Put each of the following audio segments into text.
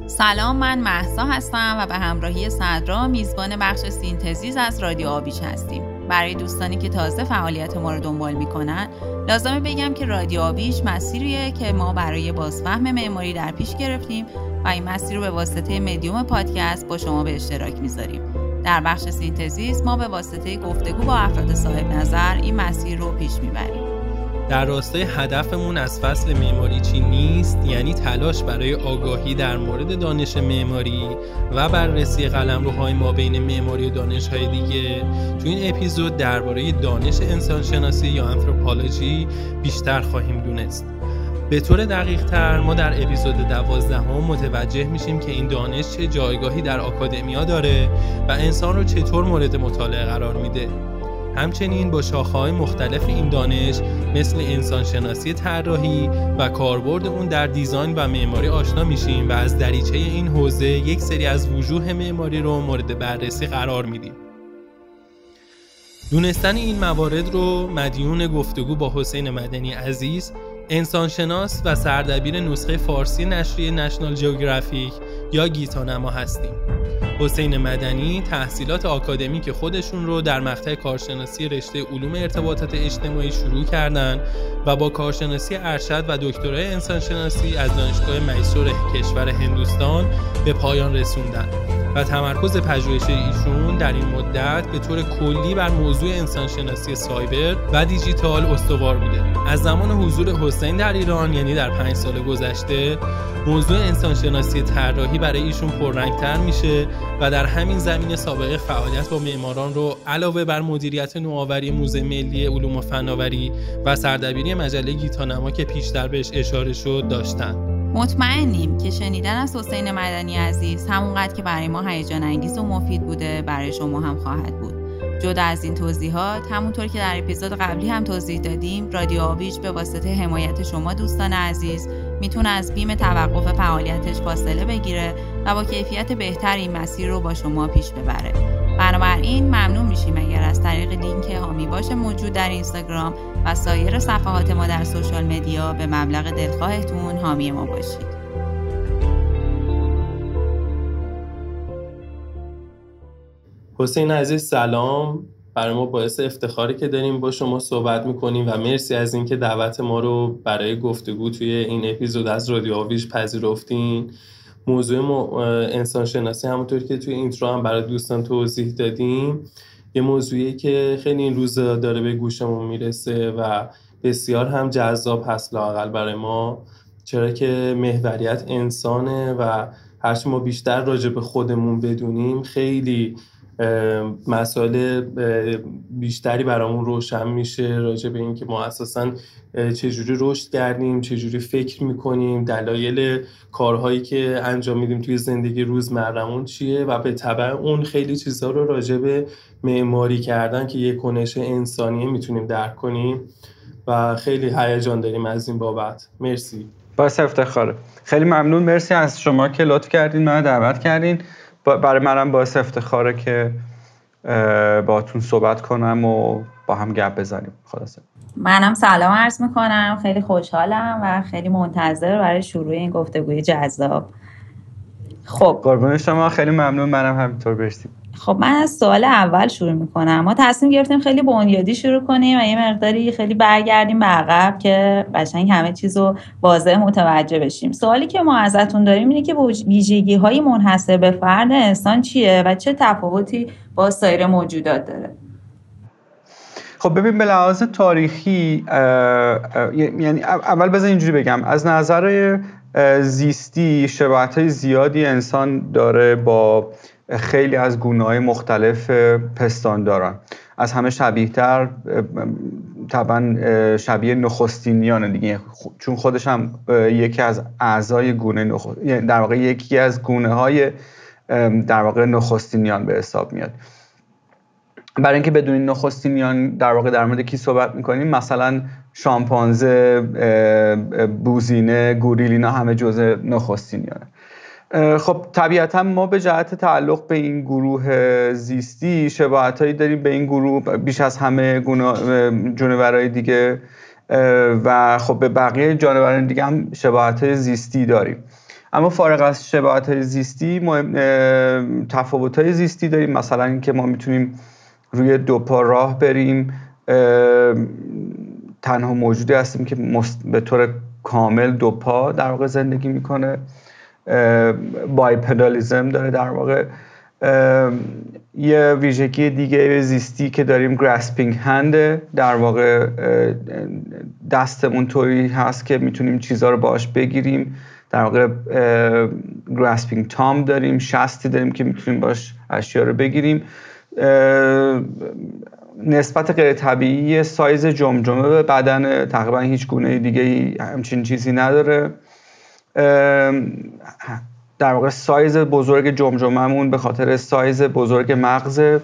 سلام، من مهسا هستم و به همراهی صدرا میزبان بخش سینتزیس از رادیو آویچ هستیم. برای دوستانی که تازه فعالیت ما رو دنبال میکنن لازمه بگم که رادیو آویچ مسیریه که ما برای بازفهم معماری در پیش گرفتیم و این مسیر رو به واسطه مدیوم پادکست با شما به اشتراک میذاریم. در بخش سینتزیس ما به واسطه گفتگو با افراد صاحب نظر این مسیر رو پیش میبریم. در راستای هدفمون از فصل معماری چی نیست، یعنی تلاش برای آگاهی در مورد دانش معماری و بررسی قلمروهای ما بین معماری و دانش‌های دیگه. تو این اپیزود درباره دانش انسانشناسی یا آنتروپولوژی بیشتر خواهیم دونست. به طور دقیق تر ما در اپیزود 12 متوجه میشیم که این دانش چه جایگاهی در آکادمیا داره و انسان رو چطور مورد مطالعه قرار میده. همچنین با شاخه‌های مختلف این دانش مثل انسانشناسی طراحی و کاربرد اون در دیزاین و معماری آشنا میشیم و از دریچه این حوزه یک سری از وجوه معماری رو مورد بررسی قرار میدیم. دونستن این موارد رو مدیون گفتگو با حسین مدنی عزیز، انسانشناس و سردبیر نسخه فارسی نشریه نشنال جیوگرافیک یا گیتانما هستیم. حسین مدنی تحصیلات آکادمیک خودشون رو در مقطع کارشناسی رشته علوم ارتباطات اجتماعی شروع کردن و با کارشناسی ارشد و دکترای انسانشناسی از دانشگاه میسور کشور هندوستان به پایان رسوندن و تمرکز پژوهشی ایشون در این مدت به طور کلی بر موضوع انسانشناسی سایبر و دیجیتال استوار بوده. از زمان حضور حسین در ایران، یعنی در 5 سال گذشته، موضوع انسانشناسی طراحی برای ایشون پررنگ‌تر میشه و در همین زمینه سابقه فعالیت با معماران رو علاوه بر مدیریت نوآوری موزه ملی علوم و فناوری و سردبیری مجله گیتانما که پیشتر بهش اشاره شد داشتن. مطمئنیم که شنیدن از حسین مدنی عزیز همونقدر که برای ما هیجان انگیز و مفید بوده برای شما هم خواهد بود. جدا از این توضیحات، همونطور که در اپیزود قبلی هم توضیح دادیم، رادیو آویچ به واسطه حمایت شما دوستان عزیز میتونه از بیم توقف فعالیتش فاصله بگیره و با کیفیت بهتر این مسیر رو با شما پیش ببره. بنابراین ممنون میشیم اگر از طریق لینک حامی باش موجود در اینستاگرام و سایر صفحات ما در سوشال مدیا به مبلغ دلخواهتون حامی ما باشید. حسین عزیز سلام، برای ما باعث افتخاری که داریم با شما صحبت میکنیم و مرسی از اینکه دعوت ما رو برای گفتگو توی این اپیزود از رادیو آویچ پذیرفتین. موضوع انسانشناسی همونطور که توی اینترو هم برای دوستان توضیح دادیم یه موضوعی که خیلی این روزا داره به گوشمون میرسه و بسیار هم جذاب هست لااقل برای ما، چرا که محوریت انسانه و هرچی ما بیشتر راجع به خودمون بدونیم خیلی مسائل بیشتری برامون روشن میشه راجع به این که ما اساساً چجوری رشد کردیم، چجوری فکر میکنیم، دلایل کارهایی که انجام میدیم توی زندگی روزمرمون چیه و به تبع اون خیلی چیزها رو راجع به معماری کردن که یک کنش انسانیه میتونیم درک کنیم و خیلی هیجان داریم از این بابت. مرسی. باعث افتخاره. خیلی ممنون، مرسی از شما که لطف کردین منو دعوت کردین. برای منم باعث افتخاره که باهاتون صحبت کنم و با هم گپ بزنیم. خلاصه منم سلام عرض میکنم، خیلی خوشحالم و خیلی منتظر برای شروع این گفتگوی جذاب. خب قربون شما، خیلی ممنون، منم همینطور. برسیم. خب من از سوال اول شروع میکنم. ما تصمیم گرفتیم خیلی بنیادی شروع کنیم و یه مقداری خیلی برگردیم به عقب که قشنگ همه چیزو واضح متوجه بشیم. سوالی که ما ازتون داریم اینه که ویژگی‌های منحصر به فرد انسان چیه و چه تفاوتی با سایر موجودات داره؟ خب ببین، به لحاظ تاریخی یعنی اول بذار اینجوری بگم، از نظر زیستی شباهت‌های زیادی انسان داره با خیلی از گونه‌های مختلف پستانداران. از همه شبیه‌تر طبعا شبیه نخستینیانه دیگه، چون خودش هم یکی از اعضای گونه در واقع یکی از گونه‌های در واقع نخستینیان به حساب میاد. برای اینکه بدونین نخستینیان در واقع در مورد کی صحبت می‌کنیم، مثلا شامپانزه، بوزینه، گوریل، اینا همه جزء نخستینیانه. خب طبیعتا ما به جهت تعلق به این گروه زیستی شباهتایی داریم به این گروه بیش از همه جانورهای دیگه و خب به بقیه جانوران دیگه هم شباهت‌های زیستی داریم. اما فارغ از شباهت‌های زیستی تفاوت‌های زیستی داریم. مثلا اینکه ما میتونیم روی دو پا راه بریم، تنها موجودی هستیم که به طور کامل دو پا در واقع زندگی میکنه. بایپدالیزم داره در واقع. یه ویژگی دیگه زیستی که داریم گراسپینگ هنده، در واقع دستمون طوری هست که میتونیم چیزها رو باهاش بگیریم. در واقع گراسپینگ تام داریم، شستی داریم که میتونیم باش اشیا رو بگیریم. نسبت غیر طبیعی سایز جمجمه به بدن، تقریبا هیچ گونه دیگه همچین چیزی نداره. در واقع سایز بزرگ جمجمه‌مون به خاطر سایز بزرگ مغز.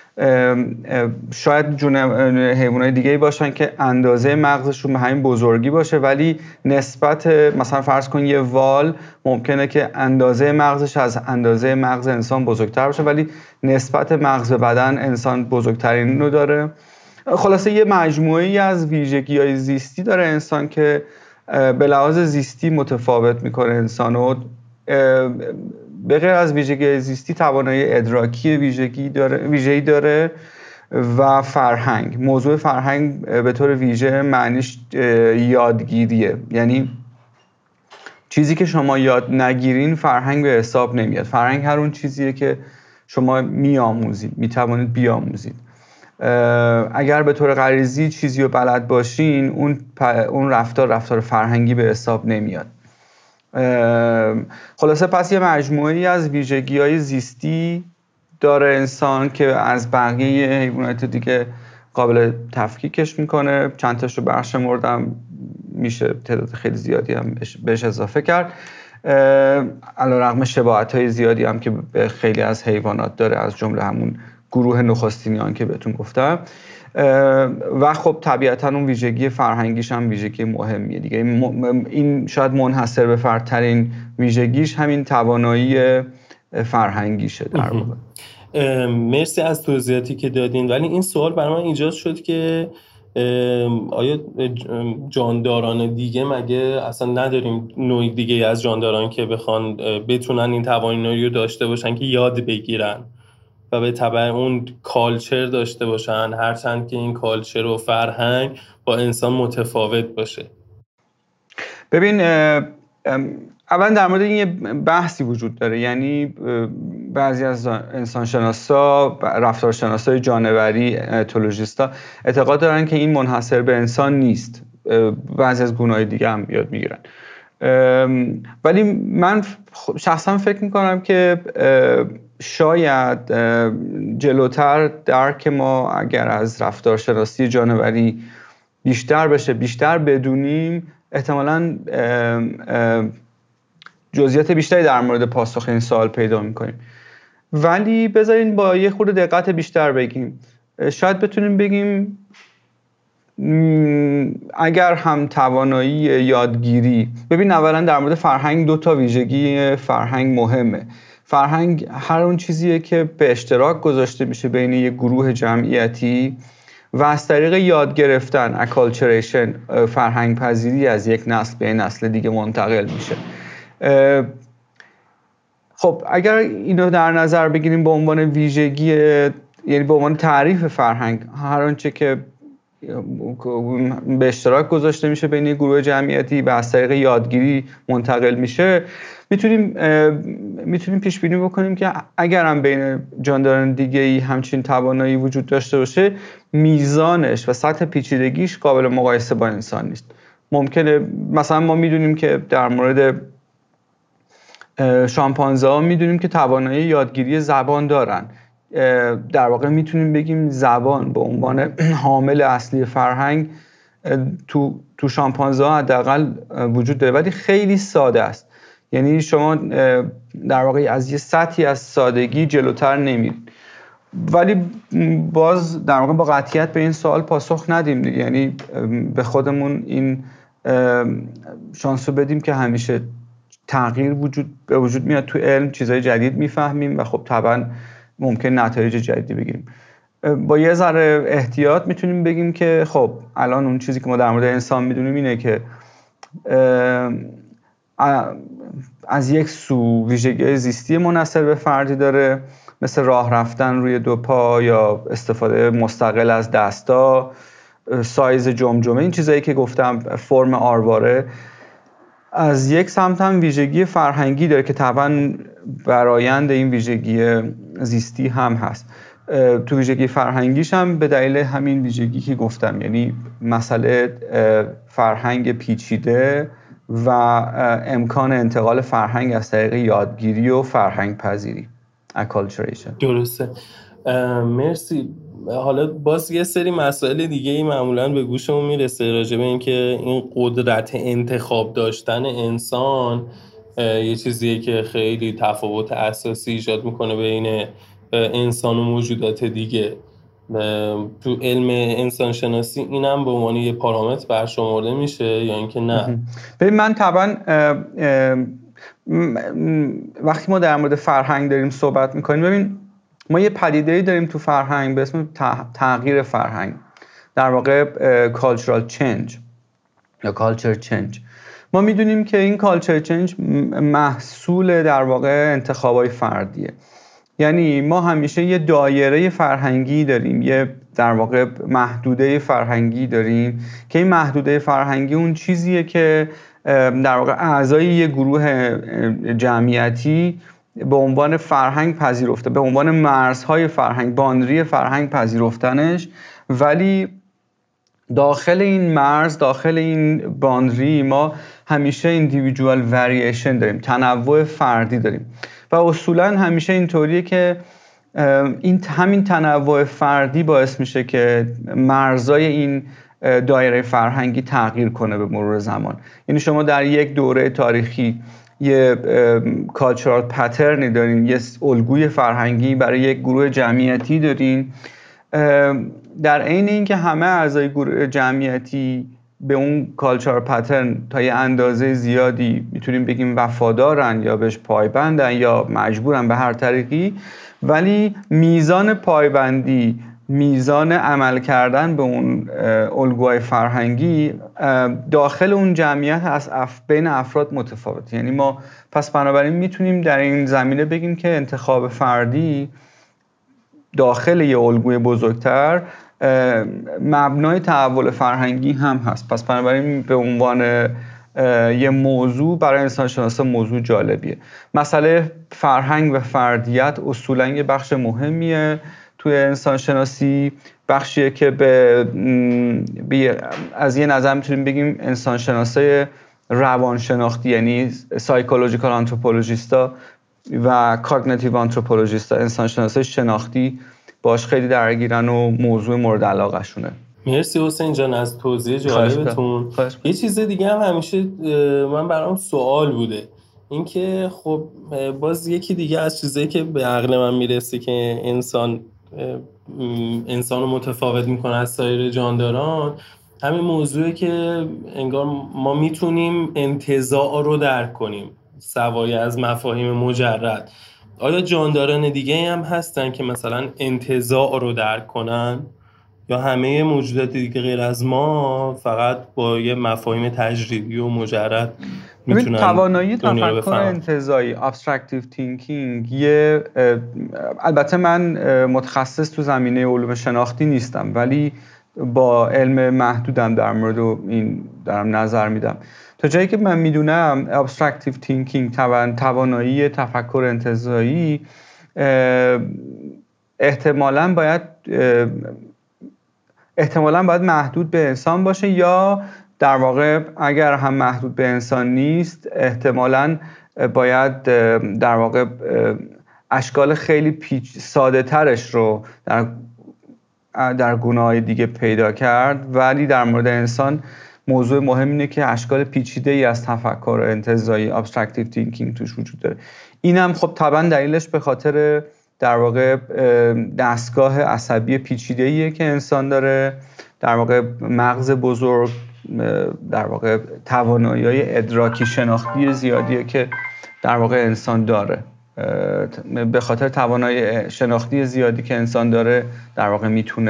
شاید حیوانات دیگه‌ای باشن که اندازه مغزشون به همین بزرگی باشه، ولی نسبت مثلا فرض کن یه وال ممکنه که اندازه مغزش از اندازه مغز انسان بزرگتر باشه، ولی نسبت مغز به بدن انسان بزرگترین رو داره. خلاصه یه مجموعه‌ای از ویژگی‌های زیستی داره انسان که به لحاظ زیستی متفاوت میکنه انسانو. به غیر از ویژگی زیستی توانایی ادراکی ویژه‌ای داره و فرهنگ. موضوع فرهنگ به طور ویژه معنیش یادگیریه، یعنی چیزی که شما یاد نگیرین فرهنگ به حساب نمیاد. فرهنگ هر اون چیزیه که شما میآموزید، میتوانید بیاموزید. اگر به طور غریزی چیزی رو بلد باشین، اون رفتار فرهنگی به حساب نمیاد. خلاصه پس یه مجموعه‌ای از ویژگی‌های زیستی داره انسان که از بقیه حیوانات دیگه قابل تفکیکش میکنه. چند تاشو برشمردم، میشه تعداد خیلی زیادی هم بهش اضافه کرد، علیرغم شباهت‌های زیادی هم که به خیلی از حیوانات داره، از جمله همون گروه نخستینیان که بهتون گفتم. و خب طبیعتاً اون ویژگی فرهنگیش هم ویژگی مهمیه دیگه. این شاید منحصر به فردترین ویژگیش همین توانایی فرهنگیشه در واقع. مرسی از توضیحاتی که دادین، ولی این سوال برای من ایجاد شد که آیا جانداران دیگه مگه اصلا نداریم نوع دیگه از جانداران که بخوان بتونن این توانایی رو داشته باشن که یاد بگیرن و به تبع اون کالچر داشته باشن، هرچند که این کالچر و فرهنگ با انسان متفاوت باشه؟ ببین، اول در مورد این یه بحثی وجود داره. یعنی بعضی از انسانشناسا، رفتارشناسای جانوری، etologist‌ها اعتقاد دارن که این منحصر به انسان نیست، بعضی از گونه‌های دیگه هم یاد میگیرن. ولی من شخصا فکر میکنم که شاید جلوتر درک ما اگر از رفتارشناسی جانوری بیشتر بشه، بیشتر بدونیم، احتمالاً جزئیات بیشتری در مورد پاسخ این سوال پیدا میکنیم. ولی بذارین با یه خورده دقت بیشتر بگیم. شاید بتونیم بگیم اگر هم توانایی یادگیری، ببین اولا در مورد فرهنگ دو تا ویژگی فرهنگ مهمه. فرهنگ هر اون چیزیه که به اشتراک گذاشته میشه بین یک گروه جمعیتی و از طریق یاد گرفتن، اکالچریشن، فرهنگ پذیری از یک نسل به نسل دیگه منتقل میشه. خب اگر اینو در نظر بگیریم به عنوان ویژگی، یعنی به عنوان تعریف فرهنگ، هر آنچه که به اشتراک گذاشته میشه بین گروه جمعیتی و از طریق یادگیری منتقل میشه، میتونیم پیش بینی بکنیم که اگر هم بین جانداران دیگه‌ای همچین توانایی وجود داشته باشه، میزانش و سطح پیچیدگیش قابل مقایسه با انسان نیست. ممکنه مثلا ما میدونیم که در مورد شامپانزه ها میدونیم که توانایی یادگیری زبان دارن. در واقع میتونیم بگیم زبان به عنوان حامل اصلی فرهنگ تو شامپانزه ها حداقل وجود داره، ولی خیلی ساده است. یعنی شما در واقع از یه سطحی از سادگی جلوتر نمیرید. ولی باز در واقع با قطعیت به این سوال پاسخ ندیم، یعنی به خودمون این شانس رو بدیم که همیشه تغییر به وجود میاد تو علم، چیزهای جدید میفهمیم و خب طبعا ممکن نتایج جدیدی بگیریم. با یه ذره احتیاط میتونیم بگیم که خب الان اون چیزی که ما در مورد انسان میدونیم اینه که از یک سو ویژگی زیستی منحصر به فردی داره، مثل راه رفتن روی دو پا یا استفاده مستقل از دستا، سایز جمجمه، این چیزایی که گفتم، فرم آرواره. از یک سمت هم ویژگی فرهنگی داره که طبعا برآیند این ویژگی زیستی هم هست. تو ویژگی فرهنگیش هم به دلیل همین ویژگی که گفتم، یعنی مسئله فرهنگ پیچیده و امکان انتقال فرهنگ از طریق یادگیری و فرهنگ پذیری، اکالچوریشن. درسته. مرسی. حالا باز یه سری مسائل دیگه ای معمولاً به گوشمون میرسه راجع به اینکه این قدرت انتخاب داشتن انسان یه چیزیه که خیلی تفاوت اساسی ایجاد میکنه بین انسان و موجودات دیگه. تو علم انسان شناسی اینم به عنوان یه پارامتر برشمرده میشه یا اینکه نه؟ ببین من طبعا وقتی ما در مورد فرهنگ داریم صحبت میکنیم، ببین ما یه پدیده‌ای داریم تو فرهنگ به اسم تغییر فرهنگ، در واقع cultural change یا culture change. ما میدونیم که این culture change محصول در واقع انتخابای فردیه. یعنی ما همیشه یه دایره فرهنگی داریم، یه در واقع محدوده فرهنگی داریم که این محدوده فرهنگی اون چیزیه که در واقع اعضای یه گروه جمعیتی به عنوان فرهنگ پذیرفته، به عنوان مرزهای فرهنگ، باندری فرهنگ پذیرفتنش. ولی داخل این مرز، داخل این باندری ما همیشه individual variation داریم، تنوع فردی داریم و اصولا همیشه اینطوریه که همین تنوع فردی باعث میشه که مرزای این دایره فرهنگی تغییر کنه به مرور زمان. یعنی شما در یک دوره تاریخی یه کالچورال پترنی دارین، یه الگوی فرهنگی برای یک گروه جمعیتی دارین، در عین اینکه همه اعضای گروه جمعیتی به اون کالچورال پترن تا یه اندازه زیادی میتونیم بگیم وفادارن یا بهش پایبندن یا مجبورن به هر طریقی، ولی میزان پایبندی، میزان عمل کردن به اون الگوهای فرهنگی داخل اون جمعیت از بین افراد متفاوته. یعنی ما پس بنابراین میتونیم در این زمینه بگیم که انتخاب فردی داخل یه الگوی بزرگتر مبنای تحول فرهنگی هم هست. پس بنابراین به عنوان یه موضوع برای انسان شناسا موضوع جالبیه. مسئله فرهنگ و فردیت اصولا یه بخش مهمیه توی انسان شناسی، بخشیه که از یه نظر میتونیم بگیم انسان شناسای روانشناختی، یعنی سایکولوژیکال آنتروپولوژیستا و کاگنیتیو آنتروپولوژیستا، انسان شناسای شناختی باش خیلی درگیرن و موضوع مورد علاقه شونه. مرسی حسین جان از توضیح جالبتون. یه چیز دیگه هم همیشه من برام سوال بوده، اینکه خب باز یکی دیگه از چیزایی که به عقل من میرسه که انسان رو متفاوت میکنه از سایر جانداران، همین موضوعه که انگار ما میتونیم انتزاع رو درک کنیم سوای از مفاهیم مجرد. آیا جانداران دیگه هم هستن که مثلا انتزاع رو درک کنن یا همه موجودات دیگه غیر از ما فقط با یه مفاهیم تجریدی و مجرد میتونن توانایی تفکر انتزاعی ابسترکتیو تینکینگ البته من متخصص تو زمینه علوم شناختی نیستم ولی با علم محدودم در مورد این دارم نظر میدم. تا جایی که من میدونم ابسترکتیو تینکینگ توانایی تفکر انتزاعی احتمالاً باید محدود به انسان باشه، یا در واقع اگر هم محدود به انسان نیست احتمالاً باید در واقع اشکال خیلی ساده ترش رو در گونه‌های دیگه پیدا کرد. ولی در مورد انسان موضوع مهم اینه که اشکال پیچیده‌ای از تفکر انتزاعی ابسترکتیو تینکینگ توش وجود داره. اینم خب طبعا دلیلش به خاطر در واقع دستگاه عصبی پیچیده‌ایه که انسان داره، در واقع مغز بزرگ، در واقع توانایی‌های ادراکی شناختی زیادیه که در واقع انسان داره. به خاطر توانایی شناختی زیادی که انسان داره در واقع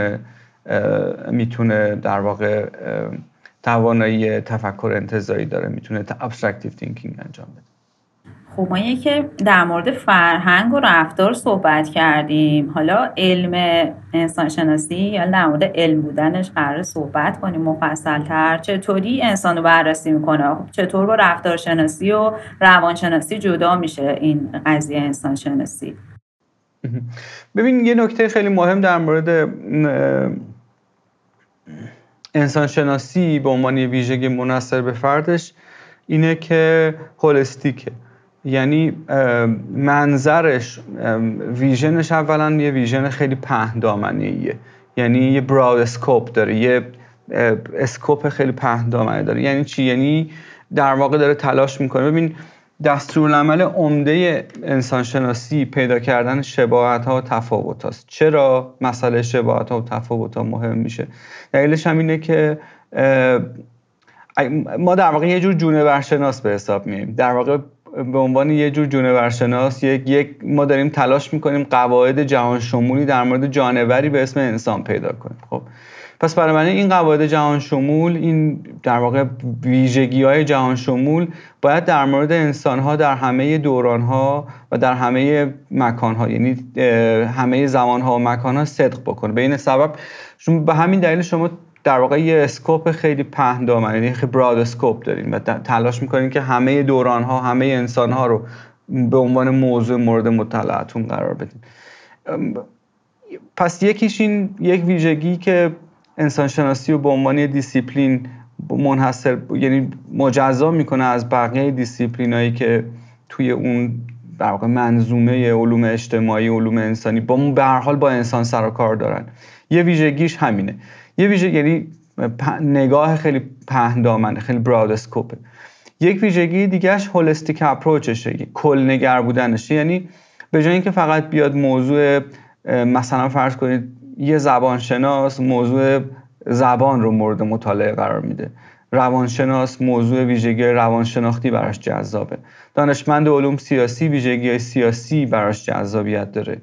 میتونه در واقع توانایی تفکر انتزاعی داره، میتونه ابسترکتیو تینکینگ انجام بده. خب ما که در مورد فرهنگ و رفتار صحبت کردیم، حالا علم انسانشناسی یا در مورد علم بودنش قرار صحبت کنیم مفصل‌تر. چطوری انسان رو بررسی میکنه؟ چطور با رفتارشناسی و روانشناسی جدا میشه این قضیه انسانشناسی؟ ببین، یه نکته خیلی مهم در مورد انسانشناسی به عنوان ویژگی منحصر به فردش اینه که هولستیکه، یعنی منظرش، ویژنش اولا یه ویژن خیلی پهن دامنه‌ایه، یعنی یه براود اسکوپ داره، یه اسکوپ خیلی پهن دامنه داره. یعنی چی؟ یعنی در واقع داره تلاش میکنه. ببین، دستورالعمل عمده انسانشناسی پیدا کردن شباهت‌ها و تفاوت‌هاست. چرا مسئله شباهت‌ها و تفاوت‌ها مهم میشه؟ دلیلش هم اینه که ما در واقع یه جور جونورشناس به حساب میاییم. در واقع به عنوان یه جور جونورشناس ما داریم تلاش میکنیم قواعد جهان شمولی در مورد جانوری به اسم انسان پیدا کنیم. خب پس برای من این قواعد جهان شمول، این در واقع ویژگی‌های جهان شمول باید در مورد انسان‌ها در همه دوران‌ها و در همه مکان‌ها، یعنی همه زمان‌ها و مکان‌ها صدق بکنه. به این سبب به همین دلیل شما در واقع یه اسکوپ خیلی پهن دامنه، یعنی خیلی براد اسکوپ دارین و تلاش می‌کنین که همه دوران‌ها، همه انسان‌ها رو به عنوان موضوع مورد مطالعه‌تون قرار بدین. پس یکیش این یک ویژگی که انسانشناسی رو به عنوان دیسیپلین منحصر، یعنی مجزا میکنه از بقیه دیسیپلینایی که توی اون در واقع منظومه علوم اجتماعی، علوم انسانی به هر حال با انسان سر و کار دارن. یه ویژگیش همینه. یه ویژگی یعنی نگاه خیلی پهن دامنه، خیلی براود اسکوپه. یک ویژگی دیگهش هولستیک اپروچشه، کل نگر بودنشه. یعنی به جای اینکه فقط بیاد موضوع، مثلا فرض کنید یه زبانشناس موضوع زبان رو مورد مطالعه قرار میده، روانشناس موضوع ویژگی روانشناختی براش جذابه، دانشمند علوم سیاسی ویژگی سیاسی براش جذابیت داره،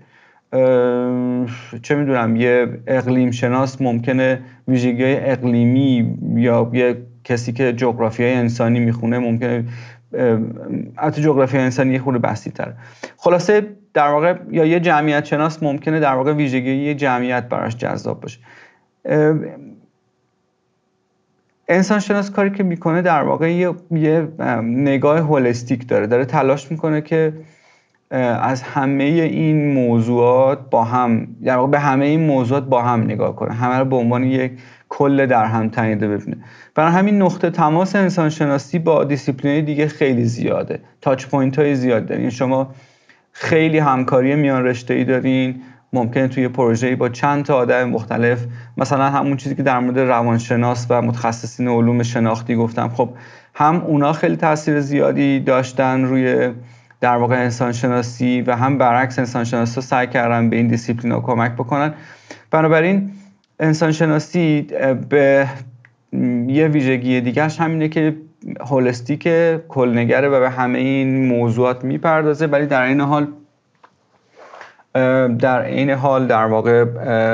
چه میدونم یه اقلیم شناس ممکنه ویژگی اقلیمی، یا یه کسی که جغرافیای انسانی میخونه ممکنه، البته جغرافیای انسانی یه خورده بسیط‌تره. خلاصه در واقع یا یه جمعیت شناس ممکنه در واقع ویژگی یه جمعیت براش جذاب باشه. انسان شناس کاری که میکنه در واقع یه نگاه هولستیک داره تلاش میکنه که از همه این موضوعات با هم، در واقع به همه این موضوعات با هم نگاه کنه، همه رو به عنوان یک کل در هم تنیده ببینه. برای همین نقطه تماس انسان شناسی با دیسیپلین‌های دیگه خیلی زیاده، تاچ پوینت های زیاد دارین. شما خیلی همکاری میان رشته‌ای دارین، ممکنه توی پروژه‌ای با چند تا آدم مختلف، مثلا همون چیزی که در مورد روانشناس و متخصصین علوم شناختی گفتم، خب هم اونا خیلی تاثیر زیادی داشتن روی در واقع انسانشناسی و هم برعکس انسانشناسا سعی کردن به این دیسیپلینا کمک بکنن. بنابراین انسانشناسی به یه ویژگی دیگه‌اش همینه که هولستیک، کلنگره و به همه این موضوعات میپردازه، ولی در این حال در واقع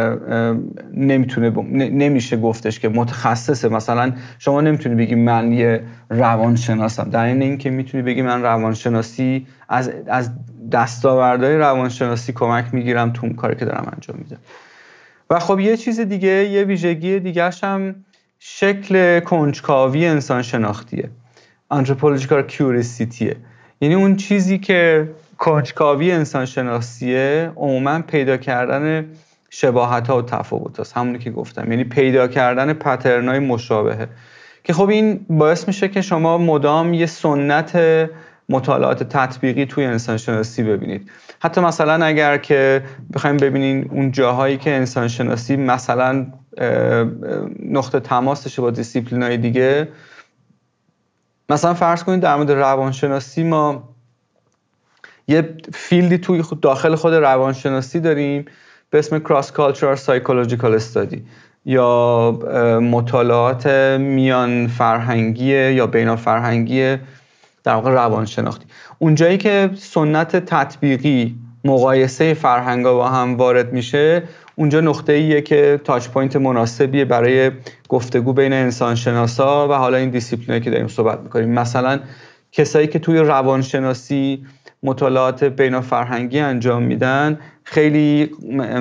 نمیشه گفتش که متخصصه. مثلا شما نمیتونی بگی من یه روانشناسم، در این که میتونی بگی من روانشناسی از دستاوردهای روانشناسی کمک میگیرم تو اون کاری که دارم انجام میدم. و خب یه چیز دیگه، یه ویژگی دیگه‌ش هم شکل کنجکاوی انسان شناختیه، anthropological curiosity. یعنی اون چیزی که کنجکاوی انسان شناسیه عموما پیدا کردن شباهت‌ها و تفاوت‌هاست، همونی که گفتم، یعنی پیدا کردن پترن‌های مشابهه، که خب این باعث میشه که شما مدام یه سنت مطالعات تطبیقی توی انسان شناسی ببینید. حتی مثلا اگر که بخوایم ببینین اون جاهایی که انسان شناسی مثلا نقطه تماسش با دیسیپلین‌های دیگه، مثلا فرض کنید در مورد روانشناسی ما یه فیلدی توی داخل خود روانشناسی داریم به اسم Cross Cultural Psychological Study یا مطالعات میان فرهنگی یا بین فرهنگی در واقع روانشناختی. اونجایی که سنت تطبیقی مقایسه فرهنگا با هم وارد میشه، اونجا نقطه‌ایه که تاچ پوینت مناسبیه برای گفتگو بین انسانشناسا و حالا این دیسیپلینایی که داریم صحبت میکنیم. مثلا کسایی که توی روانشناسی مطالعات بین‌الفرهنگی انجام میدن خیلی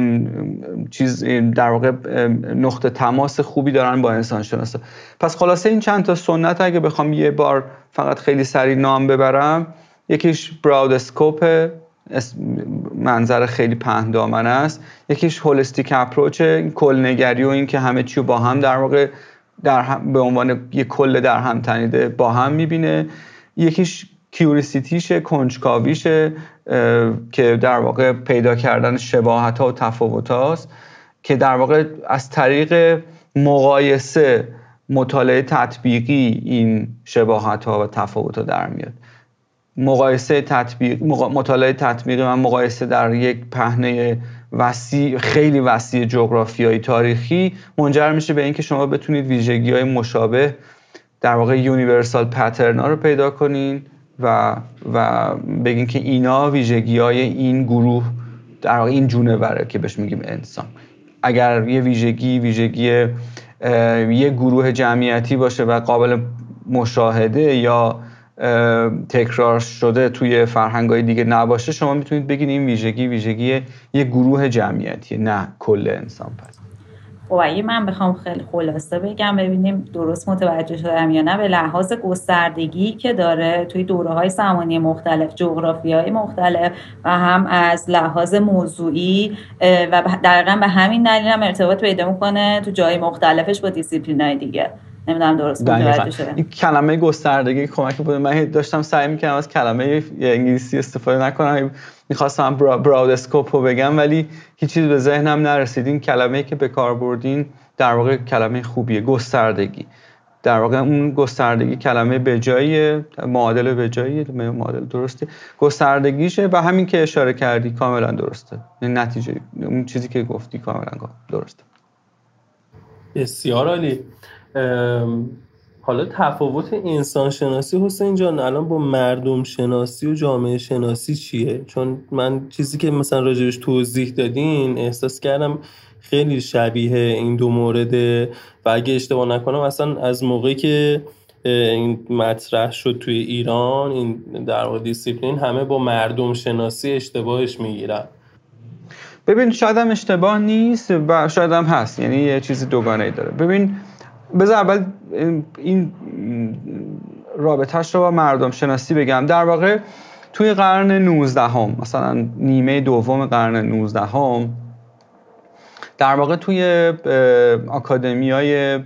در واقع نقطه تماس خوبی دارن با انسان شناسا. پس خلاصه این چند تا سنت اگه بخوام یه بار فقط خیلی سریع نام ببرم، یکیش براود اسکوپ، منظر خیلی پهن دامنه است. یکیش هولستیک اپروچ، کلنگری و این که همه چی با هم در واقع به عنوان یک کل در هم تنیده با هم میبینه. یکیش کیوریسیتیشه، کنجکاویشه که در واقع پیدا کردن شباهت ها و تفاوت هاست که در واقع از طریق مقایسه مطالعه تطبیقی این شباهت ها و تفاوت ها در میاد. مطالعه تطبیقی و مقایسه در یک پهنه وسیع، خیلی وسیع جغرافیایی تاریخی منجر میشه به اینکه شما بتونید ویژگی‌های مشابه در واقع یونیورسال پترن ها رو پیدا کنین و بگین که اینا ویژگی‌های این گروه در واقع این جونوره که بهش میگیم انسان. اگر یه ویژگی یه گروه جمعیتی باشه و قابل مشاهده یا تکرار شده توی فرهنگ‌های دیگه نباشه، شما میتونید بگین این ویژگی یه گروه جمعیتیه، نه کل انسان. پس خب اگه من بخوام خیلی خلاصه بگم ببینیم درست متوجه شدم یا نه، به لحاظ گستردگی که داره توی دوره‌های زمانی مختلف، جغرافیای مختلف و هم از لحاظ موضوعی و دقیقاً به همین دلیل هم ارتباط پیدا میکنه تو جای مختلفش با دیسیپلین‌های دیگه. نمیدونم درست متوجه شدم. این کلمه گستردگی کمک بود. من داشتم سعی می‌کردم از کلمه انگلیسی استفاده نکنم، می‌خواستم براود اسکوپ رو بگم ولی هیچ چیز به ذهنم نرسید. این کلمه‌ای که به کار بردین در واقع کلمه خوبیه، گستردگی. در واقع اون گستردگی کلمه بجاییه، معادل بجاییه، معادل درسته. گستردگیشه و همین که اشاره کردی کاملا درسته. این نتیجه اون چیزی که گفتی کاملا درسته. بسیار عالی. حالا تفاوت انسان شناسی حسین جان الان با مردم شناسی و جامعه شناسی چیه؟ چون من چیزی که مثلا راجبش توضیح دادین احساس کردم خیلی شبیه این دو مورده و اگه اشتباه نکنم اصلا از موقعی که این مطرح شد توی ایران این در واقع دیسیپلین همه با مردم شناسی اشتباهش میگیرن. ببین شاید هم اشتباه نیست و شاید هم هست، یعنی یه چیز دوگانه‌ای داره. ببین بذار اول این رابطه‌اش رو با مردم شناسی بگم. در واقع توی قرن 19 مثلا نیمه دوم قرن 19 در واقع توی آکادمیای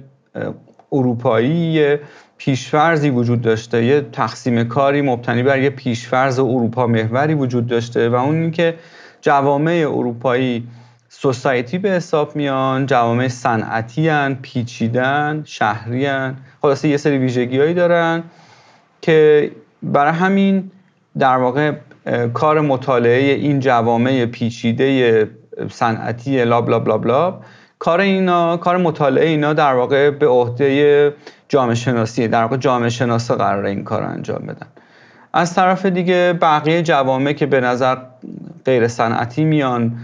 اروپایی پیشفرضی وجود داشته، یه تقسیم کاری مبتنی بر یه پیشفرض اروپا محوری وجود داشته و اون که جوامع اروپایی سوسایتی به حساب میان، جوامع صنعتی ان، پیچیدن، شهری ان، خلاصه یه سری ویژگی‌هایی دارن که برای همین در واقع کار مطالعه این جوامع پیچیده صنعتی لاب لاب لاب لاب کار مطالعه اینا در واقع به عهده جامعه شناسی، در واقع جامعه شناسا قراره این کار انجام بدن. از طرف دیگه بقیه جوامع که به نظر غیر صنعتی میان،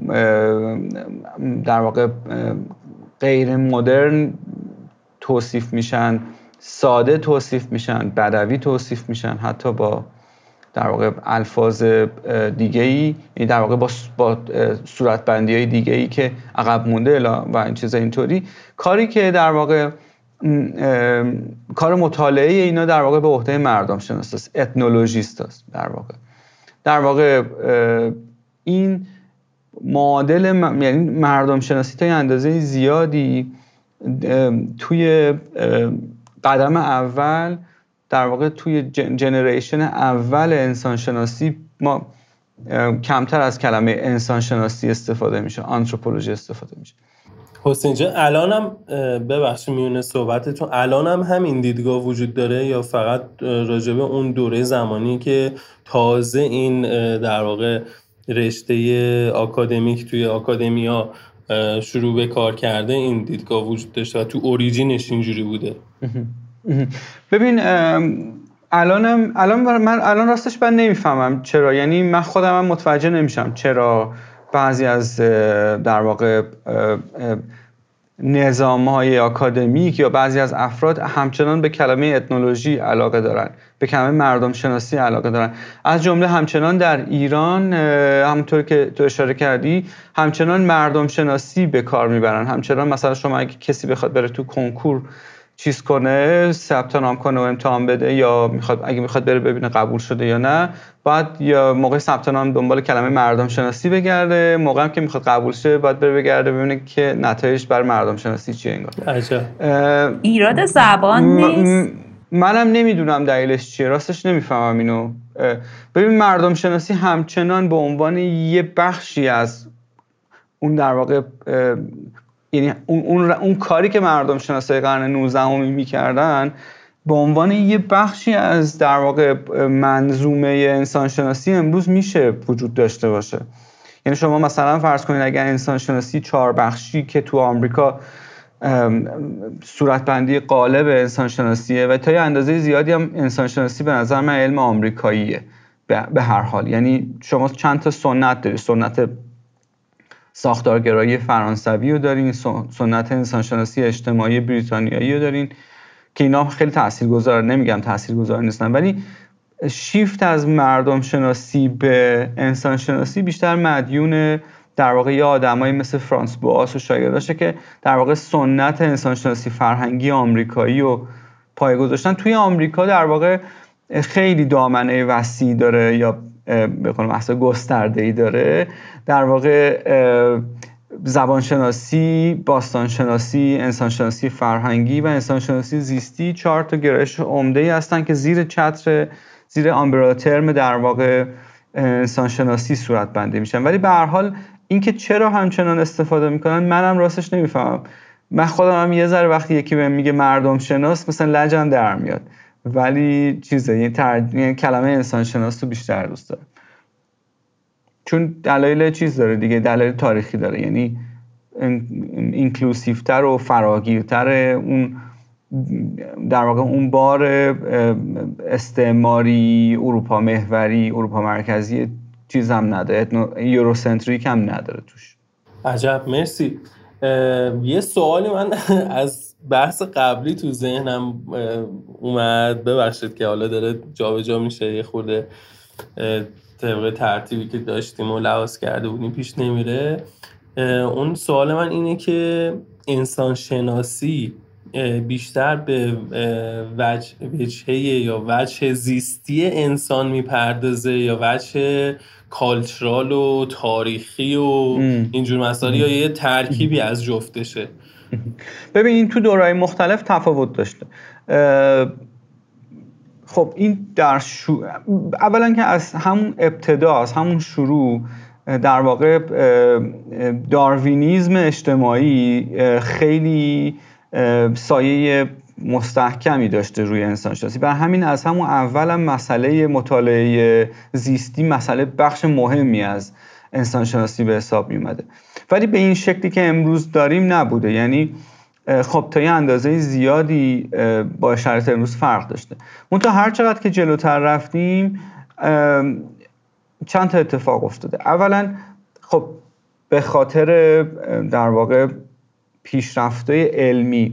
در واقع غیر مدرن توصیف میشن، ساده توصیف میشن، بدوی توصیف میشن، حتی با در واقع الفاظ دیگه‌ای، در واقع با صورتبندی‌های دیگه‌ای که عقب مونده و این چیزا اینطوری. کاری که در واقع کار مطالعه اینا در واقع به عهده مردم شناس است، اتنولوژیست است. در واقع این معادل یعنی مردم شناسی تا اندازه زیادی توی قدم اول در واقع توی جنریشن اول انسان شناسی ما کمتر از کلمه انسان شناسی استفاده میشه، آنتروپولوژی استفاده میشه. حسین جان الانم ببخشید میونه صحبتتون، الانم همین دیدگاه وجود داره یا فقط راجبه اون دوره زمانی که تازه این در واقع رشته آکادمیک توی آکادمیا شروع به کار کرده این دیدگاه وجود داشته و تو اوریجینش اینجوری بوده؟ ببین الان راستش من نمیفهمم چرا، یعنی من خودم هم متوجه نمیشم چرا بعضی از در واقع نظام‌های آکادمیک یا بعضی از افراد همچنان به کلمه اتنولوژی علاقه دارن، به کلمه مردم شناسی علاقه دارن. از جمله همچنان در ایران همونطور که تو اشاره کردی همچنان مردم شناسی به کار میبرن. همچنان مثلا شما اگه کسی بخواد بره تو کنکور چیز کنه، ثبت نام کنه و امتحان بده، یا اگه میخواد بره ببینه قبول شده یا نه، باید یا موقع ثبت نام دنبال کلمه مردم شناسی بگرده، موقعی هم که میخواد قبول شه باید بره بگرده ببینه که نتایج بر مردم شناسی چیه. انگار عجب. ایراد زبان نیست؟ منم نمیدونم دلیلش چیه، راستش نمیفهمم اینو. ببین مردم شناسی همچنان به عنوان یه بخشی از اون در واقع یعنی اون کاری که مردم شناسای قرن 19 میکردن به عنوان یه بخشی از در واقع منظومه انسان شناسی امروز میشه وجود داشته باشه. یعنی شما مثلا فرض کنید اگر انسان شناسی 4 بخشی که تو آمریکا صورتبندی قالب انسان شناسیه و تا یه اندازه زیادی هم انسان شناسی به نظر من علم آمریکاییه به هر حال. یعنی شما چند تا سنت داری، سنت ساختارگرایی فرانسوی رو دارین، سنت انسانشناسی اجتماعی بریتانیایی رو دارین که اینا خیلی تاثیرگذار، نمیگم تاثیرگذار نیستن، ولی شیفت از مردم شناسی به انسان شناسی بیشتر مدیون در واقع یه آدمایی مثل فرانس بواس و شاگرداشه که در واقع سنت انسان شناسی فرهنگی آمریکایی رو پایه گذاشتن. توی آمریکا در واقع خیلی دامنه وسیع داره یا بخونم اصلا گسترده‌ای داره، در واقع زبانشناسی، باستانشناسی، انسانشناسی فرهنگی و انسانشناسی زیستی 4 تا گرایش عمده‌ای هستن که زیر امبرلا ترم در واقع انسانشناسی صورت بندی میشن. ولی به هر حال اینکه چرا همچنان استفاده میکنن منم راستش نمیفهمم. من خودم هم یه ذره وقتی یکی بهم میگه مردم شناس مثلا لجم در میاد، ولی چیزه یعنی کلمه انسان شناس رو بیشتر دوست دارم چون دلایل چیز داره دیگه، دلایل تاریخی داره، یعنی اینکلوسیوتر و فراگیرتر، اون در واقع اون بار استعماری اروپا محوری اروپا مرکزی چیز هم نداره، یوروسنتریک هم نداره توش. عجب، مرسی. یه سوالی من از بحث قبلی تو ذهنم اومد، ببخشید که حالا داره جابجا میشه، یه خورده طبق ترتیبی که داشتیم و لحاظ کرده بودیم پیش نمیره. اون سوال من اینه که انسان شناسی بیشتر به وجهه یا وجه زیستی انسان میپردازه یا وجه کالچرال و تاریخی و اینجور مسائل یا یه ترکیبی از جفتشه؟ ببین این تو دوره‌های مختلف تفاوت داشته. خب این در اولا که از همون ابتدا، از همون شروع در واقع داروینیسم اجتماعی خیلی سایه مستحکمی داشته روی انسان شناسی. بر همین از همون اول هم مسئله مطالعه زیستی مسئله بخش مهمی از انسان شناسی به حساب می اومده، ولی به این شکلی که امروز داریم نبوده. یعنی خب تا یه اندازه زیادی با شرایط امروز فرق داشته. منتها هر چقدر که جلوتر رفتیم چند تا اتفاق افتاده. اولا خب به خاطر در واقع پیشرفت‌های علمی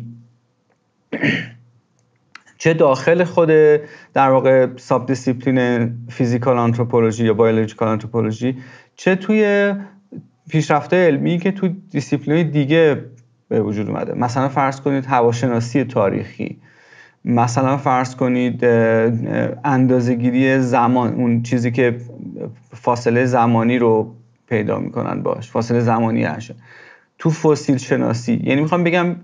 چه داخل خود در واقع ساب دیسیپلین فیزیکال آنتروپولوژی یا بیولوژیکال آنتروپولوژی، چه توی پیشرفت‌های علمی که توی دیسیپلین‌های دیگه به وجود اومده. مثلا فرض کنید هواشناسی تاریخی، مثلا فرض کنید اندازه‌گیری زمان، اون چیزی که فاصله زمانی رو پیدا میکنن باش، فاصله زمانی هشه. تو فسیل شناسی، یعنی میخوام بگم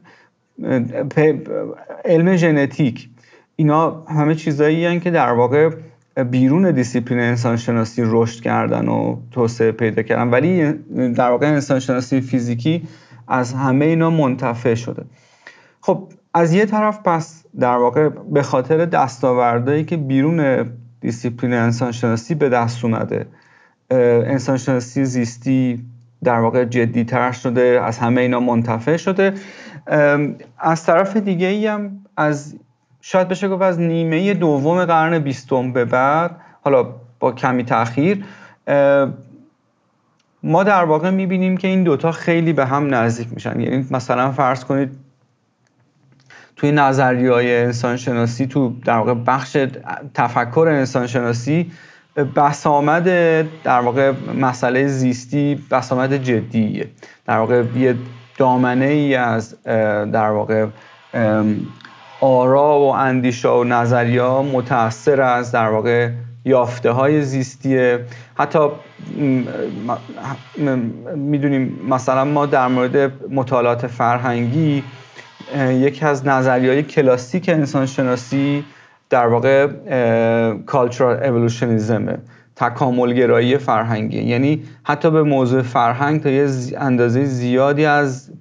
علم ژنتیک، اینا همه چیزایی هستن که در واقع بیرون دیسیپلین انسان شناسی رشد کردن و توسعه پیدا کردن، ولی در واقع انسان شناسی فیزیکی از همه اینا منتفع شده. خب از یه طرف پس در واقع به خاطر دستاوردهایی که بیرون دیسیپلین انسان شناسی به دست اومده، انسان شناسی زیستی در واقع جدی‌تر شده، از همه اینا منتفع شده. از طرف دیگه ای هم از شاید بشه گفت از نیمه دوم قرن 20 به بعد، حالا با کمی تأخیر، ما در واقع میبینیم که این دوتا خیلی به هم نزدیک میشن. یعنی مثلا فرض کنید توی نظریه‌های انسانشناسی، تو در واقع بخش تفکر انسانشناسی، بسامد در واقع مسئله زیستی بسامد جدیه. در واقع یه دامنه ای از در واقع آرا و اندیشه و نظریه‌ها متأثر از در واقع یافته های زیستیه. حتی میدونیم مثلا ما در مورد مطالعات فرهنگی یکی از نظریه‌های کلاسیک انسانشناسی در واقع cultural evolutionism، تکاملگرایی فرهنگی. یعنی حتی به موضوع فرهنگ تا یه اندازه زیادی از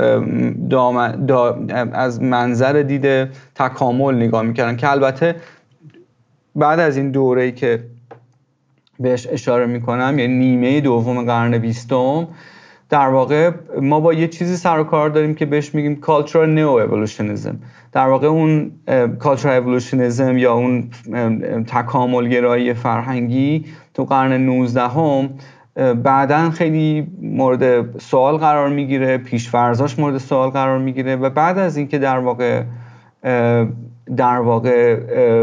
منظر دید تکامل نگاه میکردن که البته بعد از این دوره‌ای که بهش اشاره میکنم، یعنی نیمه دوم قرن 20، در واقع ما با یه چیزی سر و کار داریم که بهش میگیم cultural neo-evolutionism. در واقع اون cultural evolutionism یا اون تکاملگرایی فرهنگی تو قرن 19 بعداً خیلی مورد سوال قرار میگیره، پیش‌فرضاش مورد سوال قرار میگیره و بعد از اینکه در واقع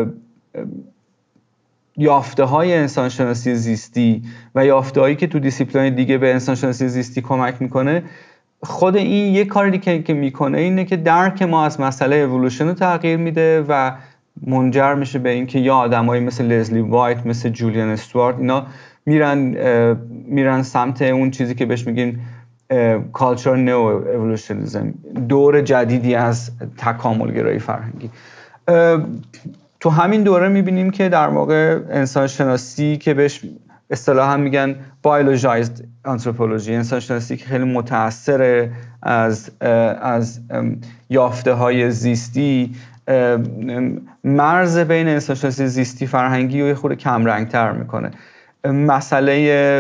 یافته‌های انسانشناسی زیستی و یافته‌هایی که تو دیسیپلین دیگه به انسانشناسی زیستی کمک میکنه، خود این یه کاری که میکنه اینه که درک ما از مسئله اِوولوشن رو تغییر میده و منجر میشه به اینکه یا آدمایی مثل لزلی وایت، مثل جولیان استوارت، اینا میرن سمت اون چیزی که بهش میگین cultural neo-evolutionism، دور جدیدی از تکاملگرایی فرهنگی. تو همین دوره میبینیم که در واقع انسانشناسی که بهش اصطلاحاً میگن biologized anthropology، انسانشناسی که خیلی متأثر از یافته‌های زیستی، مرز بین انسانشناسی زیستی فرهنگی رو یه خورده کم رنگ‌تر میکنه. مسئله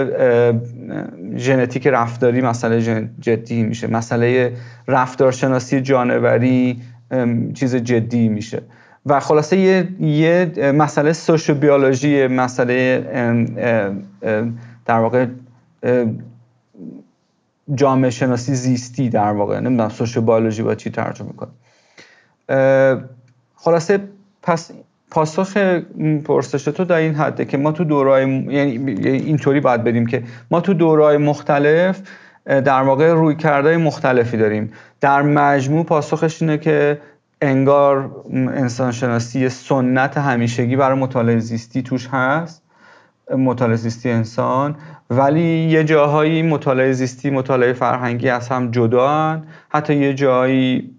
ژنتیک رفتاری مسئله جدی میشه، مسئله رفتارشناسی جانوری چیز جدی میشه و خلاصه یه مسئله سوشیوبیولوژی، مسئله در واقع جامعه شناسی زیستی، در واقع نمیدونم سوشیوبیولوژی با چی ترجمه کنم. خلاصه پس پاسخ پرسش تو در این حده که ما تو دوره‌های، یعنی اینطوری باید بریم که ما تو دوره‌های مختلف در واقع رویکردهای مختلفی داریم. در مجموع پاسخش اینه که انگار انسانشناسی سنت همیشگی برای مطالعه زیستی توش هست، مطالعه زیستی انسان، ولی یه جاهایی مطالعه زیستی مطالعه فرهنگی از هم جداان، حتی یه جایی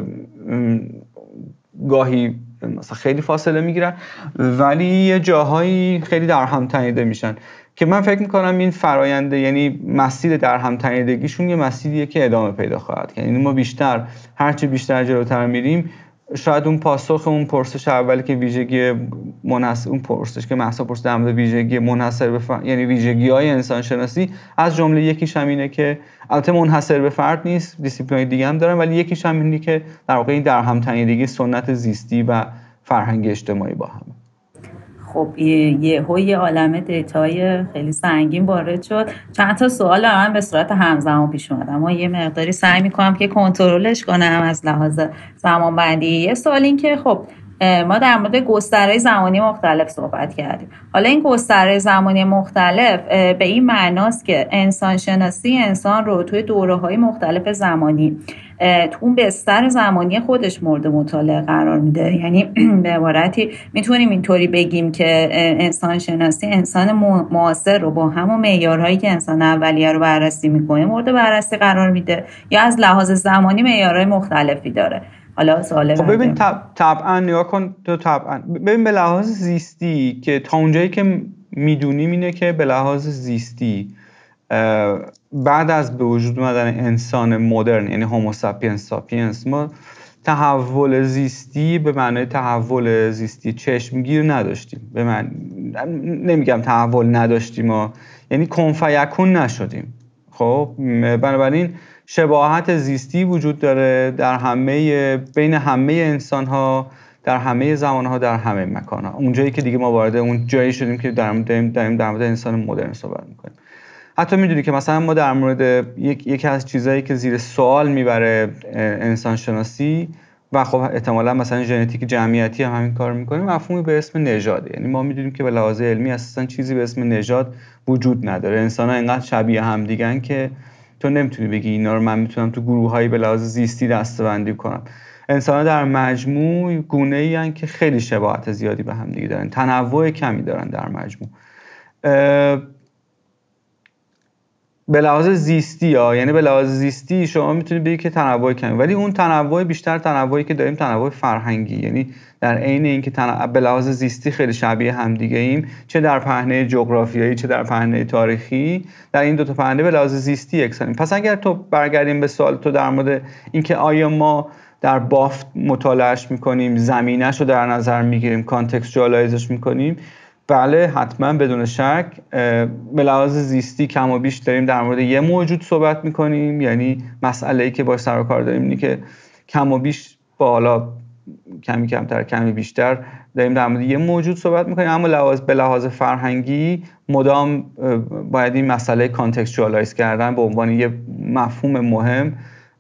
گاهی مثلا خیلی فاصله میگیرن، ولی یه جاهایی خیلی در هم تنیده میشن که من فکر میکنم این فراینده، یعنی مسیر در هم تنیدگیشون یه مسیریه که ادامه پیدا خواهد کرد. یعنی ما هرچی بیشتر جلوتر میریم، شاید اون پاسخ اون پرسش اولی که ویژگی منحصر، اون پرسش که محسا پرسید در مورد ویژگی منحصر به فرد، یعنی ویژگی‌های انسانشناسی، از جمله یکیش هم اینه که البته منحصر به فرد نیست، دیسیپلین دیگه هم دارن، ولی یکیش هم اینه که در واقع این در هم تنیدگی سنت زیستی و فرهنگ اجتماعی با هم. خب یه عالمه دیتای خیلی سنگین وارد شد. چند تا سوال من به صورت همزمان پیش اومد، اما یه مقداری سعی میکنم که کنترلش کنم از لحاظ زمان بندی. یه سوال این که خب ما در مورد گستره زمانی مختلف صحبت کردیم. حالا این گستره زمانی مختلف به این معناست که انسان شناسی انسان رو توی دوره‌های مختلف زمانی تو اون بستر زمانی خودش مورد مطالعه قرار میده. یعنی به عبارتی میتونیم اینطوری بگیم که انسان شناسی انسان معاصر رو با همون معیارهایی که انسان اولیه رو بررسی میکنه مورد بررسی قرار میده، یا از لحاظ زمانی معیارهای مختلفی داره. حالا سوال خب ببین طبعا نگاه کن تو، طبعا ببین به لحاظ زیستی که تا اونجایی که میدونیم اینه که به لحاظ زیستی بعد از به وجود اومدن انسان مدرن، یعنی هوموساپینس ساپینس، ما تحول زیستی به معنای تحول زیستی چشمگیر نداشتیم. به من نمیگم تحول نداشتیم، یعنی کن فیکون نشدیم. خب بنابراین شباهت زیستی وجود داره در بین همه انسان‌ها، در همه زمان‌ها، در همه مکان‌ها. اونجایی که دیگه ما وارد اون جایی شدیم که داریم در مورد انسان مدرن صحبت می‌کنیم. حتی میدونی که مثلا ما در مورد یکی از چیزایی که زیر سوال میبره انسان شناسی و خب احتمالاً مثلا ژنتیک جمعیتی هم همین کار میکنه، مفهومی به اسم نژاده. یعنی ما میدونیم که به لحاظ علمی اساساً چیزی به اسم نژاد وجود نداره. انسان‌ها اینقدر شبیه هم دیگن که تو نمیتونی بگی اینا رو من میتونم تو گروه‌هایی به لحاظ زیستی دسته‌بندی کنم. انسان‌ها در مجموع گونه‌ای هستند که خیلی شباهت زیادی به هم دیگه دارن، تنوع کمی دارن در مجموع. به لحاظ زیستی یعنی به لحاظ زیستی شما میتونید بگید که تنوع کمی، ولی اون تنوع بیشتر تنوعی که داریم تنوع فرهنگی، یعنی در عین اینکه به لحاظ زیستی خیلی شبیه هم دیگه ایم، چه در پهنه جغرافیایی چه در پهنه تاریخی، در این دو تا پهنه به لحاظ زیستی یکسانیم. پس اگر تو برگردیم به سوال تو در مورد اینکه آیا ما در بافت مطالعهش میکنیم، زمینه‌شو رو در نظر میگیریم، کانتکستوالایزش میکنیم، بله حتما بدون شک به لحاظ زیستی کم و بیش داریم در مورد یه موجود صحبت میکنیم. یعنی مسئله‌ای که باش سر و کار داریم اینه که کم و بیش با حالا کمی کمتر کمی بیشتر داریم در مورد یه موجود صحبت میکنیم، اما به لحاظ فرهنگی مدام باید این مسئله کانتکستوالایز کردن به عنوان یه مفهوم مهم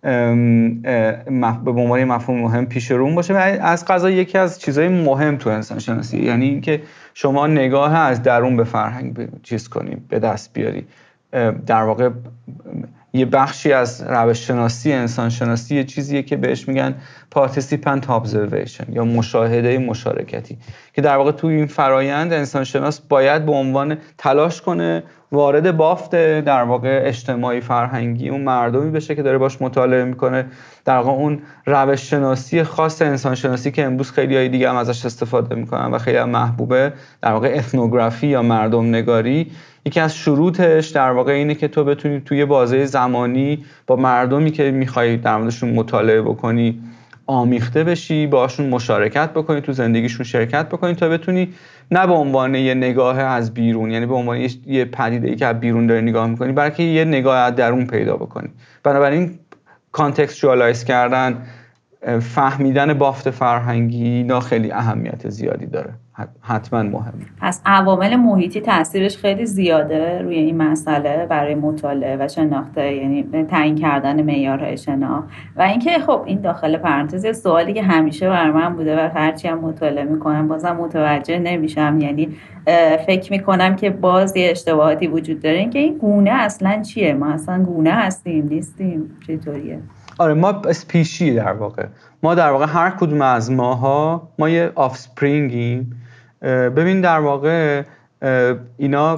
به عنوان مفهوم مهم پیش روم باشه. و از قضا یکی از چیزهای مهم تو انسان شناسی یعنی اینکه شما نگاه از درون به فرهنگ چیز کنیم، به دست بیاری. در واقع یه بخشی از روش شناسی انسان شناسی یه چیزیه که بهش میگن participant observation یا مشاهده مشارکتی، که در واقع تو این فرایند انسان شناس باید به عنوان تلاش کنه وارد بافت در واقع اجتماعی فرهنگی اون مردمی بشه که داره باش مطالعه میکنه. در واقع اون روش شناسی خاص انسان شناسی که امروز خیلی های دیگه هم ازش استفاده میکنن و خیلی هم محبوبه، در واقع ethnography یا مردم نگاری، یکی از شروطش در واقع اینه که تو بتونی توی بازه زمانی با مردمی که میخوای در موردشون مطالعه بکنی آمیخته بشی، باشون مشارکت بکنی، تو زندگیشون شرکت بکنی، تا بتونی نه به عنوان یه نگاه از بیرون، یعنی به عنوان یه پدیده‌ای که از بیرون داری نگاه میکنی، بلکه یه نگاه از درون پیدا بکنی. بنابراین کانتکستوالایز کردن، فهمیدن بافت فرهنگی اینا خیلی اهمیت زیادی داره، حتما مهمه. پس عوامل محیطی تاثیرش خیلی زیاده روی این مسئله برای مطالعه و شناخته، یعنی تعیین کردن معیارهای شناخت. و اینکه خب این داخل پرانتز سوالی که همیشه بر من بوده و هرچی هم مطالعه میکنم بازم متوجه نمیشم، یعنی فکر میکنم که باز یه اشتباهاتی وجود داره، اینکه این گونه اصلا چیه؟ ما اصلا گونه هستیم نیستیم؟ چطوریه؟ آره ما اسپیشی در واقع، ما در واقع هر کدوم از ما یه آفسپرینگیم. ببین در واقع اینا،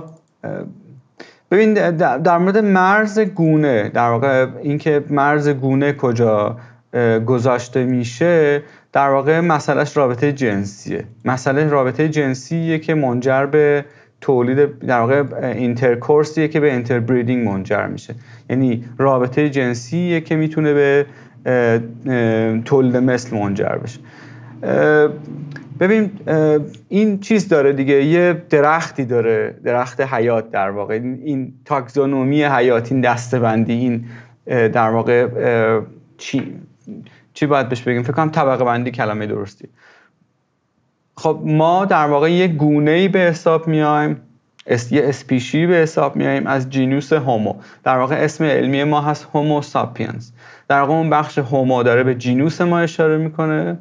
ببین در مورد مرز گونه، در واقع اینکه مرز گونه کجا گذاشته میشه، در واقع مسئلهش رابطه جنسیه. مسئله رابطه جنسیه که منجر به تولید، در واقع اینترکورسیه که به اینتربریدینگ منجر میشه. یعنی رابطه جنسیه که میتونه به تولید مثل منجر بشه. ببین این چیز داره دیگه، یه درختی داره، درخت حیات در واقع، این تاکسونومی حیات، این دسته‌بندی، این در واقع چی باید بهش بگیم؟ فکر کنم طبقه بندی کلمه درستی. خب ما در واقع یه گونه‌ای به حساب میایم، یه اسپیشی به حساب میایم از جینوس هومو. در واقع اسم علمی ما هست هومو ساپینز. در واقع اون بخش هومو داره به جینوس ما اشاره میکنه،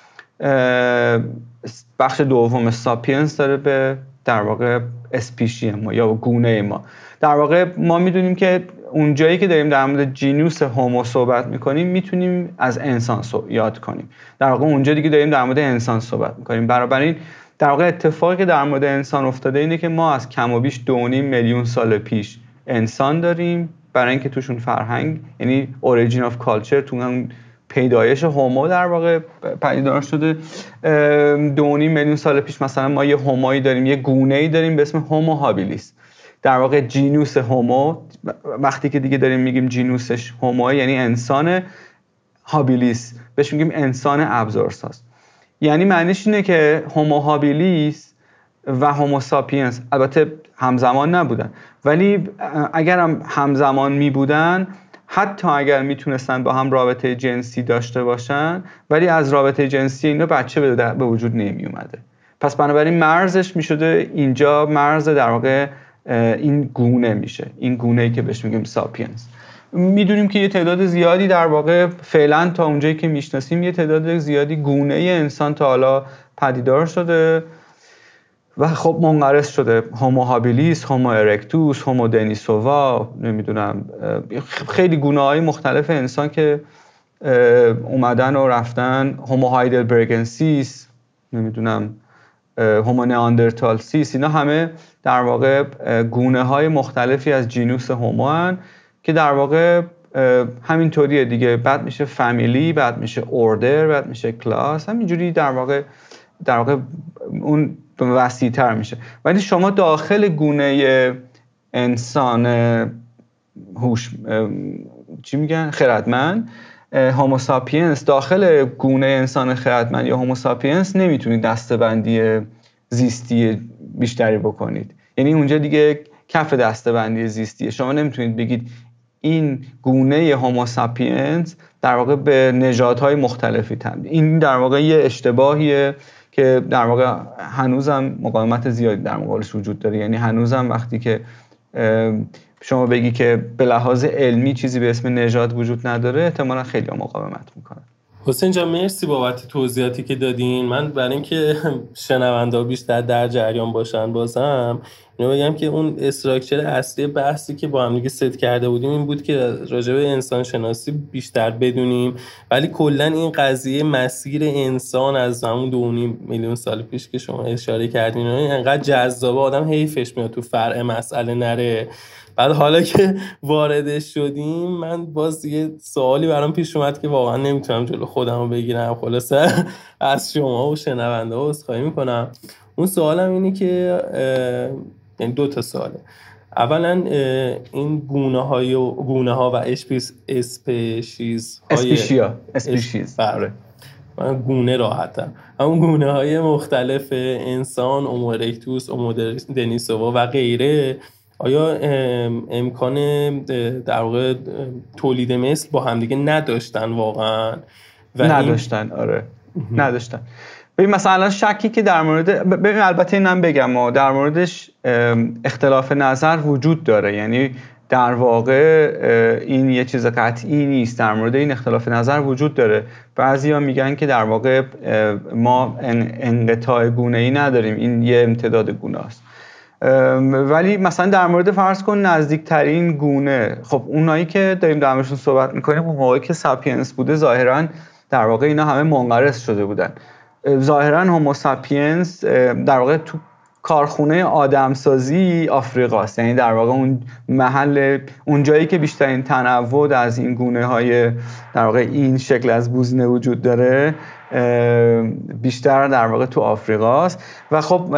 بخش دوم ساپینز داره به در واقع اسپیشی ما یا گونه ما. در واقع ما میدونیم که اون جایی که داریم در مورد جینوس هومو صحبت میکنیم میتونیم از انسان یاد کنیم. در واقع اونجا دیگه داریم در مورد انسان صحبت میکنیم. بنابراین در واقع اتفاقی که در مورد انسان افتاده اینه که ما از کم و بیش 2.5 میلیون سال پیش انسان داریم، برای اینکه توشون فرهنگ، یعنی اوریجین آف کالچر، تو اون پیدایش هومو در واقع پدیدار شده. 2.5 میلیون سال پیش مثلا ما یه هومایی داریم، یه گونه‌ای داریم به اسم هومو هابیلیس. در واقع جینوس هومو، وقتی که دیگه داریم میگیم جینوسش هومو یعنی انسان، هابیلیس بهش میگیم انسان ابزارساز. یعنی معنیش اینه که هومو هابیلیس و هومو ساپینز البته همزمان نبودن، ولی اگر هم همزمان می بودن، حتی اگر میتونستن با هم رابطه جنسی داشته باشن، ولی از رابطه جنسی اینا بچه به وجود نمی اومده. پس بنابراین مرزش میشده اینجا مرز در واقع این گونه میشه، این گونه‌ای که بهش میگیم ساپینس. میدونیم که یه تعداد زیادی در واقع فعلا تا اونجایی که میشناسیم یه تعداد زیادی گونه انسان تا حالا پدیدار شده و خب منقرض شده. هومو هابیلیس، هومو ارکتوس، هومو دنیسووا، نمیدونم خیلی گونه‌های مختلف انسان که اومدن و رفتن. هومو هایدلبرگنسیس، نمیدونم هومو نئاندرتالسیس، اینا همه در واقع گونه‌های مختلفی از جینوس هومو هن که در واقع همینطوریه دیگه. بعد میشه فامیلی، بعد میشه اوردر، بعد میشه کلاس، همینجوری در واقع اون وسیع‌تر میشه. ولی شما داخل گونه انسان چی میگن؟ خردمند، هومو ساپینس، داخل گونه انسان خردمند یا هومو ساپینس نمیتونید دسته‌بندی زیستی بیشتری بکنید. یعنی اونجا دیگه کف دسته‌بندی زیستیه. شما نمیتونید بگید این گونه هومو ساپینس در واقع به نژادهای مختلفی تبدیل. این در واقع یه اشتباهیه که در واقع هنوزم مقاومت زیادی در مقابلش وجود داره. یعنی هنوزم وقتی که شما بگی که به لحاظ علمی چیزی به اسم نژاد وجود نداره، احتمالاً خیلی مقاومت میکنن. حسین جان مرسی بابت توضیحاتی که دادین. من برای اینکه شنونده بیشتر در جریان باشن بازم اینو بگم که اون استراکچر اصلی بحثی که با هم دیگه ست کرده بودیم این بود که راجع به انسان شناسی بیشتر بدونیم، ولی کلا این قضیه مسیر انسان از همون 2.5 میلیون سال پیش که شما اشاره کردین اینقدر جذابه، آدم حیفش میاد تو فرع مسئله نره. بعد حالا که واردش شدیم من باز یه سوالی برام پیش اومد که واقعا نمیتونم جلو خودم رو بگیرم. خلاصه از شما و شنونده ها عذرخواهی میکنم. اون سوالم اینه که یعنی 2 سواله. اولا این گونه ها و اسپیشیز بله من گونه راحتم، همون گونه های مختلف انسان، هومو ارکتوس، هومو دنیسووا و غیره، آیا امکان در واقع تولید مثل با همدیگه نداشتن واقعا؟ نداشتن. آره نداشتن. ببین مثلا شکی که در مورد، ببین البته اینم بگم در موردش اختلاف نظر وجود داره، یعنی در واقع این یه چیز قطعی نیست. در مورد این اختلاف نظر وجود داره. بعضیا میگن که در واقع ما انقطاع گونه‌ای نداریم، این یه امتداد گونه است. ولی مثلا در مورد فرض کن نزدیکترین گونه، خب اونایی که داریم در موردشون صحبت میکنیم اون موقعی که ساپینس بوده ظاهرا در واقع اینا همه منقرض شده بودن. ظاهرا هومو ساپینس در واقع تو کارخونه آدمسازی آفریقاست، یعنی در واقع اون محل، اون جایی که بیشترین تنوع از این گونه های در واقع این شکل از بوزینه وجود داره بیشتر در واقع تو آفریقاست. و خب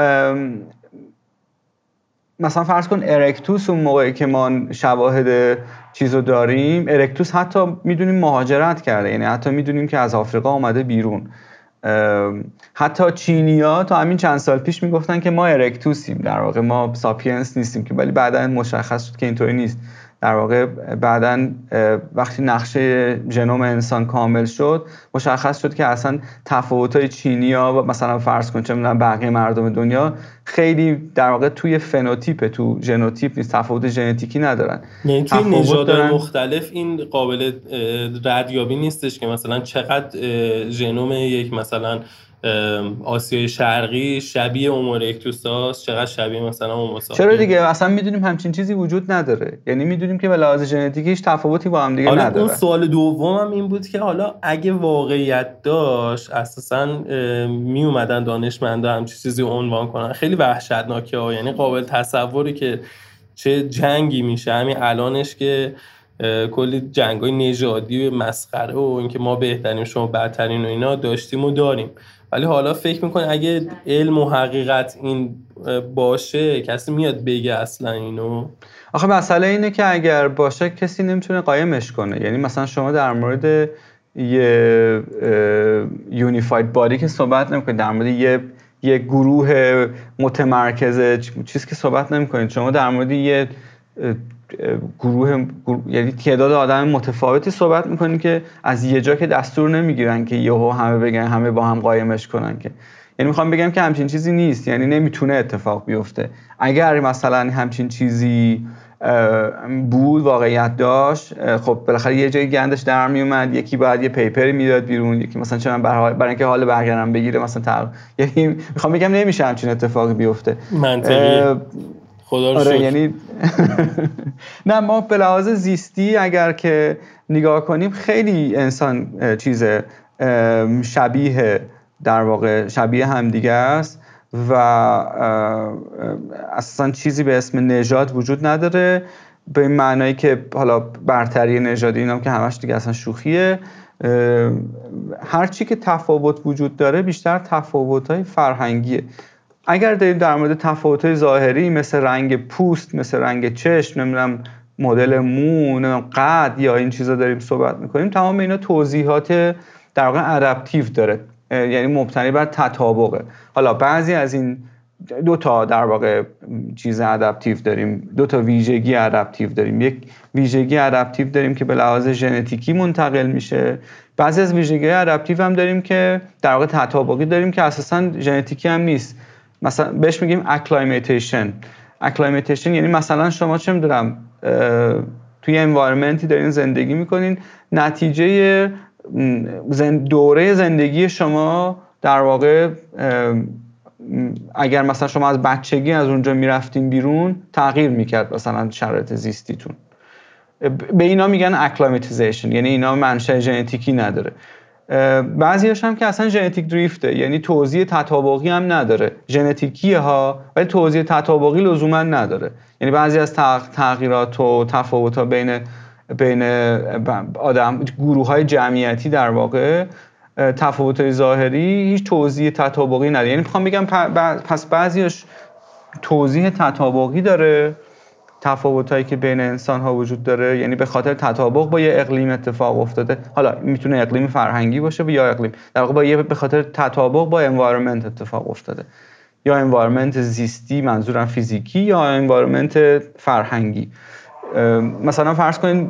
مثلا فرض کن ارکتوس اون موقعی که ما شواهد چیزو داریم، ارکتوس حتی میدونیم مهاجرت کرده، یعنی حتی میدونیم که از آفریقا اومده بیرون. حتی چینی‌ها تا همین چند سال پیش میگفتن که ما ارکتوسیم، در واقع ما ساپینس نیستیم، که ولی بعداً مشخص شد که اینطوری نیست. در واقع بعداً وقتی نقشه ژنوم انسان کامل شد مشخص شد که اصلا تفاوت‌های چینی‌ها و مثلا فرض کن چه می‌دونم بقیه مردم دنیا خیلی در واقع توی فنوتیپ، تو ژنوتیپ نیست، تفاوت ژنتیکی ندارن. یعنی توی نژادهای مختلف این قابل ردیابی نیستش که مثلا چقدر ژنوم یک مثلا آسیای شرقی شبیه هومو ارکتوس هست، چقدر شبیه مثلا هومو ساپینس. چرا دیگه اصلا میدونیم همچین چیزی وجود نداره، یعنی میدونیم که به لحاظ ژنتیکی هیچ تفاوتی با هم دیگه نداره. حالا اون سوال دومم این بود که حالا اگه واقعیت داشت اساسا می اومدن دانشمندا همچین چیزی عنوان کنن، خیلی وحشتناکه ها. یعنی قابل تصوری که چه جنگی میشه همین الانش که کلی جنگای نژادی و مسخره و اینکه ما بهترین شما بدترین و اینا داشتیم و داریم. ولی حالا فکر میکنی اگه علم و حقیقت این باشه کسی میاد بگه اصلا اینو؟ آخه مسئله اینه که اگر باشه کسی نمیتونه قایمش کنه. یعنی مثلا شما در مورد یه یونیفاید بادی که صحبت نمیکنید، در مورد یه گروه متمرکز چیز که صحبت نمیکنید. شما در مورد یه گروه یعنی تعداد آدم متفاوتی صحبت میکنین که از یه جا که دستور نمیگیرن که یهو همه بگن همه با هم قایمش کنن. که یعنی میخوام بگم که همچین چیزی نیست، یعنی نمیتونه اتفاق بیفته. اگر مثلا همچین چیزی بود، واقعیت داشت، خب بالاخره یه جای گندش در میومد، یکی باید یه پیپری میداد بیرون، یکی مثلا چون برای اینکه حال برگردم بگیره مثلا یعنی میخوام بگم نمیشه همچین اتفاقی بیفته. منطقیه. خدا رو شکر. یعنی نه، ما به لحاظ زیستی اگر که نگاه کنیم خیلی انسان چیز شبیه، در واقع شبیه همدیگه است و اصلا چیزی به اسم نژاد وجود نداره، به این معنایی که حالا برتری نژادی اینم که همش دیگه اصلا شوخیه. هر چی که تفاوت وجود داره بیشتر تفاوت‌های فرهنگیه. اگر داریم در مورد تفاوت‌های ظاهری مثل رنگ پوست، مثل رنگ چشم، نمیدونم مدل مو، نمیدونم قد یا این چیزا داریم صحبت می‌کنیم، تمام اینا توضیحات در واقع ادپتیو داره، یعنی مبتنی بر تطابقه. حالا بعضی از این دو تا در واقع چیز ادپتیو داریم، دو تا ویژگی ادپتیو داریم. یک ویژگی ادپتیو داریم که به لحاظ ژنتیکی منتقل میشه، بعضی از ویژگی ادپتیو هم داریم که در واقع تطابقی داریم که اساساً ژنتیکی هم نیست. مثلا بهش میگیم اکلایمیتیشن. اکلایمیتیشن یعنی مثلا شما چه میدونم توی انوایرمنتی دارین زندگی میکنین، نتیجه دوره زندگی شما در واقع اگر مثلا شما از بچگی از اونجا میرفتین بیرون تغییر میکرد مثلا شرایط زیستیتون. به اینا میگن اکلایماتیزیشن، یعنی اینا منشأ ژنتیکی نداره. بعضیاش هم که اصلا ژنتیک دریفته، یعنی توزیع تطابقی هم نداره، ژنتیکیه ها ولی توزیع تطابقی لزوما نداره. یعنی بعضی از تغییرات و تفاوت‌ها بین آدم گروه‌های جمعیتی در واقع تفاوت‌های ظاهری هیچ توزیع تطابقی نداره. یعنی میخوام بگم پس بعضیش توزیع تطابقی داره، تفاوتایی که بین انسان‌ها وجود داره، یعنی به خاطر تطابق با یه اقلیم اتفاق افتاده. حالا میتونه اقلیم فرهنگی باشه یا اقلیم در واقع به خاطر تطابق با انوایرمنت اتفاق افتاده، یا انوایرمنت زیستی، منظورم فیزیکی، یا انوایرمنت فرهنگی. مثلا فرض کنید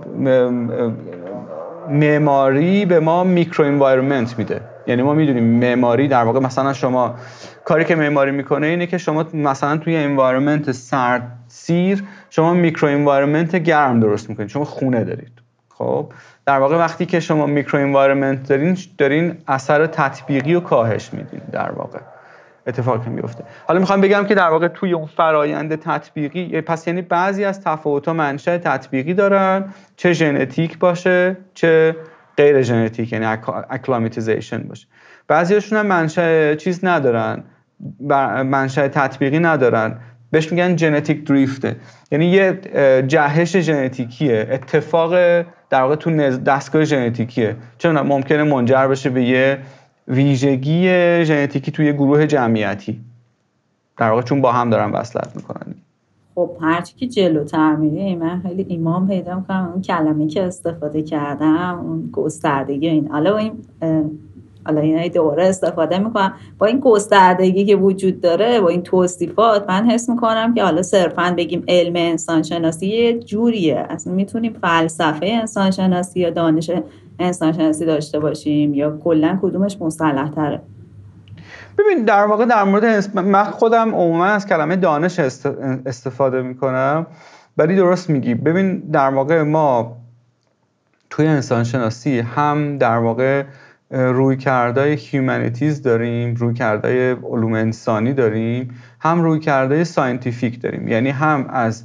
معماری به ما میکرو انوایرمنت میده، یعنی ما میدونیم معماری در واقع مثلا شما کاری که معماری میکنه اینه که شما مثلا توی انوایرمنت سرد سیر شما میکرو انوایرمنت گرم درست میکنید، شما خونه دارید. خب در واقع وقتی که شما میکرو انوایرمنت دارین اثر تطبیقی و کاهش میدین در واقع اتفاقی میفته. حالا میخوام بگم که در واقع توی اون فرایند تطبیقی پس یعنی بعضی از تفاوت‌ها منشأ تطبیقی دارن، چه ژنتیک باشه چه غیر ژنتیک، یعنی اکلایماتیزیشن باشه. بعضیاشون هم منشأ چیز ندارن، منشأ تطبیقی ندارن، بهش میگن ژنتیک دریفت، یعنی یه جهش ژنتیکیه، اتفاق در واقع تو دستگاه ژنتیکیه، چون ممکنه منجر بشه به یه ویژگی ژنتیکی توی گروه جمعیتی، در واقع چون با هم دارن وصلت میکنن. خب هرچی که جلوتر میره من خیلی ایمان پیدا میکنم اون کلمه که استفاده کردم، اون گستردگی این حالا این دوباره استفاده میکنم، با این گستردگی که وجود داره، با این توصیفات، من حس میکنم که حالا صرفاً بگیم علم انسانشناسی یه جوریه، اصلا میتونیم فلسفه انسانشناسی یا دانش انسانشناسی داشته باشیم یا کلاً کدومش مصطلح تره. ببین در واقع در مورد من خودم عموما از کلمه دانش استفاده میکنم، ولی درست میگی. ببین در واقع ما توی انسانشناسی هم در واقع رویکردهای هیومانیتیز داریم، رویکردهای علوم انسانی داریم، هم رویکردهای ساینتیفیک داریم، یعنی هم از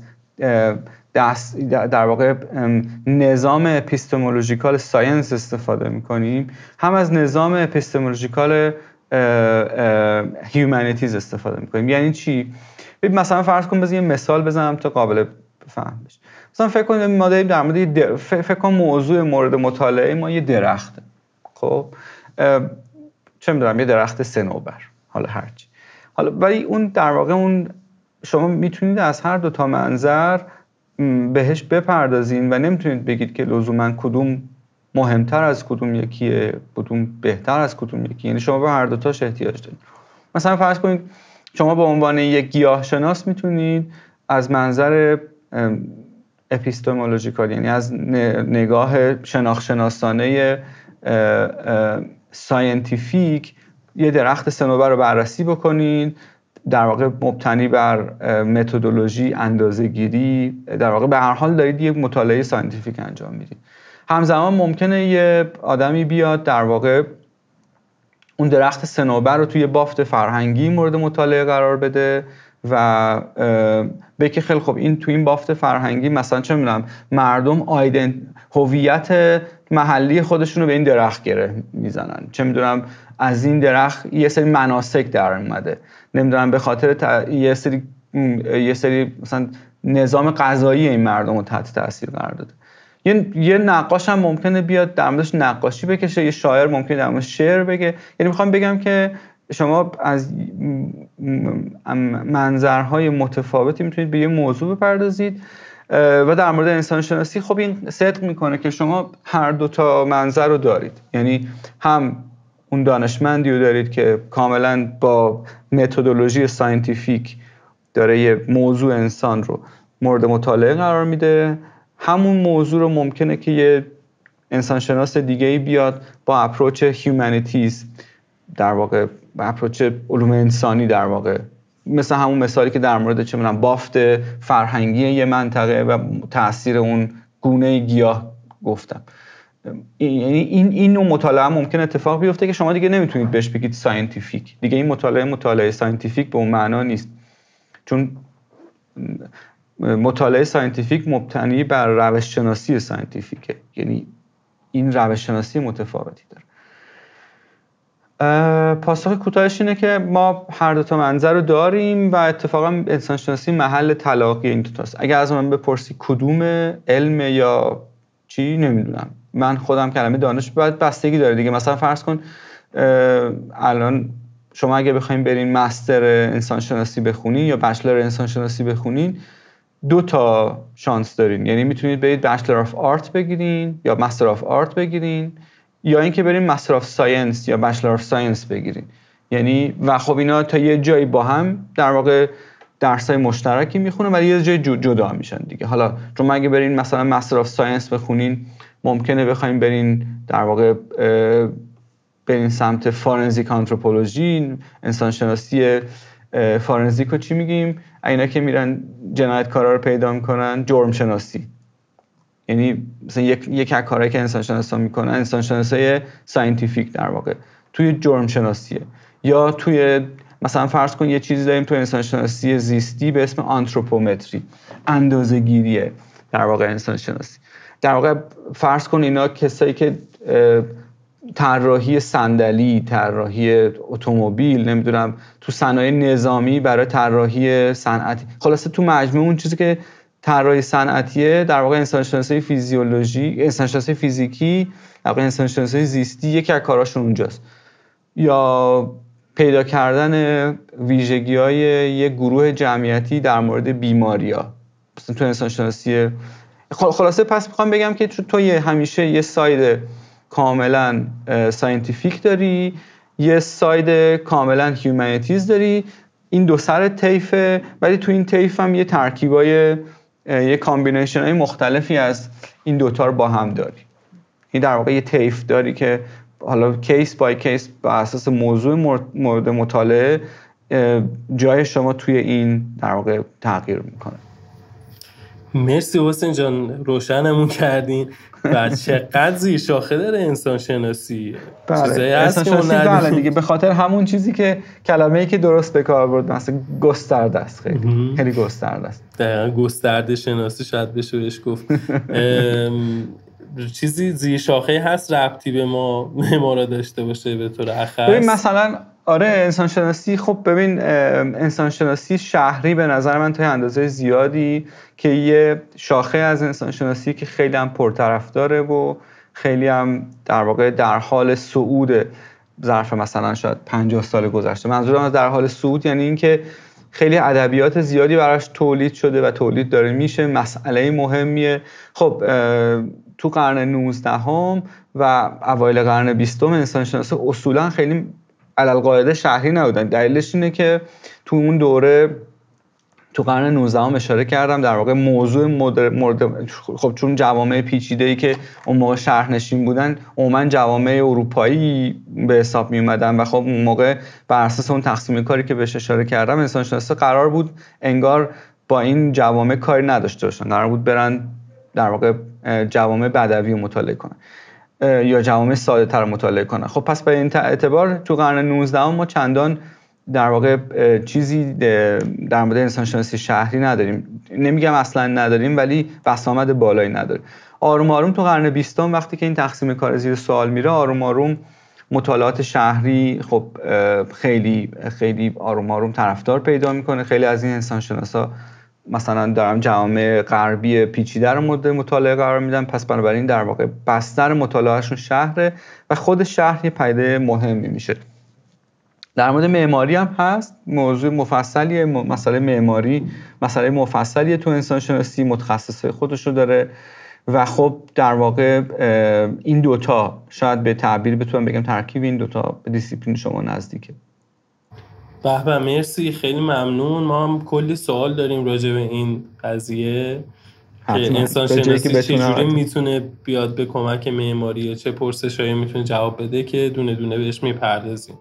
در واقع نظام اپیستمولوژیکال ساینس استفاده میکنیم، هم از نظام اپیستمولوژیکال هیومانیتیز استفاده میکنیم. یعنی چی؟ مثلا فرض کن بذار یه مثال بزنم تا قابل فهم بشه. مثلا فکر کنیم ما داریم در مورد فکر کن موضوع مورد مطالعه ما یه درخته. خب چه میدونم یه درخت صنوبر، حالا هرچی، حالا ولی اون در واقع اون شما میتونید از هر دو تا منظر بهش بپردازین و نمیتونید بگید که لزوما کدوم مهمتر از کدوم یکیه، کدوم بهتر از کدوم یکی، یعنی شما به هر دو تاش احتیاج دارید. مثلا فرض کنید شما به عنوان یک گیاهشناس میتونید از منظر اپیستمولوژیکال، یعنی از نگاه شناخت شناسانه ساینتیفیک یه درخت صنوبر رو بررسی بکنید، در واقع مبتنی بر متدولوژی اندازه‌گیری، در واقع به هر حال دارید یک مطالعه ساینتیفیک انجام میدید. همزمان ممکنه یه آدمی بیاد در واقع اون درخت صنوبر رو توی بافت فرهنگی مورد مطالعه قرار بده و بگه خیلی خب این توی این بافت فرهنگی مثلا چه می‌دونم مردم هویت محلی خودشون رو به این درخت گره میزنن، چه میدونم از این درخت یه سری مناسک در اومده، نمیدونم به خاطر یه سری مثلا نظام غذایی این مردم رو تحت تاثیر قرار داده. یه نقاش هم ممکنه بیاد در موردش نقاشی بکشه، یه شاعر ممکنه در موردش شعر بگه. یعنی میخوام بگم که شما از منظرهای متفاوتی میتونید به یه موضوع بپردازید و در مورد انسان شناسی خب این صدق میکنه که شما هر دوتا منظر رو دارید. یعنی هم اون دانشمندی رو دارید که کاملا با متدولوژی ساینتیفیک داره یه موضوع انسان رو مورد مطالعه قرار میده، همون موضوع رو ممکنه که یه انسانشناس دیگه‌ای بیاد با اپروچ هیومانیتیز، در واقع با اپروچ علوم انسانی، در واقع مثل همون مثالی که در مورد چه می‌دونم بافت فرهنگی یه منطقه و تأثیر اون گونه گیاه گفتم. یعنی این نوع مطالعه ممکن اتفاق بیفته که شما دیگه نمیتونید بهش بگید ساینتیفیک. دیگه این مطالعه ساینتیفیک به اون معنا نیست، چون مطالعه ساینتیفیک مبتنی بر روش شناسی ساینتیفیکه. یعنی این روش شناسی متفاوتی داره. پاسخ کوتاهش اینه که ما هر دو تا منظر رو داریم و اتفاقا انسان شناسی محل تلاقی این دو تاست. اگر از من بپرسی کدوم علم یا چی، نمیدونم. من خودم کلمه دانش باید بستگی داره دیگه. مثلا فرض کن الان شما اگه بخواید برین مستر انسان شناسی بخونین یا بچلر انسان شناسی بخونین، دو تا شانس دارین. یعنی میتونید برید بچلر آف آرت بگیرین یا مستر آف آرت بگیرین، یا اینکه برین مستر آف ساینس یا بچلر آف ساینس بگیرین. یعنی و خب اینا تا یه جایی با هم در واقع درسای مشترکی میخونن ولی یه جای جدا میشن دیگه. حالا چون اگه برین مثلا مستر آف ساینس بخونین، ممکنه بخواید برین در واقع برین سمت فارنزیک آنتروپولوژی، انسان شناسی فارنزیک رو چی میگیم؟ اینا که میرن جنایتکارا رو پیدا میکنن، جرم شناسی. یعنی مثلا یک از کارهایی که انسان شناسا میکنن انسان شناسی ساینتیفیک در واقع توی جرم شناسیه. یا توی مثلا فرض کن یه چیزی داریم توی انسان شناسی زیستی به اسم آنتروپومتری، اندازه‌گیریه در واقع انسان شناسی. در واقع فرض کن اینا کسایی که طراحی صندلی، طراحی اتومبیل، نمیدونم تو صنایع نظامی برای طراحی صنعتی، خلاصه تو مجموع اون چیزی که طراحی صنعتیه، در واقع انسان شناسی فیزیولوژی، انسان شناسی فیزیکی، در واقع انسان شناسی زیستی یکی از کاراشون اونجاست. یا پیدا کردن ویژگی‌های یک گروه جمعیتی در مورد بیماری‌ها، مثلا تو انسان شناسی. خلاصه پس میخوام بگم که تو همیشه یه ساید کاملا ساینتیفیک داری، یه ساید کاملا هیومانیتیز داری، این دو سر طیفه، ولی تو این طیف هم یه ترکیبای یه کامبینیشن های مختلفی از این دوتا رو با هم داری. این در واقع یه طیف داری که حالا کیس بای کیس بر اساس موضوع مورد مطالعه جای شما توی این در واقع تغییر میکنه. مرسی حسین جان، روشنمون کردین. و چقدر زیر شاخه داره انسان شناسی. بله، انسان شناسی بله دیگه، به خاطر همون چیزی که کلمه‌ای که درست به کار برد، مثلا گسترده است، خیلی گسترده است. دقیقاً گسترده شناسی شاید بشه بهش گفت. چیزی زیر شاخه هست ربطی به ما را داشته باشه به طور اخص؟ ببین مثلا آره انسان شناسی، خب ببین انسان شناسی شهری به نظر من تا اندازه زیادی که یه شاخه از انسان شناسی که خیلی هم پرطرفداره و خیلی هم در واقع در حال صعود ظرف مثلا شاید 50 سال گذشته. منظورم از در حال صعود یعنی این که خیلی ادبیات زیادی براش تولید شده و تولید داره میشه، مسئله مهمیه. خب تو قرن 19 و اوایل قرن 20 انسان شناسی اصولا خیلی علالقاعده شهری نبودن. دلیلش اینه که تو اون دوره تو قرن 19 اشاره کردم. در واقع موضوع مورد خب چون جوامع پیچیده‌ای که اون موقع شهرنشین بودن عموما جوامع اروپایی به حساب می اومدن و خب اون موقع بر اساس اون تقسیم کاری که بهش اشاره کردم انسان شناسی قرار بود انگار با این جوامع کاری نداشته باشن، قرار بود برن در واقع جوامع بدوی رو مطالعه کنن یا جوامع ساده تر مطالعه کنن. خب پس به این اعتبار تو قرن 19 ما چندان در واقع چیزی در مورد انسان شناسی شهری نداریم. نمیگم اصلا نداریم، ولی بسامد بالایی نداریم. آروم آروم تو قرن 20 وقتی که این تقسیم کار زیر سوال میره، آروم آروم مطالعات شهری خب خیلی خیلی آروم آروم طرفدار پیدا میکنه. خیلی از این انسان شناسا مثلا دارم جوامع غربی پیچیده رو مورد مطالعه قرار میدن، پس بنابراین در واقع بستر مطالعهشون شهره و خود شهر یه پدیده مهمی میشه. در مورد معماری هم هست، موضوع مفصلیه. مسئله معماری مسئله مفصلیه تو انسان شناسی، متخصصای خودش رو داره و خب در واقع این دوتا شاید به تعبیر بتونم بگم ترکیب این دوتا به دیسیپلین شما نزدیکه. به مرسی، خیلی ممنون. ما هم کلی سوال داریم راجع به این قضیه که انسان شناسی چجوری میتونه بیاد به کمک معماری، چه پرسشایی میتونه جواب بده که دونه دونه بهش میپردازیم.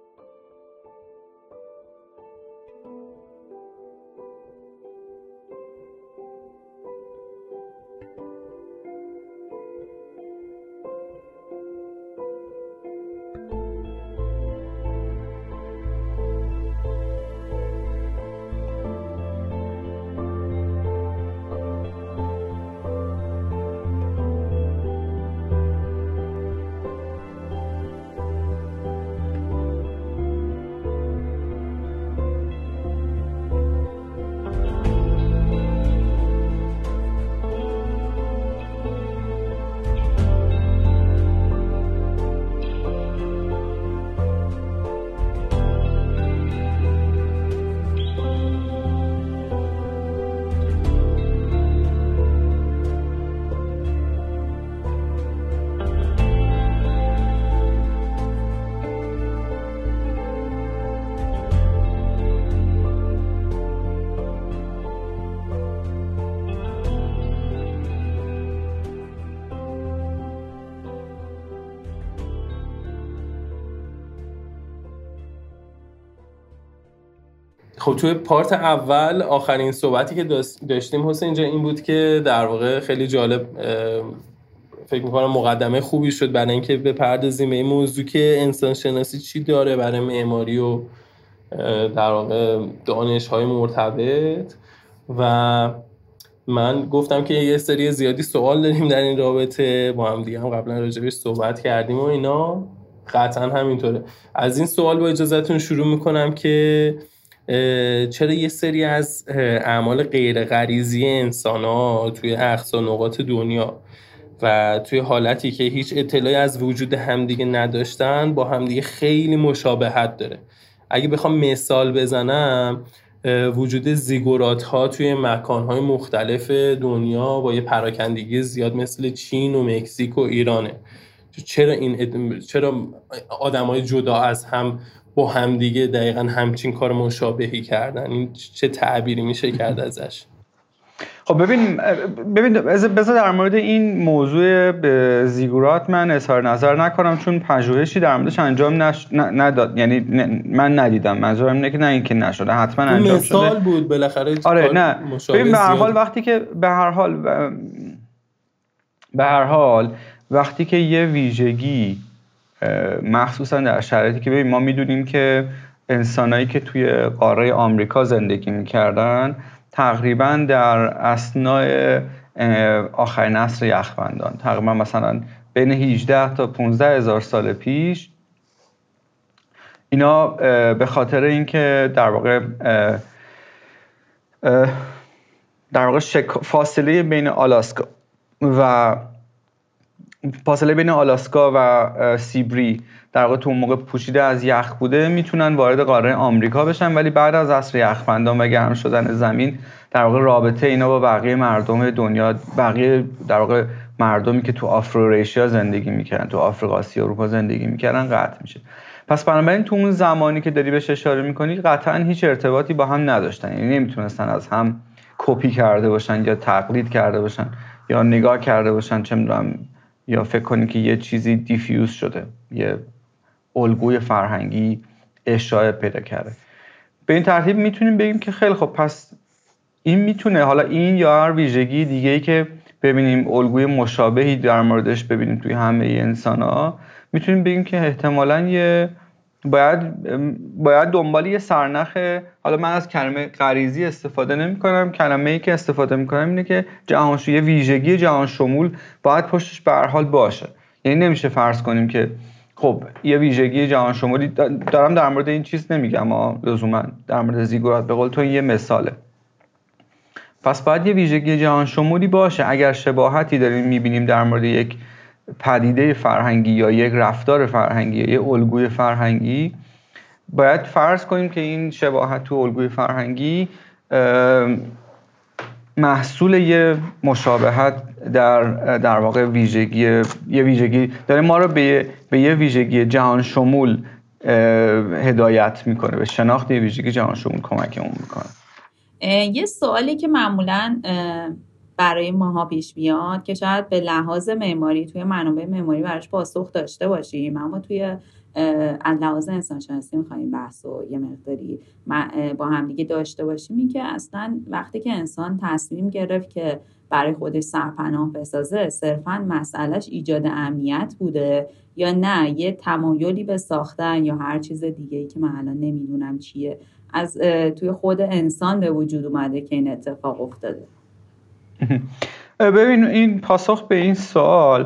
خب توی پارت اول آخرین صحبتی که داشتیم حسین اینجا این بود که در واقع خیلی جالب فکر میکنم مقدمه خوبی شد برای اینکه بپردازیم به این موضوع که انسان شناسی چی داره برای معماری و در واقع دانش‌های مرتبط. و من گفتم که یه سری زیادی سوال داریم در این رابطه، با هم دیگه هم قبلا راجعش صحبت کردیم و اینا، قطعا همینطوره. از این سوال با اجازهتون شروع میکنم که چرا یه سری از اعمال غیر غریزی انسان‌ها توی اقصا نقاط دنیا و توی حالتی که هیچ اطلاعی از وجود همدیگه نداشتن با همدیگه خیلی مشابهت داره. اگه بخوام مثال بزنم، وجود زیگورات‌ها توی مکان‌های مختلف دنیا با یه پراکندگی زیاد مثل چین و مکزیک و ایرانه. چرا آدم‌های جدا از هم با هم دیگه دقیقاً همچین کار مشابهی کردن؟ این چه تعبیری میشه کرد ازش؟ خب ببین بذار در مورد این موضوع زیگورات من اظهار نظر نکنم، چون پژوهشی در موردش انجام نداد، یعنی من ندیدم. منظورم اینه که نه اینکه نشده، حتما انجام شده. مثال بود بالاخره. آره نه، ببین به هر حال وقتی که به هر حال وقتی که یه ویژگی مخصوصا در شرایطی که ببین ما میدونیم که انسانایی که توی قاره آمریکا زندگی میکردن تقریبا در اثناء آخرین عصر یخبندان، تقریبا مثلا بین 18 تا 15 هزار سال پیش، اینا به خاطر اینکه در واقع فاصله بین آلاسکا و سیبری در واقع تو اون موقع پوشیده از یخ بوده، میتونن وارد قاره آمریکا بشن، ولی بعد از عصر یخبندان و گرم شدن زمین در واقع رابطه اینا با بقیه مردم دنیا، بقیه در واقع مردمی که تو آفرورشیا زندگی میکردن، تو آفریقا، آسیا، اروپا زندگی میکردن قطع میشه. پس بنابراین تو اون زمانی که داری بهش اشاره میکنی قطعا هیچ ارتباطی با هم نداشتن، یعنی نمیتونستن از هم کپی کرده باشن یا تقلید کرده باشن یا نگاه کرده باشن، چه میدونم، یا فکر کنی که یه چیزی دیفیوز شده، یه الگوی فرهنگی اشاعه پیدا کرده. به این ترتیب میتونیم بگیم که خیلی خب پس این میتونه، حالا این یا هر ویژگی دیگه‌ای که ببینیم الگوی مشابهی در موردش ببینیم توی همه انسان‌ها، میتونیم بگیم که احتمالاً باید دنبال یه سرنخ، حالا من از کلمه غریزی استفاده نمی‌کنم، کلمه‌ای که استفاده می‌کنم اینه که یه ویژگی جهان شمول باید پشتش به هر حال باشه. یعنی نمیشه فرض کنیم که خب یه ویژگی جهان شمولی دارم در مورد این چیز نمیگم، لزوما در مورد زیگورات به قول تو این یه مثاله. پس باید یه ویژگی جهان شمولی باشه. اگر شباهتی داریم میبینیم در مورد یک پدیده فرهنگی یا یک رفتار فرهنگی یا یک الگوی فرهنگی، باید فرض کنیم که این شباهت تو الگوی فرهنگی محصول یه مشابهت در واقع ویژگی داره ما رو به یه ویژگی جهان شمول هدایت میکنه، به شناخت یه ویژگی جهان شمول کمکمون میکنه. یه سوالی که معمولاً برای ماها پیش میاد که شاید به لحاظ معماری توی منابع معماری براش پاسخ داشته باشیم، اما توی از لحاظ انسانشناسی می‌خوایم بحث و یه مقداری با هم دیگه داشته باشیم، این که اصلاً وقتی که انسان تصمیم گرفت که برای خودش سرپناه بسازه، صرفاً مسئلهش ایجاد امنیت بوده یا نه یه تمایلی به ساختن یا هر چیز دیگه‌ای که من الان نمیدونم چیه از توی خود انسان به وجود اومده که این اتفاق افتاده؟ ببین، این پاسخ به این سوال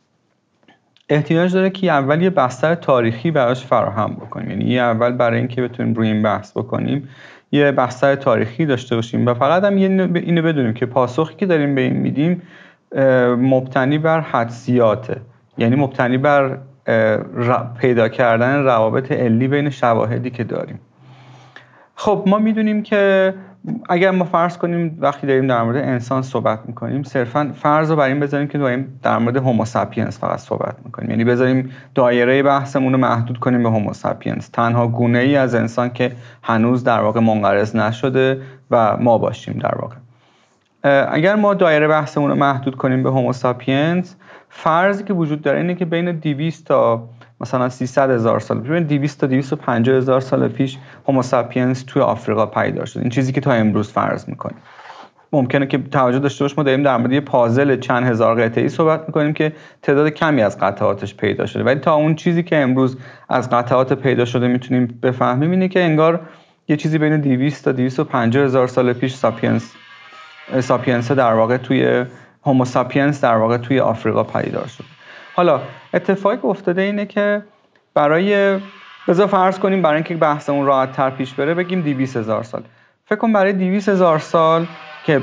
احتیاج داره که اول یه بستر تاریخی براش فراهم بکنیم. یعنی اول برای اینکه بتونیم روی این بحث بکنیم یه بستر تاریخی داشته باشیم و فقط هم اینو بدونیم که پاسخی که داریم به این میدیم مبتنی بر حدسیاته، یعنی مبتنی بر پیدا کردن روابط علی بین شواهدی که داریم. خب ما میدونیم که اگر ما فرض کنیم وقتی داریم در مورد انسان صحبت میکنیم صرفا فرض رو بر این بذاریم که داریم در مورد هومو ساپینس فقط صحبت میکنیم، یعنی بذاریم دایره بحثمون رو محدود کنیم به هومو ساپینس، تنها گونه‌ای از انسان که هنوز در واقع منقرض نشده و ما باشیم در واقع. اگر ما دایره بحثمون رو محدود کنیم به هومو ساپینس، فرضی که وجود داره اینه که بین 200 تا مثلا 300,000 سال پیش، بین 200 تا 250,000 سال پیش هومو ساپینس توی آفریقا پیدا شد. این چیزی که تا امروز فرض میکنیم. ممکنه که توجه داشته باشیم ما داریم در مورد یه پازل چند هزار قطعه‌ای صحبت میکنیم که تعداد کمی از قطعاتش پیدا شده، ولی تا اون چیزی که امروز از قطعات پیدا شده میتونیم بفهمیم اینه که انگار یه چیزی بین 200 تا 250,000 سال پیش ساپینس در واقع توی هومو ساپینس در واقع توی آفریقا پیدا شد. حالا اتفاقی که افتاده اینه که بذار فرض کنیم برای اینکه بحثمون راحت تر پیش بره بگیم 200,000 سال. فکر کن برای 200,000 سال که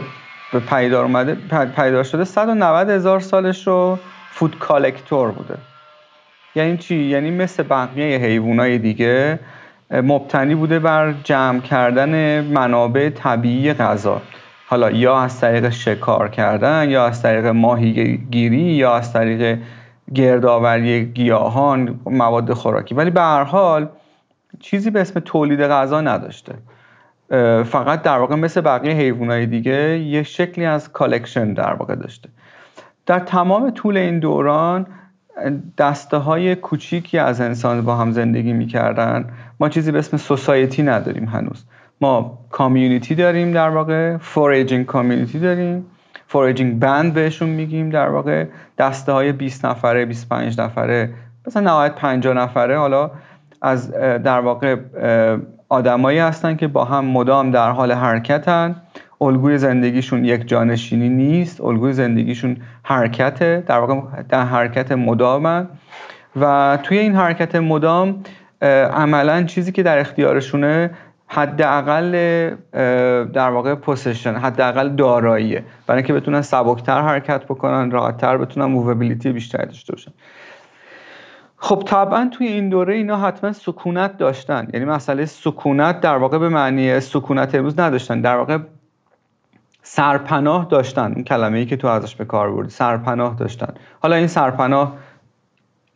پیدا شده 190,000 سالش رو فود کالکتور بوده. یعنی چی؟ یعنی مثل بقیه حیوانات دیگه مبتنی بوده بر جمع کردن منابع طبیعی غذا، حالا یا از طریق شکار کردن یا از طریق ماهیگیری یا از طریق گردآوری گیاهان، مواد خوراکی، ولی به هر حال چیزی به اسم تولید غذا نداشته. فقط در واقع مثل بقیه حیوانات دیگه یه شکلی از کالکشن در واقع داشته. در تمام طول این دوران دسته‌های کوچیکی از انسان با هم زندگی می‌کردن. ما چیزی به اسم سوسایتی نداریم هنوز. ما کامیونیتی داریم، در واقع فوریجینگ کامیونیتی داریم، فوریجینگ بند بهشون میگیم، در واقع دسته‌های 20 نفره 25 نفره مثلا نهایت 50 نفره، حالا از در واقع آدمایی هستن که با هم مدام در حال حرکتن. الگوی زندگیشون یک جانشینی نیست، الگوی زندگیشون حرکته، در واقع در حرکت مدامن و توی این حرکت مدام عملاً چیزی که در اختیارشونه حداقل در واقع پوزیشن، حداقل داراییه، برای اینکه بتونن سبکتر حرکت بکنن، راحت‌تر بتونن موویبیلیتی بیشتری داشته باشن. خب طبعا توی این دوره اینا حتما سکونت داشتن، یعنی مسئله سکونت در واقع به معنی سکونت امروز نداشتن، در واقع سرپناه داشتن. این کلمه‌ای که تو ازش به کار بردی، سرپناه داشتن. حالا این سرپناه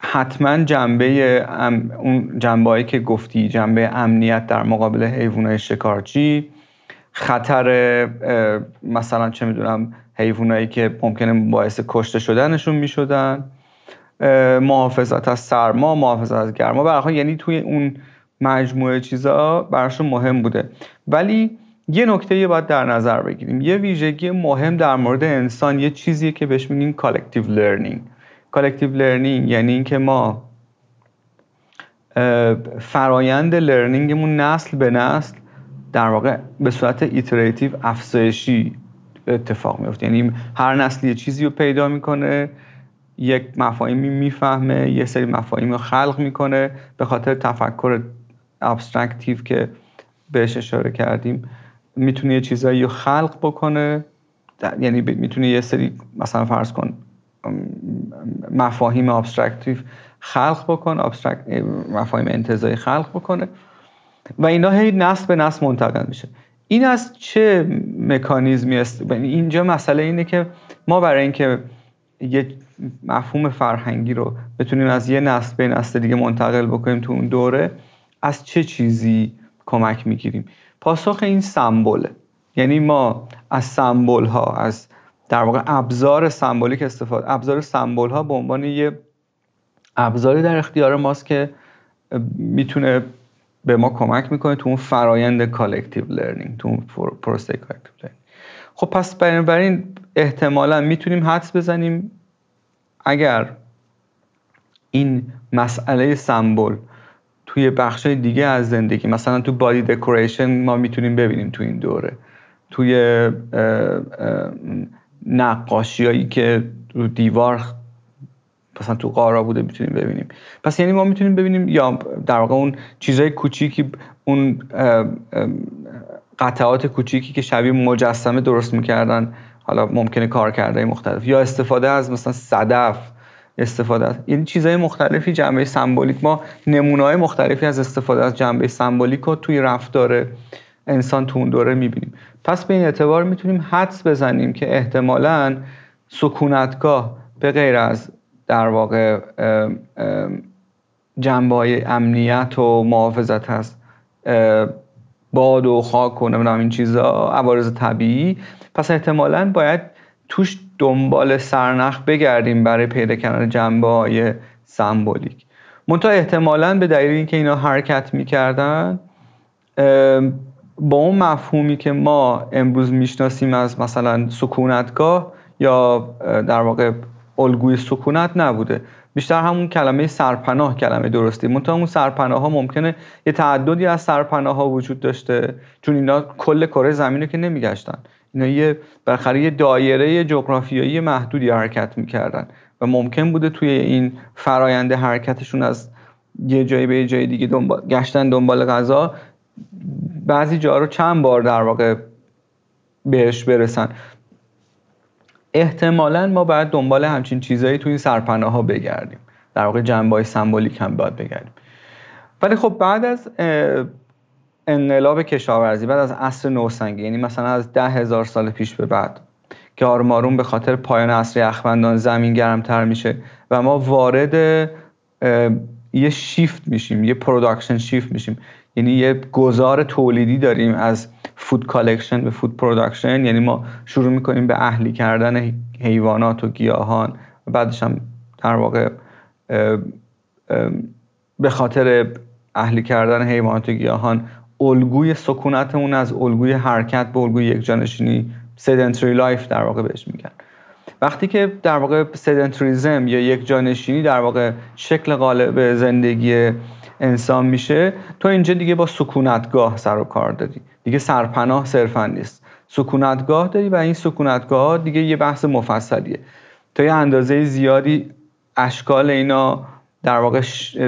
حتما اون جنبه‌ای که گفتی، جنبه امنیت در مقابل حیوانات شکارچی، خطر مثلا چه میدونم حیوانایی که ممکنه باعث کشته شدنشون میشدن، محافظت از سرما، محافظت از گرما، به هر حال یعنی توی اون مجموعه چیزا براشون مهم بوده. ولی یه نکته باید در نظر بگیریم، یه ویژگی مهم در مورد انسان یه چیزیه که بهش میگیم کالکتیو لرنینگ. کالکتیو لرنینگ یعنی اینکه ما فرایند لرنینگمون نسل به نسل در واقع به صورت ایتریتیو افزایشی اتفاق میفته. یعنی هر نسل یه چیزی رو پیدا میکنه، یک مفاهیمی میفهمه، یه سری مفاهیم رو خلق میکنه به خاطر تفکر ابسترکتیو که بهش اشاره کردیم. میتونه یه چیزایی رو خلق بکنه، یعنی میتونه یه سری مثلا فرض کن مفاهیم ابسترکتیو خلق بکنه، مفاهیم انتزاعی خلق بکنه و اینا هی نسل به نسل منتقل میشه. این از چه مکانیزمی است؟ اینجا مسئله اینه که ما برای اینکه یه مفهوم فرهنگی رو بتونیم از یه نسل به نسل دیگه منتقل بکنیم تو اون دوره، از چه چیزی کمک میگیریم؟ پاسخ این سمبوله. یعنی ما از سمبول ها، از در واقع ابزار سمبولیک استفاده، ابزار سمبول ها به عنوان یه ابزاری در اختیار ماست که میتونه به ما کمک میکنه تو اون فرایند کالکتیو لرنینگ، تو اون پروسه کالکتیو لرنینگ. خب پس بنابراین احتمالاً میتونیم حدس بزنیم اگر این مسئله سمبل توی بخشای دیگه از زندگی، مثلا تو بادی دکوریشن ما میتونیم ببینیم تو این دوره، توی نقاشیایی که رو دیوار مثلا تو قارا بوده میتونیم ببینیم. پس یعنی ما میتونیم ببینیم یا در واقع اون چیزای کوچیکی، اون قطعات کوچیکی که شبیه مجسمه درست میکردن، حالا ممکنه کارکردهای مختلف یا استفاده از مثلا صدف، استفاده از یعنی چیزهای مختلفی، جنبه سمبولیک، ما نمونه‌های مختلفی از استفاده از جنبه سمبولیک رو توی رفتار انسان تو اون دوره میبینیم. پس به این اعتبار میتونیم حدس بزنیم که احتمالاً سکونتگاه به غیر از در واقع جنبه‌های امنیت و محافظت از باد و خاک و نمیدونم این چیزا، عوارض طبیعی، پس احتمالاً باید توش دنبال سرنخ بگردیم برای پیدا کردن جنبه‌های سمبولیک. منتها احتمالاً به دلیل اینکه اینا حرکت می‌کردن با اون مفهومی که ما امروز میشناسیم از مثلا سکونتگاه یا در واقع الگوی سکونت نبوده، بیشتر همون کلمه سرپناه کلمه درستی. منتها اون سرپناه ها ممکنه یه تعددی از سرپناه ها وجود داشته، چون اینا کل کره زمین رو که نمیگشتن، اینا یه بالاخره یه دایره جغرافیایی محدودی حرکت میکردن و ممکن بوده توی این فرایند حرکتشون از یه جایی به یه جای دیگه گشتن دنبال غذا، بعضی جا رو چند بار در واقع بهش برسن. احتمالاً ما باید دنبال همچین چیزایی تو این سرپناه ها بگردیم، در واقع جنبه‌های سمبولیک هم باید بگردیم. ولی خب بعد از انقلاب کشاورزی، بعد از عصر نوسنگی، یعنی مثلا از 10,000 سال پیش به بعد که آروم آروم به خاطر پایان عصر یخبندان زمین گرمتر میشه و ما وارد یه شیفت میشیم، یه پروداکشن شیفت میشیم، یعنی یه گذار تولیدی داریم از فود کالکشن به فود پروداکشن. یعنی ما شروع میکنیم به اهلی کردن حیوانات و گیاهان و بعدش هم در واقع به خاطر اهلی کردن حیوانات و گیاهان الگوی سکونتمون از الگوی حرکت به الگوی یکجانشینی، سدنتری لایف در واقع بهش میگن. وقتی که در واقع سدنتریزم یا یکجانشینی در واقع شکل غالب زندگی انسان میشه، تو اینجا دیگه با سکونتگاه سر و کار داری، دیگه سرپناه صرفا نیست، سکونتگاه داری و این سکونتگاه دیگه یه بحث مفصلیه. تا یه اندازه زیادی اشکال اینا در واقع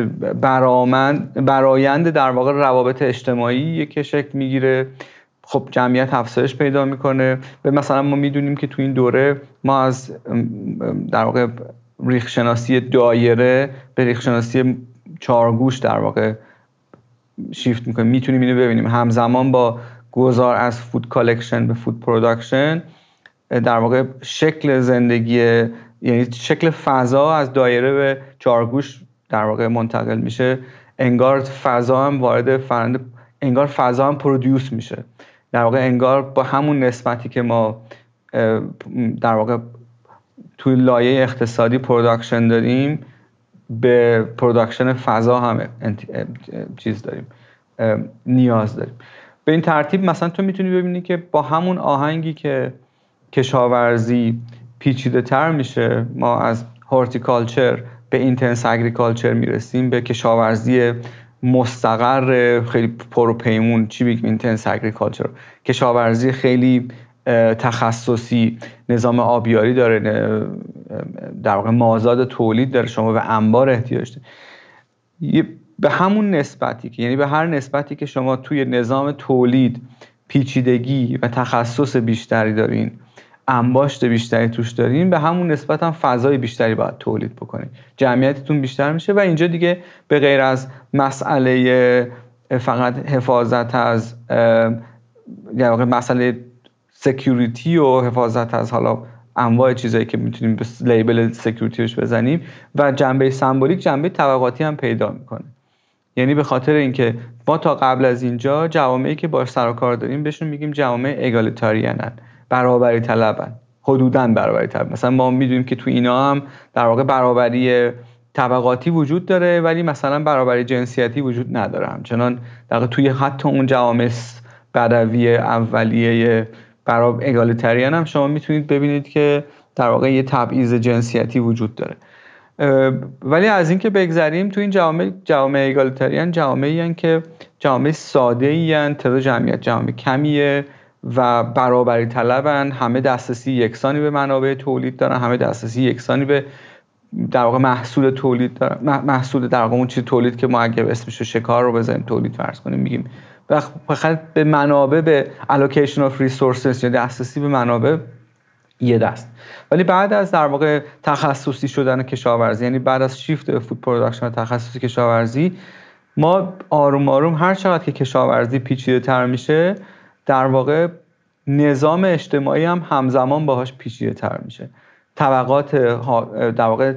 برآیند در واقع روابط اجتماعی که شکل میگیره. خب جمعیت افزایش پیدا میکنه و مثلا ما میدونیم که تو این دوره ما از در واقع ریخشناسی دایره به ریخشناسی چارگوش در واقع شیفت میکنیم. میتونیم اینو ببینیم همزمان با گذار از فود کالکشن به فود پروداکشن، در واقع شکل زندگی، یعنی شکل فضا از دایره به چارگوش در واقع منتقل میشه، انگار فضا هم وارد فرآیند، انگار فضا هم پرودیوس میشه، در واقع انگار با همون نسبتی که ما در واقع توی لایه اقتصادی پروداکشن داریم، به پروداکشن فضا هم چیز داریم، نیاز داریم. به این ترتیب مثلا تو میتونی ببینی که با همون آهنگی که کشاورزی پیچیده تر میشه، ما از هورتیکالچر به اینتنس اگریکالچر میرسیم، به کشاورزی مستقر خیلی پروپیمون، چی بگیم اینتنس اگریکالچر، کشاورزی خیلی تخصصی، نظام آبیاری داره، در واقع مازاد تولید داره، شما به انبار احتیاج دارید. به همون نسبتی که، یعنی به هر نسبتی که شما توی نظام تولید پیچیدگی و تخصص بیشتری دارین، انباشت بیشتری توش دارین، به همون نسبت هم فضای بیشتری باید تولید بکنین، جمعیتتون بیشتر میشه و اینجا دیگه به غیر از مسئله فقط حفاظت از در واقع مسئله سکیوریتی و حفاظت از حالا انواع چیزایی که میتونیم به لیبل سکیوریتیش بزنیم و جنبه سمبولیک، جنبه طبقاتی هم پیدا میکنه. یعنی به خاطر اینکه ما تا قبل از اینجا جوامعی که باش سر و کار داریم بهشون میگیم جوامع اگالیتاریانن، برابری طلبن، حدوداً برابری طلب. مثلا ما میدونیم که تو اینا هم در واقع برابری طبقاتی وجود داره ولی مثلا برابری جنسیتی وجود نداره. همچنان در واقع توی حتی اون جوامع بدوی اولیه اگالیتاریان هم شما میتونید ببینید که در واقع یه تبعیض جنسیتی وجود داره. ولی از این که بگذریم، تو این جوامع اگالیتاریان جوامعی هستند که جوامع ساده‌ای هستند، تعداد جمعیت جوامع کمیه و برابری طلبن، همه دسترسی یکسانی به منابع تولید دارن، همه دسترسی یکسانی به در واقع محصول تولید دارن، محصول در واقع اون چیز تولید که ما اگه اسمش رو شکار رو بزنیم تولید فرض کنیم میگیم، فقط به منابع، به allocation of resources یا دسترسی به منابع یه دست. ولی بعد از در واقع تخصصی شدن کشاورزی، یعنی بعد از شیفت به فود پروداکشن و تخصصی کشاورزی، ما آروم آروم هر چقدر که کشاورزی پیچیده تر میشه، در واقع نظام اجتماعی هم همزمان باهاش پیچیده تر میشه. طبقات در واقع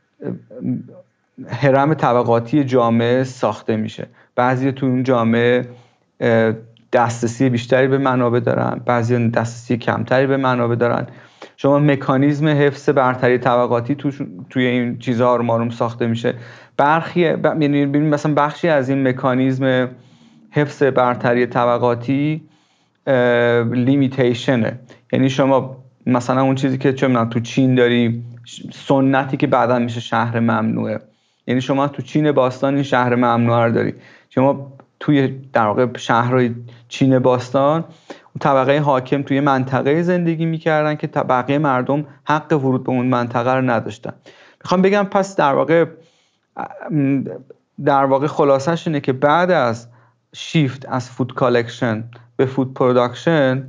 هرم طبقاتی جامعه ساخته میشه. بعضی تو اون جامعه دسترسی بیشتری به منابع دارن، بعضی دسترسی کمتری به منابع دارن. شما مکانیزم حفظ برتری طبقاتی توی این چیزها آروم ساخته میشه. یعنی مثلا بخشی از این مکانیزم حفظ برتری طبقاتی لیمیتیشنه. یعنی شما مثلا اون چیزی که چه می‌دونم تو چین داری، سنتی که بعدا میشه شهر ممنوعه، یعنی شما تو چین باستان این شهر ممنوعه رو داری. شما توی در واقع شهرهای چین باستان اون طبقه حاکم توی منطقه زندگی میکردن که بقیه مردم حق ورود به اون منطقه رو نداشتن. میخوام بگم پس در واقع خلاصش اینه که بعد از شیفت از فود کالکشن به فود پروداکشن،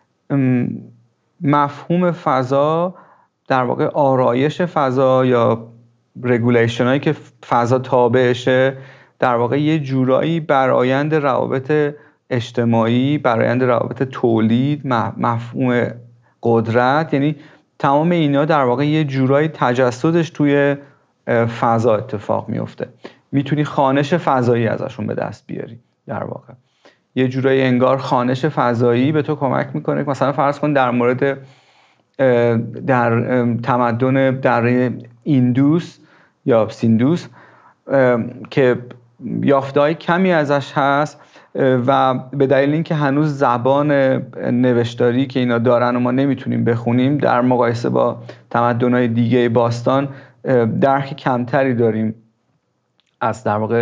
مفهوم فضا، در واقع آرایش فضا یا رگولیشن هایی که فضا تابعشه، در واقع یه جورایی برآیند روابط اجتماعی، برآیند روابط تولید، مفهوم قدرت، یعنی تمام اینا در واقع یه جورایی تجسدش توی فضا اتفاق میفته. میتونی خوانش فضایی ازشون به دست بیاری. در واقع یه جورایی انگار خوانش فضایی به تو کمک میکنه. مثلا فرض کن در مورد در تمدن در ایندوس یا سیندوس که یافته‌های کمی ازش هست و به دلیل اینکه هنوز زبان نوشتاری که اینا دارن و ما نمیتونیم بخونیم، در مقایسه با تمدن‌های دیگه باستان درک کمتری داریم از در واقع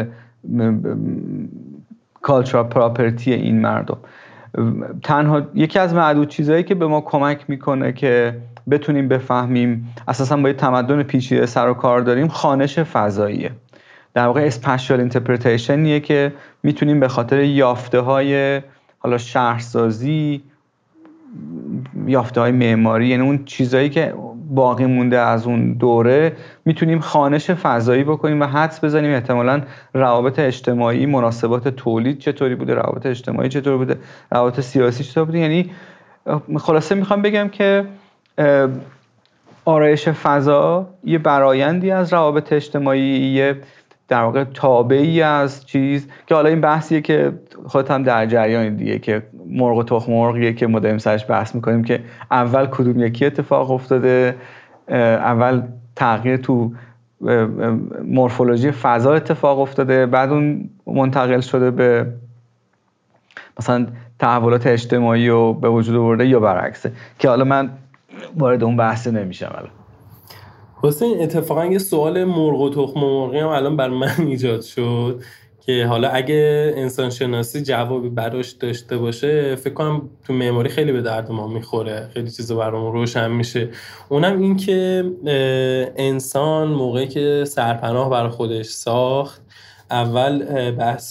کالچرال پراپرتی این مردم. تنها یکی از معدود چیزهایی که به ما کمک میکنه که بتونیم بفهمیم اساسا با یه تمدن پیچیده سر و کار داریم، خوانش فضاییه. در واقع اسپشیال اینترپریتیشنیه که میتونیم به خاطر یافته‌های حالا شهرسازی، یافته‌های معماری، یعنی اون چیزایی که باقی مونده از اون دوره، میتونیم خوانش فضایی بکنیم و حدس بزنیم احتمالاً روابط اجتماعی، مناسبات تولید چطوری بوده، روابط اجتماعی چطور بوده، روابط سیاسی چطور بوده. یعنی خلاصه میخوام بگم که آرایش فضا یه برایندی از روابط اجتماعی، در واقع تابعی از چیز که حالا این بحثیه که خودت هم در جریان دیگه که مرغ و تخم مرغیه که مدام سرش بحث میکنیم که اول کدوم یکی اتفاق افتاده، اول تغییر تو مورفولوژی فضا اتفاق افتاده، بعد اون منتقل شده به مثلا تحولات اجتماعی و به وجود آورده یا برعکسه، که حالا من وارد اون بحث نمیشم. الان حسین اتفاقا یه سوال مرغ و تخم مرغی هم الان بر من ایجاد شد که حالا اگه انسان شناسی جوابی براش داشته باشه فکر کنم تو معماری خیلی به درد ما میخوره، خیلی چیزا برامون روشن میشه. اونم این که انسان موقعی که سرپناه برای خودش ساخت اول بحث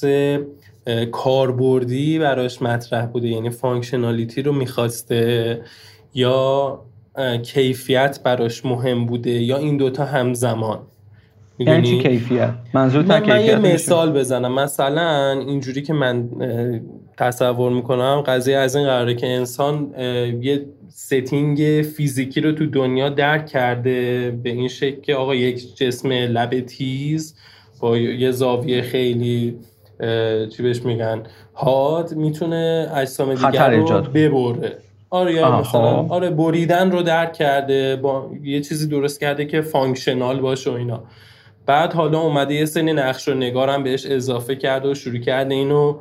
کاربردی براش مطرح بوده، یعنی فانکشنالیتی رو میخواسته، یا کیفیت براش مهم بوده، یا این دوتا همزمان؟ یعنی چی کیفیت؟ منظور تا کیفیت؟ من یه مثال بزنم. مثلا اینجوری که من تصور میکنم قضیه از این قراره که انسان یه ستینگ فیزیکی رو تو دنیا درک کرده به این شکل که آقا یک جسم لبه تیز با یه زاویه خیلی چی بهش میگن حاد میتونه اجسام دیگر رو ببره. آره یا مثلا آره بریدن رو درک کرده، با یه چیزی درست کرده که فانکشنال باشه و اینا. بعد حالا اومده یه سری نقش و نگارم بهش اضافه کرده و شروع کرده اینو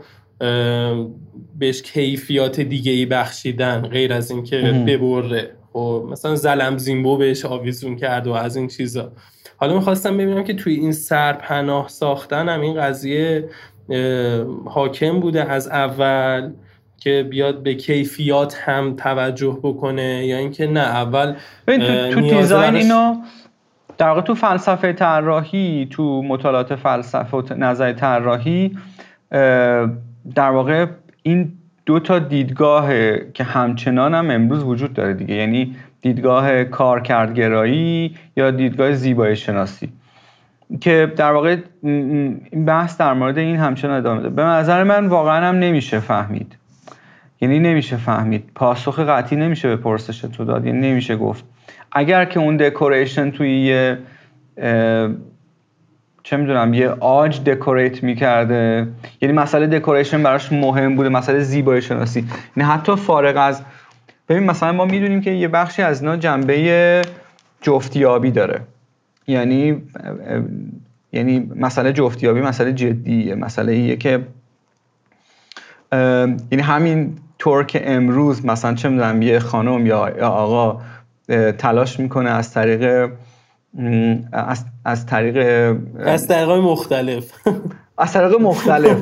بهش کیفیات دیگه‌ای بخشیدن غیر از این که ببره. خب مثلا زلم زیمبو بهش آویزون کرده و از این چیزا. حالا میخواستم ببینم که توی این سرپناه ساختن هم این قضیه حاکم بوده از اول که بیاد به کیفیات هم توجه بکنه، یا اینکه نه اول تو دیزاین اینو در واقع تو فلسفه طراحی، تو مطالعات فلسفه و نظر طراحی در واقع این دو تا دیدگاه که همچنان هم امروز وجود داره دیگه، یعنی دیدگاه کارکردگرایی یا دیدگاه زیبایی شناسی، که در واقع این بحث در مورد این همچنان ادامه داره. به نظر من واقعا هم نمیشه فهمید، یعنی نمیشه فهمید، پاسخ قطعی نمیشه به پرسش تو داد، یعنی نمیشه گفت اگر که اون دکوریشن توی یه چه میدونم یه آج دکوریت میکرده، یعنی مسئله دکوریشن براش مهم بوده، مسئله زیبایی شناسی، یعنی حتی فارغ از ببین مثلا ما میدونیم که یه بخشی از اینا جنبه جفتیابی داره، یعنی مسئله جفتیابی مسئله جدیه، مسئله ایه که یعنی همین طور که امروز مثلا چه میدونم یه خانم یا آقا تلاش میکنه از طریق مختلف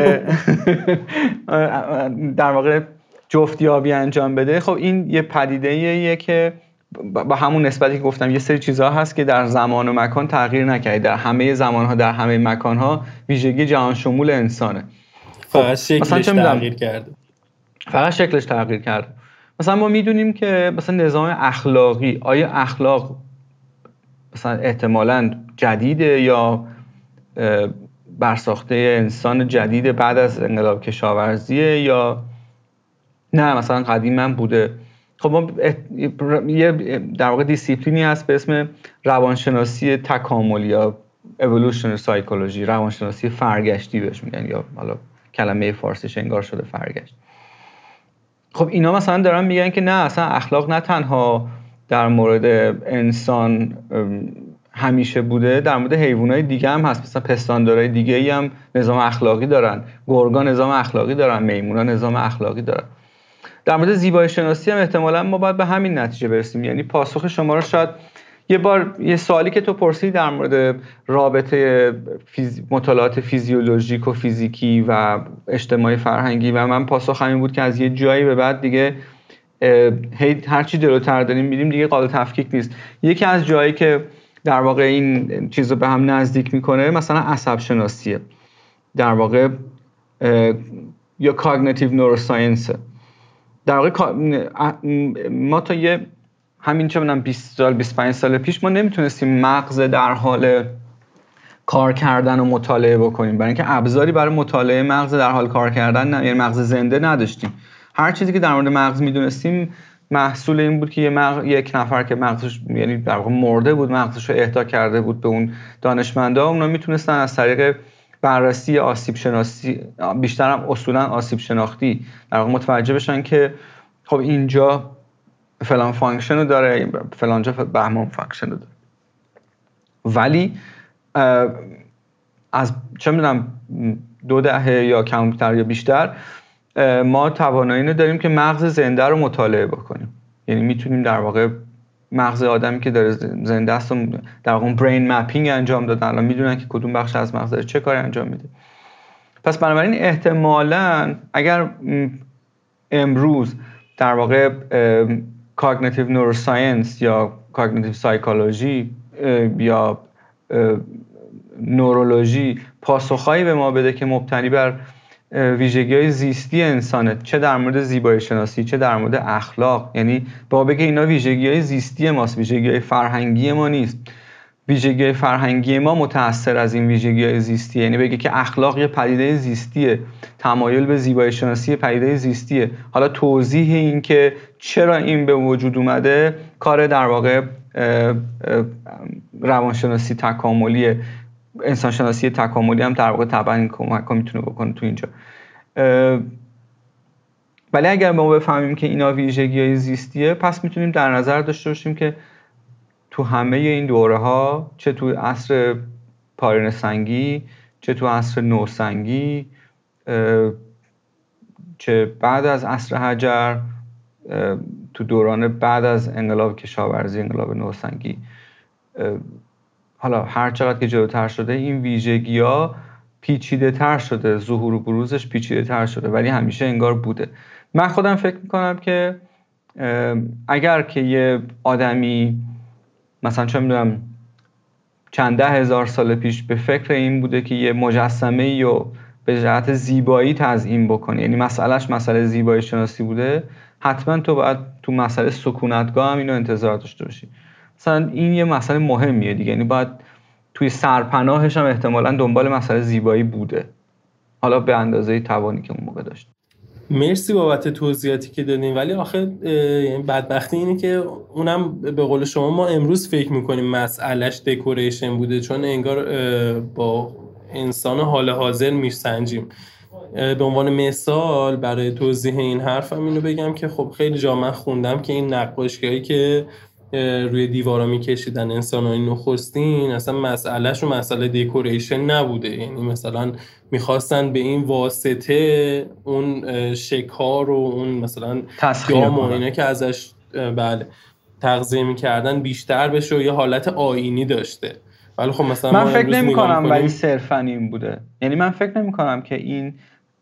در واقع جفتیابی انجام بده. خب این یه پدیده‌ایه که با همون نسبتی که گفتم یه سری چیزها هست که در زمان و مکان تغییر نکرده، در همه زمانها در همه مکانها ویژگی جهان شمول انسانه. فقط شکلش تغییر کرده. فقط شکلش تغییر کرده. مثلا ما میدونیم که مثلا نظام اخلاقی، آیا اخلاق مثلا احتمالاً جدیده یا برساخته انسان جدید بعد از انقلاب کشاورزیه، یا نه مثلا قدیما بوده؟ خب ما یه در واقع دیسیپلینی هست به اسم روانشناسی تکاملی یا evolutionary psychology، روانشناسی فرگشتی بهش میگن، یا حالا کلمه فارسیش انگار شده فرگشت. خب اینا مثلا دارن میگن که نه اصلا اخلاق نه تنها در مورد انسان همیشه بوده، در مورد حیوانات دیگه هم هست، مثلا پستاندارای دیگه ای هم نظام اخلاقی دارن، گرگا نظام اخلاقی دارن، میمونا نظام اخلاقی دارن. در مورد زیبایی شناسی هم احتمالاً ما باید به همین نتیجه برسیم. یعنی پاسخ شما رو شاید یه سوالی که تو پرسیدی در مورد رابطه مطالعات فیزیولوژیک و فیزیکی و اجتماعی فرهنگی و من پاسخ همین بود که از یه جایی به بعد دیگه هر چی جلوتر داریم میریم دیگه قابل تفکیک نیست. یکی از جایی که در واقع این چیزو به هم نزدیک میکنه مثلا عصب شناسیه، در واقع یا کاگنیتیو نوروساینس. در واقع ما تا یه همین چه میدونم 20 سال 25 سال پیش ما نمیتونستیم مغز در حال کار کردن و مطالعه بکنیم، برای اینکه ابزاری برای مطالعه مغز در حال کار کردن یعنی مغز زنده نداشتیم. هر چیزی که در مورد مغز میدونستیم محصول این بود که یک نفر که مغزش یعنی در واقع مرده بود، مغزش رو اهدا کرده بود به اون دانشمندا، اونا میتونستن از طریق بررسی آسیب شناسی، بیشتر هم اصولا آسیب شناختی، در واقع متوجه بشن که خب اینجا فلان فانکشن رو داره، فلانجا بهمان فانکشن رو داره. ولی از چه میدونم 2 دهه یا کمتر یا بیشتر ما توانایی نداریم که مغز زنده رو مطالعه بکنیم. یعنی میتونیم در واقع مغز آدمی که داره زنده است در واقع برین مپینگ انجام دادن، الان میدونن که کدوم بخش از مغز داره چه کاری انجام میده. پس بنابراین احتمالاً اگر امروز در واقع کاگنیتیو نوروساینس یا کاگنیتیو سایکولوژی یا نورولوژی پاسخهایی به ما بده که مبتنی بر ویژگی‌های زیستی انسانه، چه در مورد زیبایی شناسی چه در مورد اخلاق، یعنی با بگه اینا ویژگی‌های زیستی ماست، ویژگی‌های فرهنگی ما نیست، ویژگی‌های فرهنگی ما متأثر از این ویژگی‌های زیستی، یعنی بگه که اخلاق یه پدیده زیستیه، تمایل به زیبایی شناسی پدیده زیستیه. حالا توضیح این که چرا این به وجود اومده کار در واقع روانشناسی تکاملیه، انسانشناسی تکاملی هم در واقع طبعا این کمک میتونه بکنه تو اینجا. ولی اگر ما بفهمیم که اینا ویژگی‌های زیستیه، پس میتونیم در نظر داشته باشیم که تو همه این دوره ها، چه تو عصر پارین سنگی، چه تو عصر نوسنگی، چه بعد از عصر حجر، تو دوران بعد از انقلاب کشاورزی، انقلاب نوسنگی، حالا هر چقدر که جلوتر شده این ویژگی‌ها پیچیده تر شده، ظهور و بروزش پیچیده تر شده، ولی همیشه انگار بوده. من خودم فکر میکنم که اگر که یه آدمی مثلا چه میدونم چند 10,000 سال پیش به فکر این بوده که یه مجسمه‌ای رو به جهت زیبایی تزیین بکنه، یعنی مسئلهش مسئله زیبایی شناسی بوده، حتما تو باید تو مسئله سکونتگاه هم اینو انتظار داشته باشی. مثلا این یه مسئله مهمیه دیگه، یعنی باید توی سرپناهش هم احتمالاً دنبال مسئله زیبایی بوده، حالا به اندازه توانی که اون موقع داشت. مرسی بابت توضیحاتی که دادین، ولی آخه بدبختی اینه که اونم به قول شما ما امروز فکر میکنیم مسئلهش دکوریشن بوده، چون انگار با انسان حال حاضر میسنجیم. به عنوان مثال برای توضیح این حرفم اینو بگم که خب خیلی جا من خوندم که این نقاشی‌هایی که روی دیوارا میکشیدن انسان‌های نخستین اصلا مسئلهش و مسئله دکوریشن نبوده، یعنی مثلا میخواستن به این واسطه اون شکار و اون مثلا دام و اینا که ازش بله تغذیه میکردن بیشتر بشه و یه حالت آیینی داشته. ولی خب مثلا من فکر نمی کنم ولی صرفاً این بوده، یعنی من فکر نمی کنم که این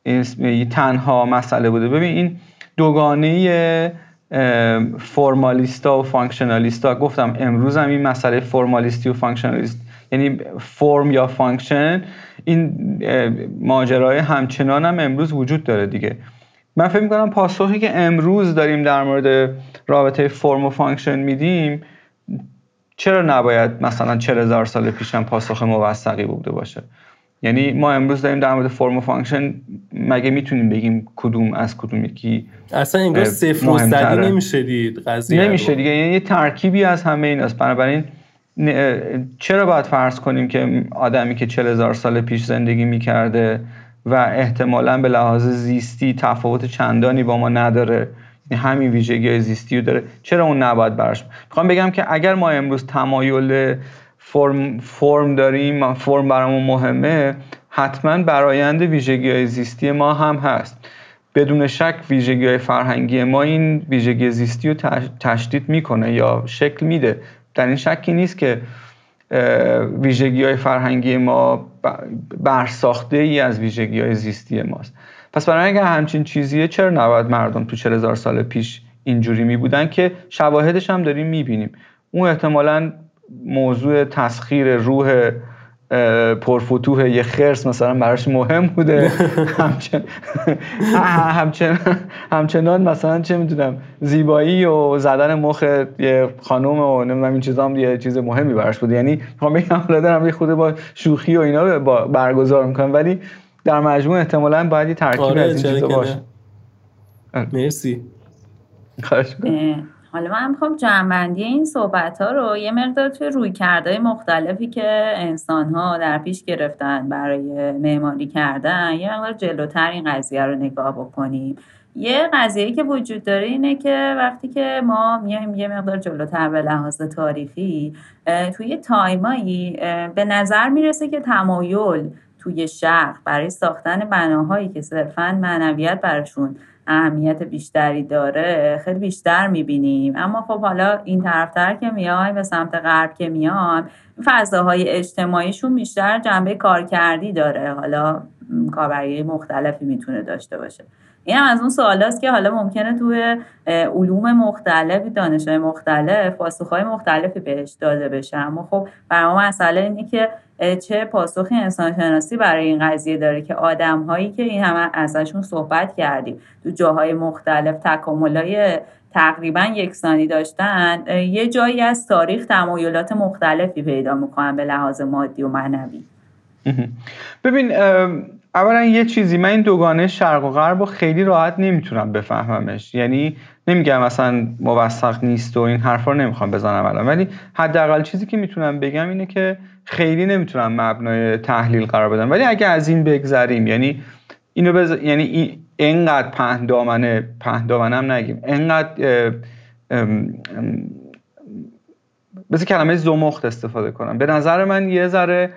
تنها مسئله بوده. ببین این دوگانه فرمالیستا و فانکشنالیستا، گفتم امروز هم این مسئله فرمالیستی و فانکشنالیست، یعنی فرم یا فانکشن، این ماجرای همچنان هم امروز وجود داره دیگه. من فکر می‌کنم پاسخی که امروز داریم در مورد رابطه فرم و فانکشن میدیم چرا نباید مثلا 40,000 سال پیش هم پاسخ موثقی بوده باشه. یعنی ما امروز داریم در مورد فرم و فانکشن، مگه میتونیم بگیم کدوم از کدوم یکی اصلا انگار صفر و صدی نمیشه دید قضیه، نمیشه دیگه، یعنی یه ترکیبی از همه این است. بنابراین چرا باید فرض کنیم که آدمی که 40,000 سال پیش زندگی میکرده و احتمالاً به لحاظ زیستی تفاوت چندانی با ما نداره، همین ویژگی‌های زیستی رو داره، چرا اون نباید براش؟ میخوام بگم که اگر ما امروز تمایل فرم داریم، فرم برامون مهمه، حتما برآیند ویژگی‌های زیستی ما هم هست. بدون شک ویژگی‌های فرهنگی ما این ویژگی زیستی رو تشدید میکنه یا شکل میده، در این شکی نیست که ویژگی‌های فرهنگی ما برساخته ای از ویژگی‌های زیستی ماست. پس برای اگر همچین چیزیه چرا نباید مردم تو 40,000 سال پیش اینجوری می بودن که شواهدش هم داریم میبینیم. اون احتمالاً موضوع تسخیر روح پرفتوح یه خرس مثلا براش مهم بوده، همچنان مثلا چه میدونم زیبایی و زدن مخ یه خانم و نمیدونم این چیزا هم یه چیز مهمی براش بوده. یعنی میخوام بگم حالا دارم یه خود با شوخی و اینا برگزار میکنم، ولی در مجموع احتمالاً باید یه ترکیب از این چیزا باشه. مرسی. حالا من میخوام جمع‌بندی این صحبت‌ها رو یه مقدار توی رویکردهای مختلفی که انسان‌ها در پیش گرفتن برای معماری کردن یه مقدار جلوتر این قضیه رو نگاه بکنیم. یه قضیه‌ای که وجود داره اینه که وقتی که ما میایم یه مقدار جلوتر به لحاظ تاریخی توی تایمایی به نظر میرسه که تمایل توی شهر برای ساختن بناهایی که صرفاً معنویت براشون اهمیت بیشتری داره خیلی بیشتر میبینیم. اما خب حالا این طرفتر که میایم به سمت غرب که میایم فضاهای اجتماعیشون بیشتر جنبه کارکردی داره، حالا کاربری مختلفی میتونه داشته باشه. این هم از اون سوالاست که حالا ممکنه توی علوم مختلف دانش‌های مختلف پاسخ‌های مختلفی بهش داده بشه، اما خب برای ما مسئله اینه که چه پاسخی انسانشناسی برای این قضیه داره که آدم‌هایی که این همه ازشون صحبت کردیم تو جاهای مختلف تکامل‌های تقریبا یکسانی داشتن، یه جایی از تاریخ تمایلات مختلفی پیدا می‌کنن به لحاظ مادی و معنوی. ببین اولا یه چیزی، من این دوگانه شرق و غرب رو خیلی راحت نمیتونم بفهممش، یعنی نمیگم مثلا موثق نیست و این حرفا رو نمیخوام بزنم الان، ولی حداقل چیزی که میتونم بگم اینه که خیلی نمیتونم مبنای تحلیل قرار بدم. ولی اگه از این بگذریم، یعنی اینو یعنی اینقدر پهندامنم نگیم، اینقدر بذار کلمه زمخت استفاده کنم. به نظر من یه ذره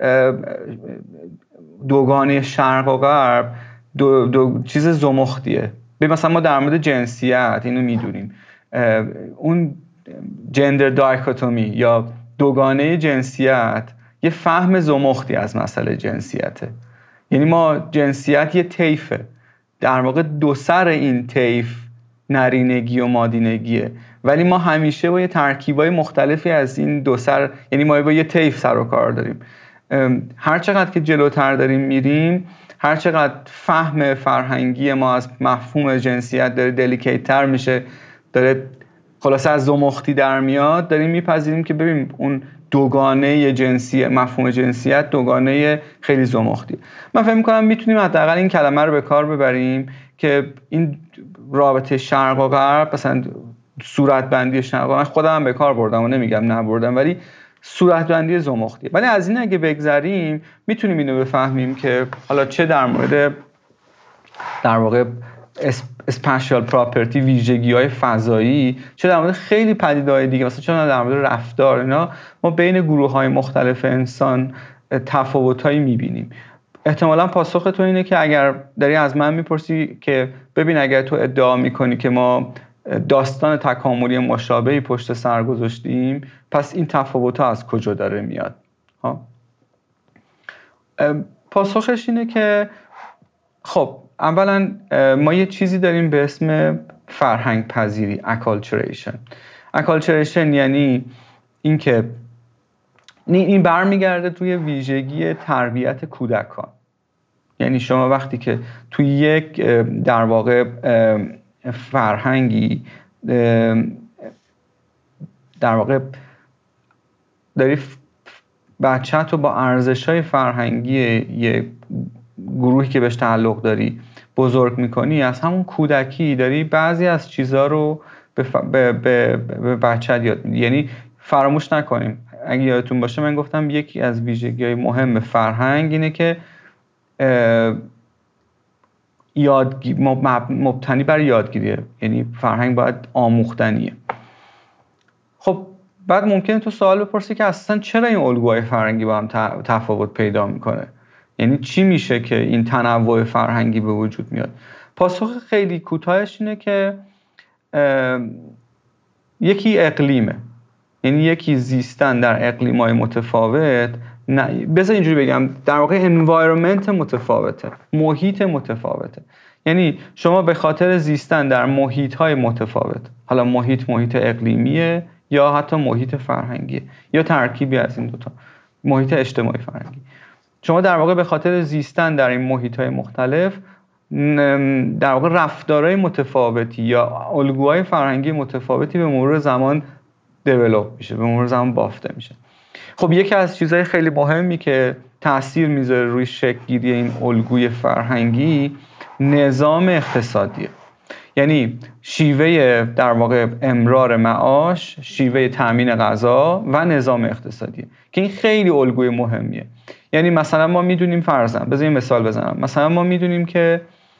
دوگانه شرق و غرب دو چیز زمختیه. مثلا ما در مورد جنسیت اینو میدونیم، اون جندر دایکوتومی یا دوگانه جنسیت یه فهم زمختی از مسئله جنسیته. یعنی ما جنسیت یه طیفه، در واقع دو سر این طیف نرینگی و مادینگیه، ولی ما همیشه با یه ترکیبای مختلفی از این دو سر، یعنی ما با یه طیف سر و کار داریم. هر چقدر که جلوتر داریم میریم، هر چقدر فهم فرهنگی ما از مفهوم جنسیت داره دلیکیتر میشه، داره خلاصه از زمختی در میاد، داریم میپذیریم که ببین اون دوگانه جنسیت، مفهوم جنسیت دوگانه خیلی زمختیه. من فکر می‌کنم میتونیم حداقل این کلمه رو به کار ببریم که این رابطه شرق و غرب، مثلا صورتبندی شرق و غرب، خودم به کار بردم و نمیگم نبردم، ولی صورتبندی زمختیه. ولی از این اگه بگذریم میتونیم اینو بفهمیم که حالا چه در مورد در واقع اسپیشال پراپرتی، ویژگی‌های فضایی، چه در مورد خیلی پدیده‌های دیگه، مثلا چه در مورد رفتار، اینا ما بین گروه‌های مختلف انسان تفاوت‌هایی می‌بینیم. احتمالاً پاسخ تو اینه که اگر داری از من میپرسی که ببین اگر تو ادعا می‌کنی که ما داستان تکاملی مشابهی پشت سر گذاشتیم، پس این تفاوت‌ها از کجا داره میاد؟ پاسخش اینه که خب اولا ما یه چیزی داریم به اسم فرهنگ پذیری، اکالچریشن یعنی این که این برمیگرده توی ویژگی تربیت کودکان. یعنی شما وقتی که توی یک در واقع فرهنگی در واقع داری بچه‌ت رو با ارزش‌های فرهنگی یه گروهی که بهش تعلق داری بزرگ میکنی، از همون کودکی داری بعضی از چیزها رو به بچه‌ت یاد میدی. یعنی فراموش نکنیم، اگه یادتون باشه من گفتم یکی از ویژگی‌های مهم فرهنگ اینه که مبتنی بر یادگیریه، یعنی فرهنگ باید آموختنیه. خب بعد ممکنه تو سوال بپرسی که اصلا چرا این الگوهای فرهنگی با هم تفاوت پیدا میکنه، یعنی چی میشه که این تنوع فرهنگی به وجود میاد؟ پاسخ خیلی کوتاهش اینه که یکی اقلیمه، یعنی یکی زیستن در اقلیم‌های متفاوت، بذار اینجوری بگم، در واقع environment متفاوته، محیط متفاوته. یعنی شما به خاطر زیستن در محیط‌های متفاوت، حالا محیط اقلیمیه یا حتی محیط فرهنگیه یا ترکیبی از این دوتا، محیط اجتماعی فرهنگی، شما در واقع به خاطر زیستن در این محیط‌های مختلف در واقع رفتارهای متفاوتی یا الگوهای فرهنگی متفاوتی به مرور زمان دیولپ میشه، به مرور زمان بافته میشه. خب یکی از چیزهای خیلی مهمی که تأثیر میذاره روی شکل گیری این الگوی فرهنگی نظام اقتصادیه. یعنی شیوه در واقع امرار معاش، شیوه تامین غذا و نظام اقتصادی که این خیلی الگوی مهمیه. یعنی مثلا ما میدونیم بذاریم مثال بزنم، مثلا ما میدونیم که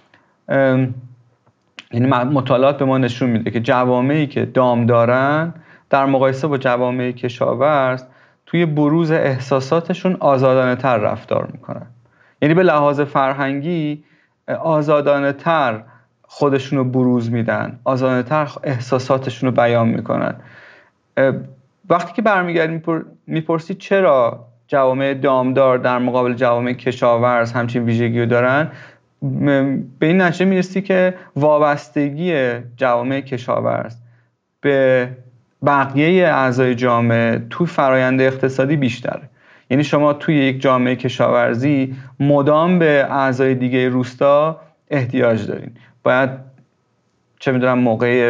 یعنی مطالعات به ما نشون میده که جوامعی که دام دارن در مقایسه با جوامعی کشاورز توی بروز احساساتشون آزادانه تر رفتار میکنن. یعنی به لحاظ فرهنگی آزادانه تر خودشون رو بروز میدن، آزادانه تر احساساتشون رو بیان میکنن. وقتی که برمیگردیم میپرسی چرا جوامع دامدار در مقابل جوامع کشاورز همچین ویژگی رو دارن، به این نتیجه میرسی که وابستگی جوامع کشاورز به بقیه اعضای جامعه توی فرآیند اقتصادی بیشتره. یعنی شما توی یک جامعه کشاورزی مدام به اعضای دیگه روستا احتیاج دارین. باید چه میدونم موقع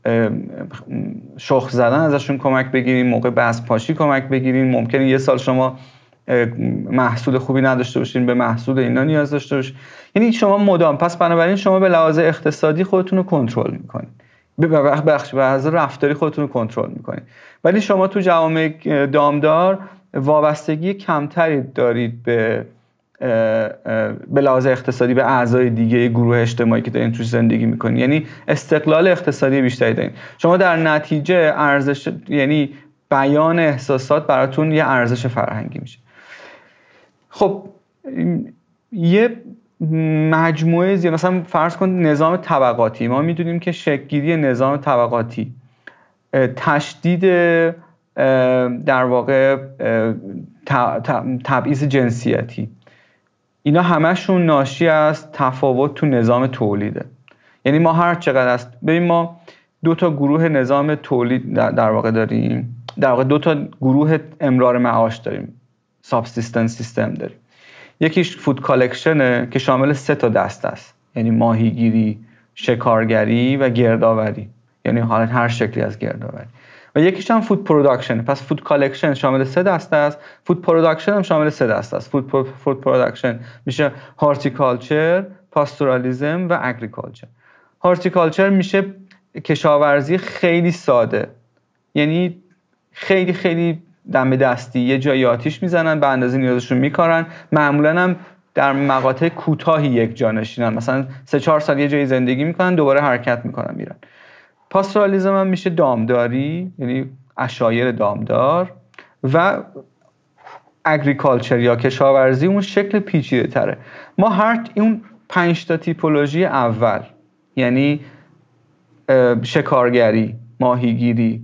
شخم زدن ازشون کمک بگیرین، موقع بسط پاشی کمک بگیرین. ممکنه یه سال شما محصول خوبی نداشته باشین، به محصول اینا نیاز داشته باشین. یعنی شما مدام، پس بنابراین شما به لحاظ اقتصادی خودتون رو کنترل میکنین، به لحاظ رفتاری خودتون رو کنترل میکنین. ولی شما تو جوامع دامدار وابستگی کمتری دارید به لحاظ اقتصادی به اعضای دیگه گروه اجتماعی که دارین توش زندگی میکنین. یعنی استقلال اقتصادی بیشتری دارین. شما در نتیجه ارزش، یعنی بیان احساسات براتون یه ارزش فرهنگی میشه. خب یه مجموعه زیاد، مثلا فرض کن نظام طبقاتی، ما میدونیم که شکل‌گیری نظام طبقاتی، تشدید در واقع تبعیض جنسیتی، اینا همشون ناشی از تفاوت تو نظام تولیده. یعنی ما هر چقدر است، ببین ما دو تا گروه نظام تولید در واقع داریم، در واقع دو تا گروه امرار معاش داریم، سابسیستنس سیستم داریم. یکیش فود کالکشنه که شامل 3 تا دسته است، یعنی ماهیگیری، شکارگری و گردآوری، یعنی حالت هر شکلی از گردآوری. و یکیش هم فود پروداکشن. پس فود کالکشن شامل 3 دسته است، فود پروداکشن هم شامل 3 دسته است. فود پروداکشن میشه هورتیکالچر، پاستورالیسم و اگریکالچر. هورتیکالچر میشه کشاورزی خیلی ساده، یعنی خیلی خیلی دم دستی، یه جایی آتیش میزنن، به اندازه نیازشون میکارن، معمولا هم در مقاطع کوتاهی یک جا نشینن، مثلا 3-4 سال یه جایی زندگی میکنن، دوباره حرکت میکنن میرن. پاستورالیسم هم میشه دامداری، یعنی عشایر دامدار. و اگریکالچر یا کشاورزی اون شکل پیچیده تره. ما اون 5 تا تیپولوژی اول، یعنی شکارگری، ماهیگیری،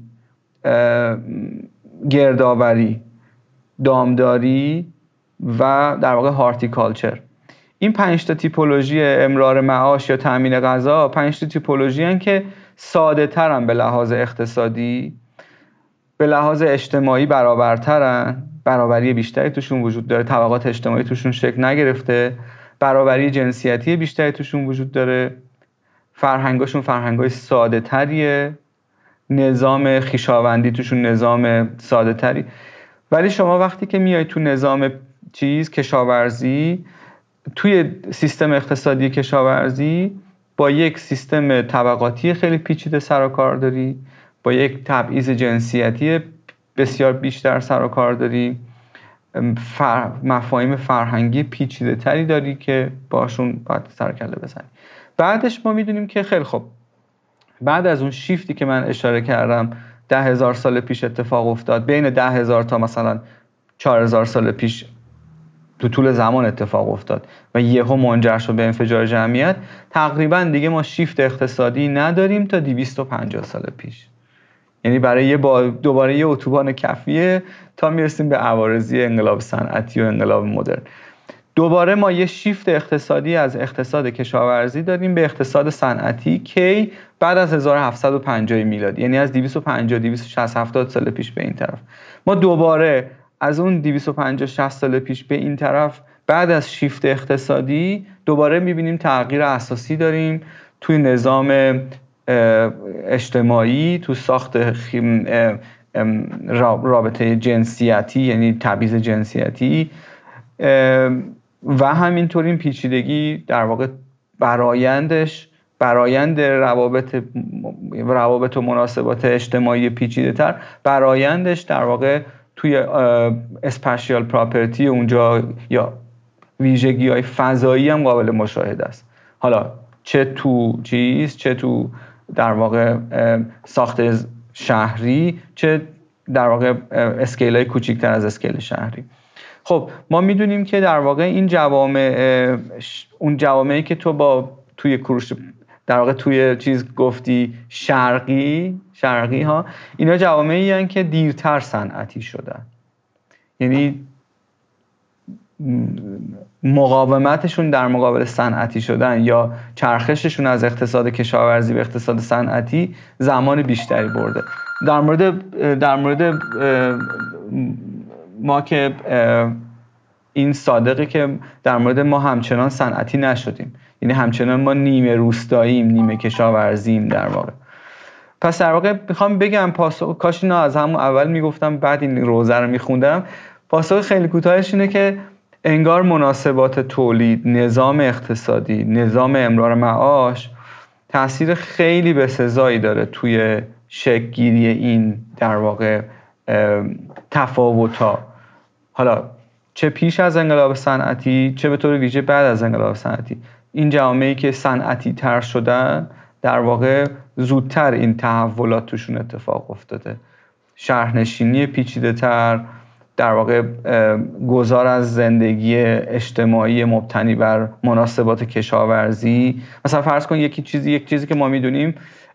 گردآوری، دامداری و در واقع هورتیکالچر، این 5 تا تیپولوژی امرار معاش یا تامین غذا 5 تا تیپولوژی هستند که ساده ترن به لحاظ اقتصادی، به لحاظ اجتماعی برابرترن، برابری بیشتری توشون وجود داره، طبقات اجتماعی توشون شکل نگرفته، برابری جنسیتی بیشتری توشون وجود داره، فرهنگاشون فرهنگای ساده تریه، نظام خویشاوندی توشون نظام ساده تری. ولی شما وقتی که میای تو نظام کشاورزی، توی سیستم اقتصادی کشاورزی با یک سیستم طبقاتی خیلی پیچیده سر و کار داری، با یک تبعیض جنسیتی بسیار بیشتر سر و کار داری، مفاهیم فرهنگی پیچیده تری داری که باشون باید سر کله بزنی. بعدش ما میدونیم که خیلی خوب، بعد از اون شیفتی که من اشاره کردم 10,000 سال پیش اتفاق افتاد، بین 10,000 تا مثلا 4,000 سال پیش تو طول زمان اتفاق افتاد و یهو منجر شد به انفجار جمعیت، تقریبا دیگه ما شیفت اقتصادی نداریم تا 250 سال پیش. یعنی برای دوباره یه اتوبان کفیه تا میرسیم به عوارضی انقلاب صنعتی و انقلاب مدرن. دوباره ما یه شیفت اقتصادی از اقتصاد کشاورزی داریم به اقتصاد صنعتی که بعد از 1750 میلادی، یعنی از 250 260 70 سال پیش به این طرف. ما دوباره از اون 250-60 سال پیش به این طرف بعد از شیفت اقتصادی دوباره میبینیم تغییر اساسی داریم توی نظام اجتماعی، تو ساخت رابطه جنسیتی، یعنی تبعیض جنسیتی، و همینطور این پیچیدگی در واقع برآیندش برآیند روابط و مناسبات اجتماعی پیچیده‌تر، برآیندش در واقع توی اسپشیال پراپرتی اونجا یا ویژگی‌های فضایی هم قابل مشاهده است. حالا چه تو در واقع ساخت شهری، چه در واقع اسکیل‌های کوچکتر از اسکیل شهری. خب ما میدونیم که در واقع این جوامع، اون جوامعی که تو توی کوروش در واقع توی چیز گفتی شرقی ها، اینا جوامعی هستند که دیرتر صنعتی شدن. یعنی مقاومتشون در مقابل صنعتی شدن یا چرخششون از اقتصاد کشاورزی به اقتصاد صنعتی زمان بیشتری برده. در مورد ما که این صادقه که در مورد ما همچنان صنعتی نشدیم، یعنی همچنان ما نیمه روستاییم، نیمه کشاورزیم در واقع. پس در واقع میخوام بگم کاش اینا از همون اول میگفتم بعد این روزه رو میخوندم. پاسخ خیلی کوتاهش اینه که انگار مناسبات تولید، نظام اقتصادی، نظام امرار معاش تأثیر خیلی بسزایی داره توی شکل گیری این در واقع تفاوت‌ها. حالا چه پیش از انقلاب صنعتی، چه به طور ویژه بعد از انقلاب صنعتی، این جوامعی که صنعتی تر شدن در واقع زودتر این تحولات توشون اتفاق افتاده. شهرنشینی پیچیده تر، در واقع گذار از زندگی اجتماعی مبتنی بر مناسبات کشاورزی. مثلا فرض کن یک چیزی که ما میدونیم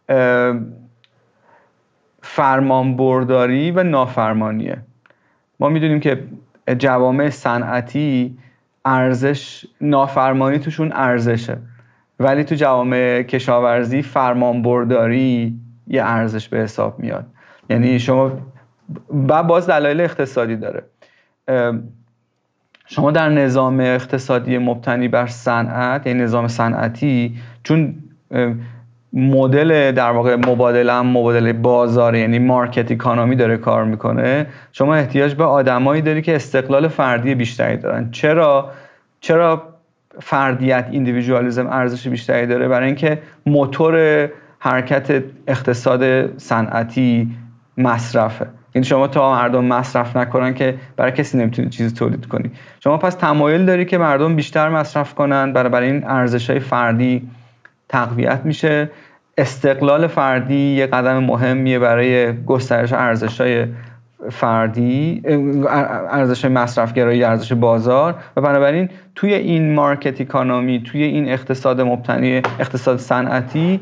فرمانبرداری و نافرمانیه. ما میدونیم که جوامع صنعتی نافرمانی توشون ارزشه، ولی تو جوامع کشاورزی فرمانبرداری یه ارزش به حساب میاد. یعنی شما باز دلایل اقتصادی داره. شما در نظام اقتصادی مبتنی بر صنعت، یعنی نظام صنعتی، چون مدل در واقع مبادله بازار، یعنی مارکت اکانومی داره کار میکنه، شما احتیاج به آدمایی داری که استقلال فردی بیشتری دارن. چرا فردیت، ایندیویدوالیسم ارزش بیشتری داره؟ برای اینکه موتور حرکت اقتصاد صنعتی مصرفه. یعنی شما تا مردم مصرف نکنن که برای کسی نمیتونی چیزی تولید کنی. شما پس تمایل داری که مردم بیشتر مصرف کنن، برای این ارزش‌های فردی تقویت میشه. استقلال فردی یه قدم مهمیه برای گسترش ارزش‌های فردی، ارزش مصرفگرایی، ارزش بازار، و بنابراین توی این مارکت اکانومی، توی این اقتصاد مبتنی اقتصاد صنعتی،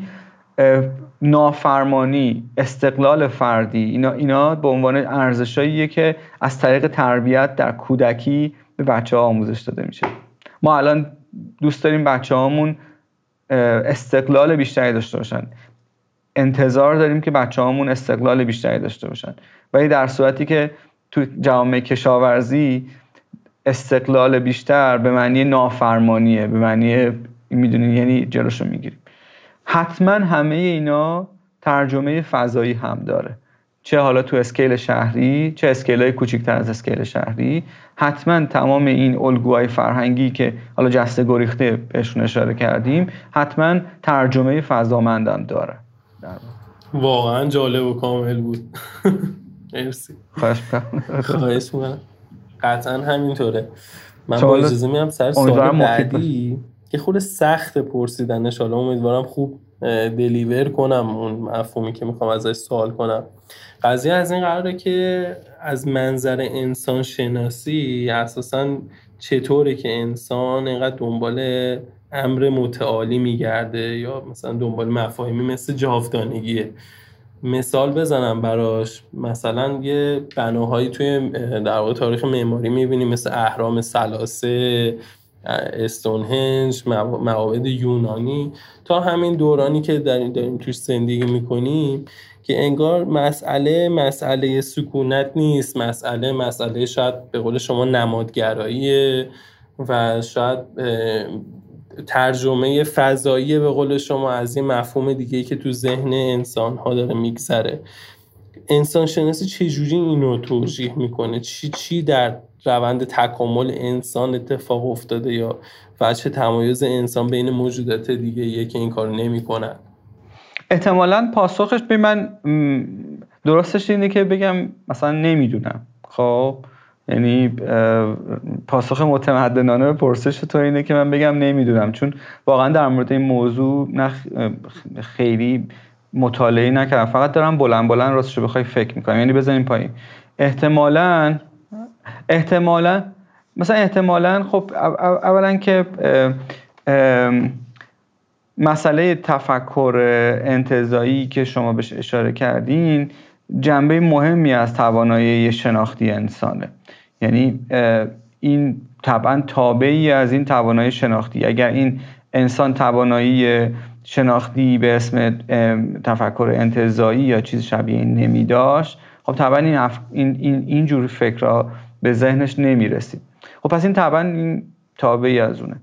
نافرمانی، استقلال فردی، اینا به عنوان ارزشاییه که از طریق تربیت در کودکی به بچه‌ها آموزش داده میشه. ما الان دوست داریم بچه‌هامون استقلال بیشتری داشته باشن، انتظار داریم که بچه‌هامون استقلال بیشتری داشته باشن، ولی در صورتی که تو جامعه کشاورزی استقلال بیشتر به معنی نافرمانیه، به معنی میدونی یعنی جلوشو میگیریم. حتما همه اینا ترجمه فضایی هم داره، چه حالا تو اسکیل شهری، چه اسکیل‌های کوچکتر از اسکیل شهری. حتما تمام این الگوهای فرهنگی که حالا جسته گریخته بهشون اشاره کردیم حتما ترجمه فضامندم داره. واقعا جالب و کامل بود. مرسی. خواهش می‌کنم. قطعا همینطوره. من با اجازه میام سر سوال بعدی که خود سخت پرسیدنش، حالا امیدوارم خوب دلیور کنم اون مفهومی که میخوام ازش سوال کنم. قضیه از این قراره که از منظر انسان شناسی اساساً چطوره که انسان اینقدر دنبال امر متعالی میگرده یا مثلا دنبال مفاهیمی مثل جاودانگیه. مثال بزنم براش، مثلا یه بناهایی توی در واقع تاریخ معماری میبینیم مثل اهرام ثلاثه، استونهنج، معابد یونانی، تا همین دورانی که داریم توش زندگی میکنیم، که انگار مسئله سکونت نیست، مسئله شاید به قول شما نمادگراییه و شاید ترجمه فضایی به قول شما از این مفهوم دیگه که تو ذهن انسان ها داره میگذره. انسان شناسی چجوری اینو توجیه میکنه؟ چی در روند تکامل انسان اتفاق افتاده یا و چه تمایز انسان بین موجودات دیگه که این کارو نمی‌کنن؟ احتمالاً پاسخش به من درستش اینه که بگم مثلا نمیدونم. خب یعنی پاسخ متمدنانه به پرسش تو اینه که من بگم نمیدونم، چون واقعا در مورد این موضوع خیلی مطالعه نکردم، فقط دارم بلند راستشو بخوای فکر میکنم. یعنی بزنیم پایین احتمالاً خب اولا که مسئله تفکر انتزاعی که شما بهش اشاره کردین جنبه مهمی از توانایی شناختی انسانه. یعنی این طبعا تابعی از این توانایی شناختی. اگر این انسان توانایی شناختی به اسم تفکر انتزاعی یا چیز شبیه این نمی داشت، خب طبعا این جور فکرها به ذهنش نمی رسید. خب پس این طبعا این تابعی از اونه.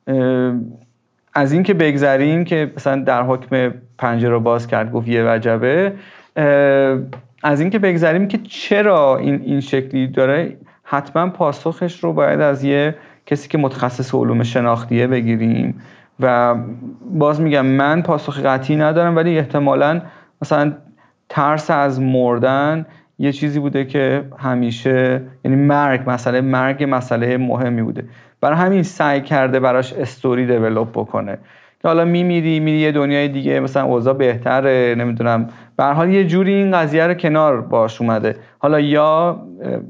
از این که بگذریم که مثلا در حکم پنجره رو باز کرد گفت یه وجبه، از این که بگذریم که چرا این شکلی داره، حتما پاسخش رو باید از یه کسی که متخصص علوم شناختیه بگیریم و باز میگم من پاسخ قطعی ندارم، ولی احتمالاً مثلا ترس از مردن یه چیزی بوده که همیشه، یعنی مسئله مهمی بوده، برای همین سعی کرده براش استوری دیولپ بکنه که حالا میمیری یه دنیای دیگه مثلا اوضاع بهتره، نمیدونم، به هر حال یه جوری این قضیه رو کنار باش اومده. حالا یا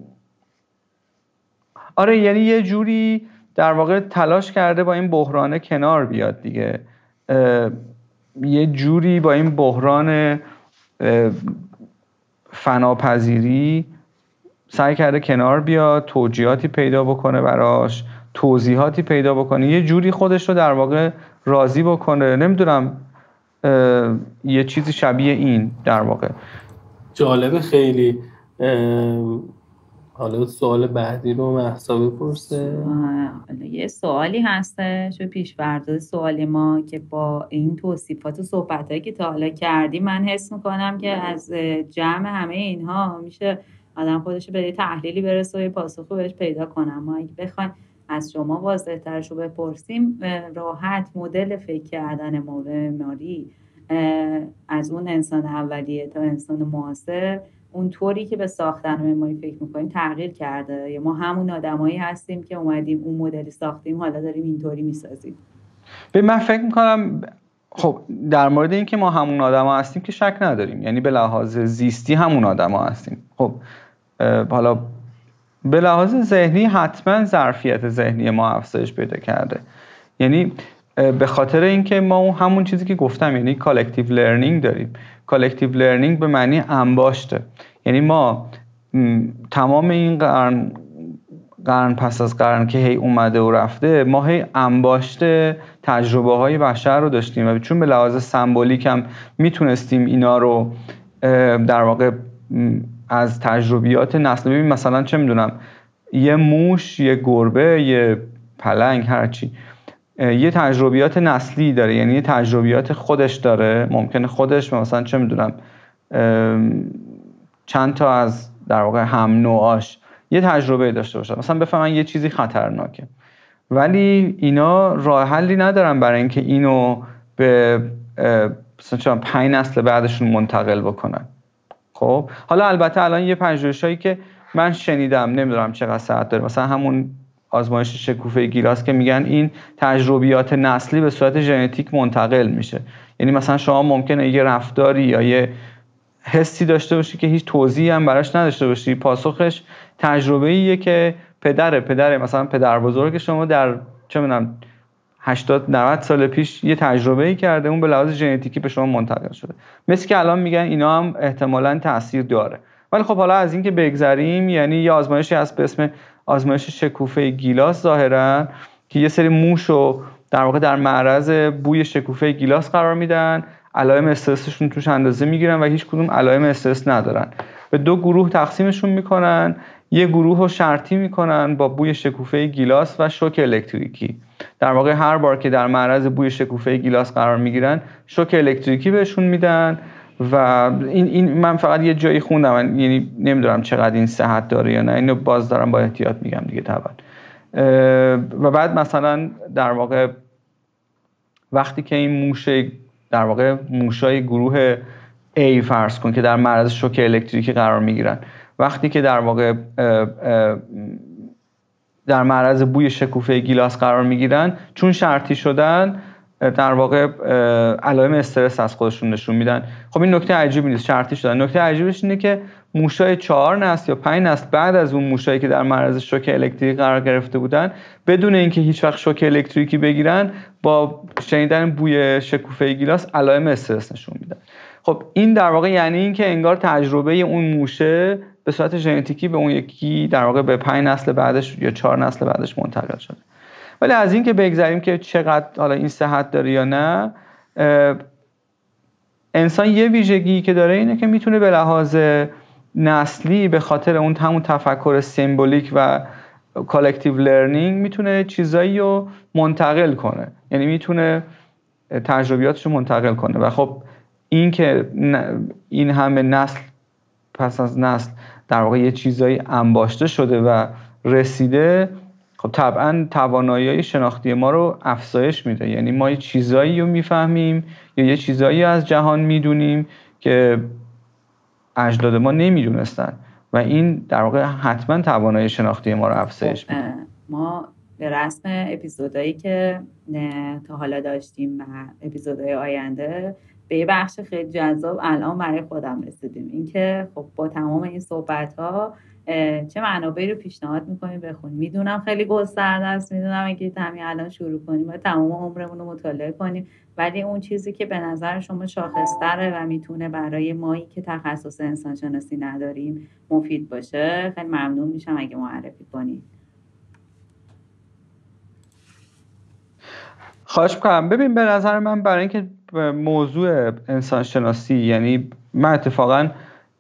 آره، یعنی یه جوری در واقع تلاش کرده با این بحران کنار بیاد دیگه، یه جوری با این بحران فناپذیری سعی کرده کنار بیاد، توجیهاتی پیدا بکنه براش، توضیحاتی پیدا بکنه، یه جوری خودش رو در واقع راضی بکنه. نمیدونم، یه چیزی شبیه این در واقع. جالب خیلی. حالا سوال بعدی رو مهسا بپرسه. یه سوالی هستش و پیش‌فرض سوال ما که با این توصیفات و صحبتایی که تا حالا کردی من حس میکنم که از جمع همه اینها میشه آدم خودش به تحلیلی برسه و یه پاسخو بهش پیدا کنم. ما اگه بخوایم از شما واضح‌ترش رو بپرسیم، راحت مدل فکر کردن معماری از اون انسان اولیه تا انسان معاصر، اون طوری که به ساختن معماری فکر میکنیم تغییر کرده، یا ما همون آدمایی هستیم که اومدیم اون مدلی ساختیم حالا داریم اینطوری میسازیم؟ به من فکر میکنم خب در مورد این که ما همون آدما هستیم که شک نداریم، یعنی به لحاظ زیستی همون آدما هستیم. خب حالا به لحاظ ذهنی حتما ظرفیت ذهنی ما افزایش پیدا کرده، یعنی به خاطر اینکه ما همون چیزی که گفتم، یعنی کالکتیو لرنینگ داریم. کالکتیو لرنینگ به معنی انباشته، یعنی ما تمام این قرن پس از قرن که هی اومده و رفته، ما هی انباشته تجربه های بشر رو داشتیم و چون به لحاظ سمبولیک هم میتونستیم اینا رو در واقع از تجربیات نسل، ببین مثلا چه میدونم یه موش، یه گربه، یه پلنگ، هرچی یه تجربیات نسلی داره، یعنی یه تجربیات خودش داره. ممکنه خودش مثلا چه میدونم چند تا از در واقع هم نوعاش یه تجربه داشته باشه، مثلا بفهمن یه چیزی خطرناکه، ولی اینا راه حلی ندارن برای اینکه اینو به مثلا 5 نسل بعدشون منتقل بکنن. خب حالا البته الان یه پژوهشایی که من شنیدم، نمیدونم چقدر صحت داره، مثلا همون آزمایش شکوفه گیلاس که میگن این تجربیات نسلی به صورت ژنتیک منتقل میشه، یعنی مثلا شما ممکنه یه رفتاری یا یه حسی داشته باشی که هیچ توضیحی هم براش نداشته باشی، پاسخش تجربه‌ایه که پدر مثلا پدر بزرگ شما در چه میدونم 80-90 سال پیش یه تجربه‌ای کرده، اون به لحاظ ژنتیکی به شما منتقل شده. مثل که الان میگن اینا هم احتمالاً تاثیر داره. ولی خب حالا از این که بگذریم، یعنی یه آزمایشی هست به اسم آزمایش شکوفه گیلاس ظاهرا که یه سری موشو در واقع در معرض بوی شکوفه گیلاس قرار میدن، علائم استرسشون توش اندازه میگیرن و هیچ کدوم علائم استرس ندارن. به 2 گروه تقسیمشون میکنن، یه گروه رو شرطی میکنن با بوی شکوفه گیلاس و شوک الکتریکی. در واقع هر بار که در معرض بوی شکوفه گیلاس قرار میگیرن شوک الکتریکی بهشون میدن و این من فقط یه جایی خوندم، یعنی نمیدونم چقدر این صحت داره یا نه، اینو باز دارم با احتیاط میگم دیگه طبعا. و بعد مثلا در واقع وقتی که این موشه در واقع موشای گروه A فرض کن که در معرض شوک الکتریکی قرار میگیرن، وقتی که در واقع در معرض بوی شکوفه گیلاس قرار میگیرن، چون شرطی شدن در واقع علائم استرس از خودشون نشون میدن. خب این نکته عجیبی نیست، شرطی شدن. نکته عجیبش اینه که موشای 4 نسل یا 5 نسل بعد از اون موشایی که در معرض شوک الکتریکی قرار گرفته بودن، بدون اینکه هیچ وقت شوک الکتریکی بگیرن، با شنیدن بوی شکوفه گیلاس علائم استرس نشون میدن. خب این در واقع یعنی این که انگار تجربه اون موشه به صورت ژنتیکی به اون یکی در واقع به 5 نسل بعدش یا 4 نسل بعدش منتقل شده. ولی از این که بگذاریم که چقدر حالا این صحت داره یا نه، انسان یه ویژگی که داره اینه که میتونه به لحاظ نسلی به خاطر اون همون تفکر سیمبولیک و کالکتیو لرنینگ میتونه چیزایی رو منتقل کنه، یعنی میتونه تجربیاتش رو منتقل کنه. و خب این که این همه نسل پس از نسل در واقع یه چیزایی انباشته شده و رسیده، خب طبعا توانایی شناختی ما رو افزایش میده. یعنی ما یه چیزایی رو میفهمیم یا یه چیزایی از جهان میدونیم که اجداد ما نمیدونستن و این در واقع حتما توانایی شناختی ما رو افزایش میده. ما به رسم اپیزودایی که تا حالا داشتیم و اپیزودهای آینده به یه بخش خیلی جذاب الان برای خودم رسیدیم، اینکه خب با تمام این صحبت‌ها چه منابعی رو پیشنهاد می‌کنیم بخونیم. میدونم خیلی گسترده است، میدونم اگه همین الان شروع کنیم و تمام عمرمون رو مطالعه کنیم، ولی اون چیزی که به نظر شما شاخص‌تره و میتونه برای مایی که تخصص انسانشناسی نداریم مفید باشه، خیلی ممنون میشم اگه معرفی کنید. خواهش می‌کنم. ببین به نظر من برای اینکه موضوع انسانشناسی، یعنی من اتفاقاً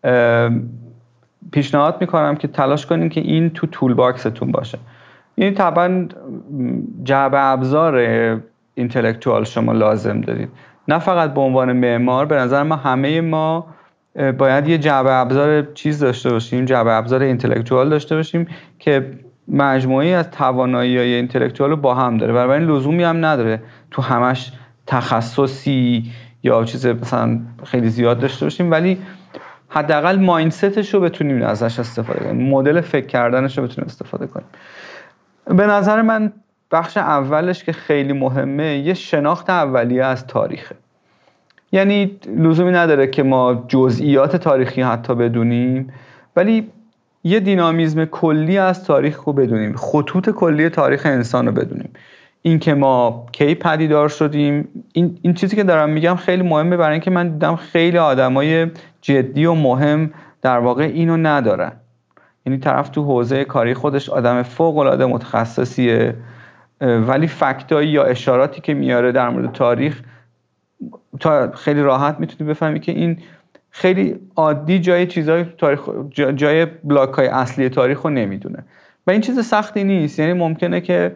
پیشنهاد میکنم که تلاش کنین که این تو تول باکستون باشه. یعنی طبعا جعبه ابزار اینتלקچوال شما لازم دارید، نه فقط به عنوان معمار. به نظر من همه ما باید یه جعبه ابزار چیز داشته باشیم، جعبه ابزار اینتלקچوال داشته باشیم که مجموعی از توانایی‌های اینتלקچوال رو با هم داره. بنابراین لزومی هم نداره تو همش تخصصی یا چیز مثلا خیلی زیاد داشته باشیم، ولی حداقل مایندستش رو بتونیم ازش استفاده کنیم، مدل فکر کردنش رو بتونیم استفاده کنیم. به نظر من بخش اولش که خیلی مهمه یه شناخت اولیه از تاریخه. یعنی لزومی نداره که ما جزئیات تاریخی حتی بدونیم، ولی یه دینامیزم کلی از تاریخ رو بدونیم، خطوط کلی تاریخ انسان رو بدونیم. این که ما کی پدیدار شدیم، این چیزی که دارم میگم خیلی مهمه، برای اینکه من دیدم خیلی آدمای جدی و مهم در واقع اینو ندارن. یعنی طرف تو حوزه کاری خودش آدم فوق العاده متخصصیه، ولی فکتایی یا اشاراتی که میاره در مورد تاریخ تا خیلی راحت میتونی بفهمی که این خیلی عادی جای چیزای تاریخ، جای بلاک‌های اصلی تاریخ رو نمیدونه و این چیز سختی نیست. یعنی ممکنه که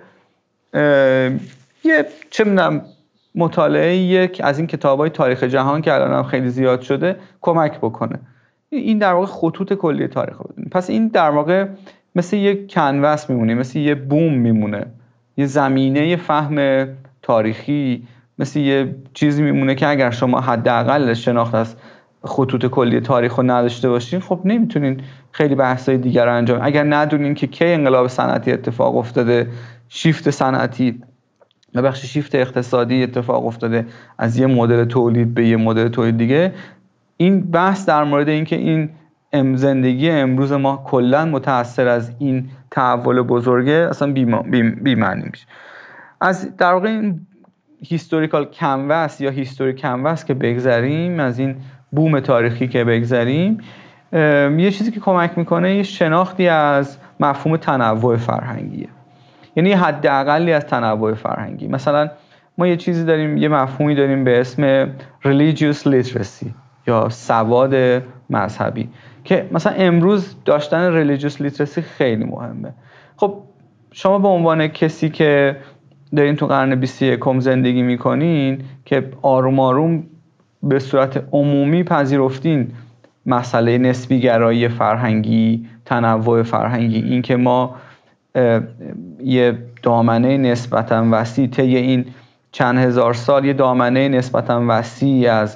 یه چه می‌دونم مطالعه یک از این کتاب‌های تاریخ جهان که الان هم خیلی زیاد شده کمک بکنه. این در واقع خطوط کلی تاریخ رو بدونه. پس این در واقع مثل یک کنواس میمونه، مثل یه بوم میمونه، یه زمینه فهم تاریخی، مثل یه چیزی میمونه که اگر شما حداقل شناخت از خطوط کلی تاریخ رو نداشته باشین، خب نمیتونین خیلی بحث‌های دیگر رو انجام. اگر ندونین که کی انقلاب صنعتی اتفاق افتاده، شیفت صنعتی و بخش شیفت اقتصادی اتفاق افتاده از یه مدل تولید به یه مدل تولید دیگه، این بحث در مورد اینکه این زندگی امروز ما کلا متأثر از این تحول بزرگه اصلا بی معنی میشه. از در واقع این هیستوریکال کنواس یا هیستوری کنواس که بگذریم، از این بوم تاریخی که بگذریم، یه چیزی که کمک میکنه یه شناختی از مفهوم تنوع فرهنگیه. یعنی حداقلی از تنوع فرهنگی. مثلا ما یه چیزی داریم، یه مفهومی داریم به اسم religious literacy یا سواد مذهبی که مثلا امروز داشتن religious literacy خیلی مهمه. خب شما به عنوان کسی که دارین تو قرن 21 زندگی میکنین که آروم آروم به صورت عمومی پذیرفتین مسئله نسبی گرایی فرهنگی، تنوع فرهنگی، این که ما یه دامنه نسبتاً وسیع طی این چند هزار سال یه دامنه نسبتاً وسیع از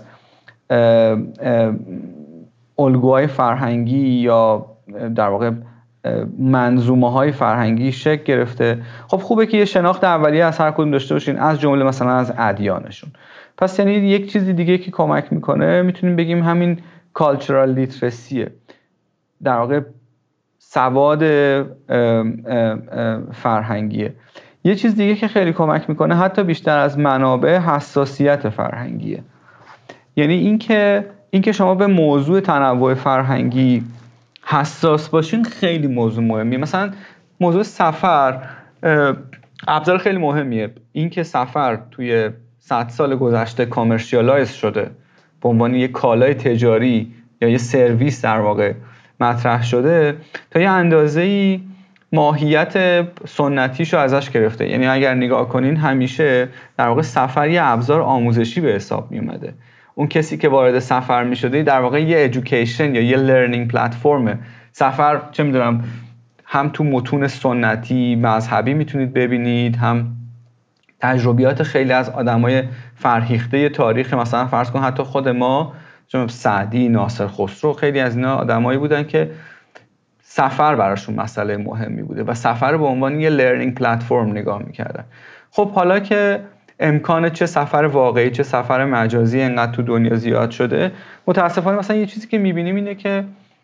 الگوهای فرهنگی یا در واقع منظومه‌های فرهنگی شکل گرفته. خب خوبه که یه شناخت اولیه از هر کدوم داشته باشین، از جمله مثلا از ادیانشون. پس یعنی یک چیز دیگه که کمک میکنه میتونیم بگیم همین کالچورال لیترسیه، در واقع سواد فرهنگیه. یه چیز دیگه که خیلی کمک میکنه حتی بیشتر از منابع، حساسیت فرهنگیه. یعنی اینکه شما به موضوع تنوع فرهنگی حساس باشین خیلی موضوع مهمیه. مثلا موضوع سفر ابزار خیلی مهمیه. اینکه سفر توی 100 سال گذشته کامرشیالایز شده، به عنوان یک کالای تجاری یا یه سرویس در واقع مطرح شده، تا یه اندازه‌ای ماهیت سنتیشو ازش گرفته. یعنی اگر نگاه کنین همیشه در واقع سفر یه ابزار آموزشی به حساب می اومده. اون کسی که وارد سفر می شده در واقع یه ادویکیشن یا یه لرنینگ پلتفرمه. سفر چه میدونم هم تو متون سنتی مذهبی میتونید ببینید، هم تجربیات خیلی از آدمای فرهیخته تاریخ، مثلا فرض کن حتی خود ما، چون سعدی، ناصر خسرو، خیلی از اینا آدمایی بودن که سفر براشون مسئله مهمی بوده و سفر به عنوان یه لرنینگ پلتفرم نگاه میکردن. خب حالا که امکان چه سفر واقعی چه سفر مجازی انقدر تو دنیا زیاد شده، متاسفانه مثلا یه چیزی که میبینیم اینه که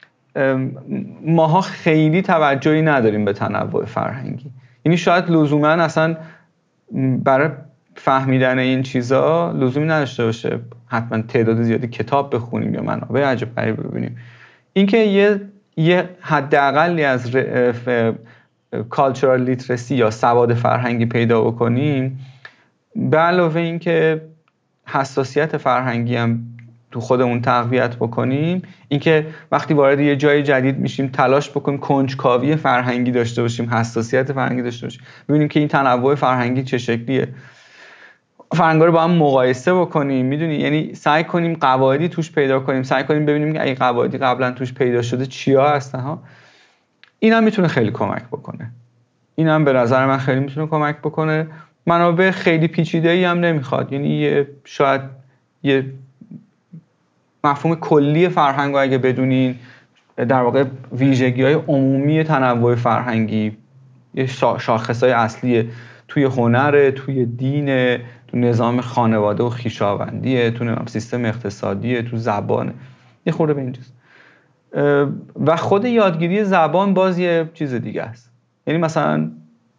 ماها خیلی توجهی نداریم به تنوع فرهنگی. یعنی شاید لزوما اصلا برای فهمیدن این چیزا لزومی نداشته باشه حتما تعداد زیادی کتاب بخونیم یا منابع عجب غریب ببینیم. اینکه یه حداقلی از کالچورال لیترسی یا سواد فرهنگی پیدا بکنیم، به علاوه اینکه حساسیت فرهنگی هم تو خودمون تقویت بکنیم، اینکه وقتی وارد یه جای جدید میشیم تلاش بکنیم کنجکاوی فرهنگی داشته باشیم، حساسیت فرهنگی داشته باشیم، ببینیم که این تنوع فرهنگی چه شکلیه، فرهنگا رو با هم مقایسه بکنیم، میدونی، یعنی سعی کنیم قواعدی توش پیدا کنیم، سعی کنیم ببینیم که اگه قواعدی قبلا توش پیدا شده چیا هستن ها. این هم میتونه خیلی کمک بکنه. این هم به نظر من خیلی میتونه کمک بکنه. منابع خیلی پیچیده‌ای هم نمیخواد، یعنی شاید یه مفهوم کلی فرهنگ رو اگه بدونین، در واقع ویژگی‌های عمومی تنوع فرهنگی، یه شاخص‌های اصلی توی هنر، توی دین، تو نظام خانواده و خویشاوندیه، تو نظام سیستم اقتصادیه، تو زبان، یه خورده به این چیز. و خود یادگیری زبان باز یه چیز دیگه است. یعنی مثلا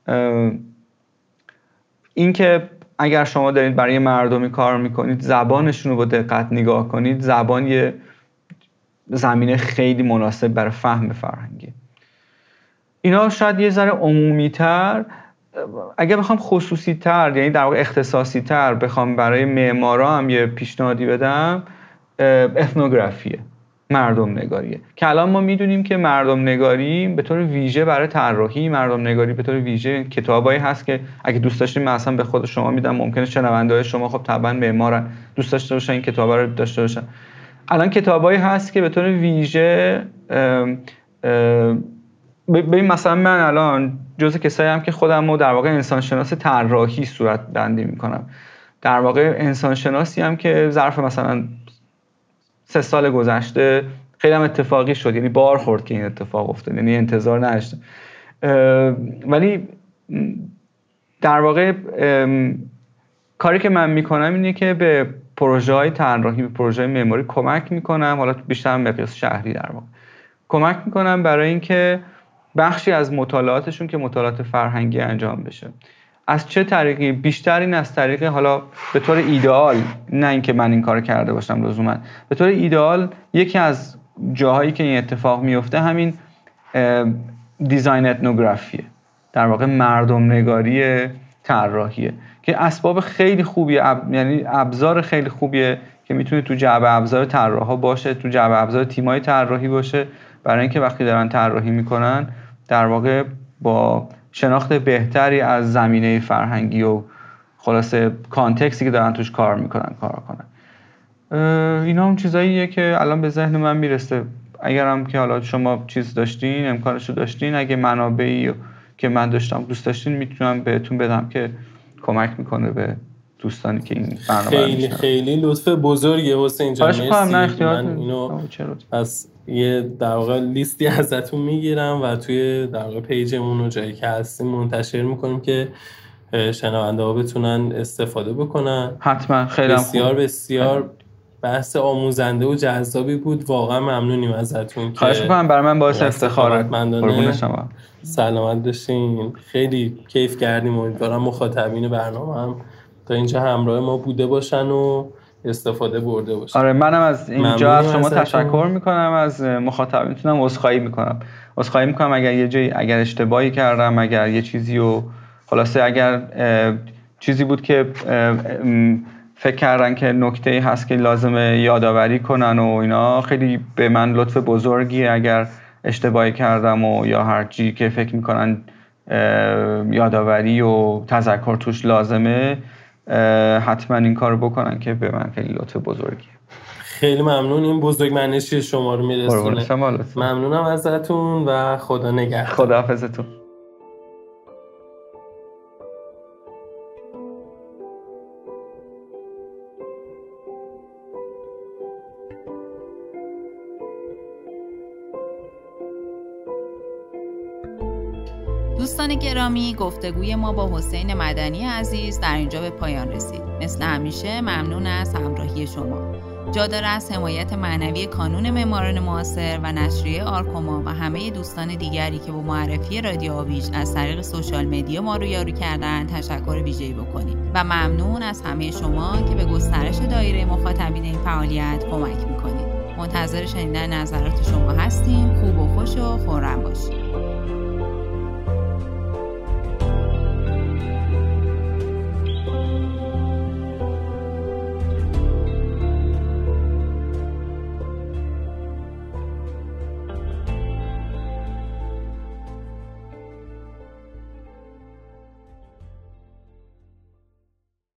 این که اگر شما دارید برای مردمی کار میکنید، زبانشون رو با دقت نگاه کنید، زبان یه زمینه خیلی مناسب برای فهم فرهنگی. اینا شاید یه ذره عمومی‌تر، اگه بخوام خصوصی‌تر، یعنی در واقع اختصاصی‌تر بخوام برای معمارا هم یه پیشنهادی بدم، ethnography، مردم نگاریه. که الان ما میدونیم که مردم نگاری به طور ویژه برای طراحی، مردم نگاری به طور ویژه کتابایی هست که اگه دوست داشتین من اصلا به خود شما میدم، ممکنه شنونده‌های شما خب طبعا معمارن، دوست داشته باشن این کتابا رو داشته باشن. الان کتابایی هست که به طور ویژه ببین مثلا من الان جزء کسایی هم که خودم رو در واقع انسانشناس طراحی صورت بندی میکنم. در واقع انسانشناسی هم که ظرف مثلا 3 سال گذشته خیلی هم اتفاقی شد، یعنی بار خورد که این اتفاق افتاد، یعنی انتظار نداشتم. ولی در واقع کاری که من میکنم اینه که به پروژه‌های طراحی، به پروژه‌های معماری کمک میکنم، حالا بیشتر مقیاس شهری در واقع کمک میکنم برای اینکه بخشی از مطالعاتشون که مطالعات فرهنگی انجام بشه. از چه طریقی؟ بیشتر این از طریق، حالا به طور ایدئال، نه اینکه من این کار کرده باشم لزوما، به طور ایدئال یکی از جاهایی که این اتفاق میفته همین دیزاین ethnography، در واقع مردم نگاری طراحیه، که اسباب خیلی خوبیه، یعنی ابزار خیلی خوبیه که میتونه تو جعبه ابزار طراحا باشه، تو جعبه ابزار تیمای طراحی باشه، برای اینکه وقتی دارن طراحی میکنن در واقع با شناخت بهتری از زمینه فرهنگی و خلاصه کانتکستی که دارن توش کار میکنن کار کنن. اینا هم چیزاییه که الان به ذهن من میرسه. اگر هم که حالا شما چیز داشتین، امکانشو داشتین، اگه منابعی که من داشتم دوست داشتین میتونم بهتون بدم که کمک میکنه به دوستانی که این برنامه خیلی خیلی لطف بزرگی حسین جان. مرسی. من اینو از یه در واقع لیستی ازتون میگیرم و توی در واقع پیجمون و جایی که هستیم منتشر میکنیم که شنونده ها بتونن استفاده بکنن. حتما. خیلی بسیار بسیار بحث آموزنده و جذابی بود. واقعا ممنونیم ازتون. خواهش می‌کنم. برای من باعث افتخاره. قربون شما. سلامت باشین. خیلی کیف کردیم. امیدوارم مخاطبین برنامه هم تا اینجا همراه ما بوده باشن و استفاده برده باشن. آره منم از اینجا از شما تشکر میکنم، از مخاطبینتونم عذرخواهی میکنم اگر یه جایی اگر اشتباهی کردم، اگر یه چیزی رو خلاصه اگر چیزی بود که فکر کردن که نکته‌ای هست که لازمه یادآوری کنن و اینا، خیلی به من لطف بزرگی اگر اشتباهی کردم و یا هر چی که فکر میکنن یادآوری و تذکر توش لازمه حتما این کارو بکنن که به من خیلی لطف بزرگیه. خیلی ممنون. این بزرگمنشی شما رو میرسونه. ممنونم ازتون و خدا نگهدار. خداحافظتون. دوستان گرامی، گفتگوی ما با حسین مدنی عزیز در اینجا به پایان رسید. مثل همیشه ممنون از همراهی شما. جا داره از حمایت معنوی کانون معماران معاصر و نشریه آرکوما و همه دوستان دیگری که با معرفی رادیو آویج از طریق سوشال مدیا ما رو یاری کردن تشکر ویژه‌ای بکنیم و ممنون از همه شما که به گسترش دایره مخاطبین این فعالیت کمک میکنید. منتظر شنیدن نظرات شما هستیم. خوب و خوش و خرم باشید.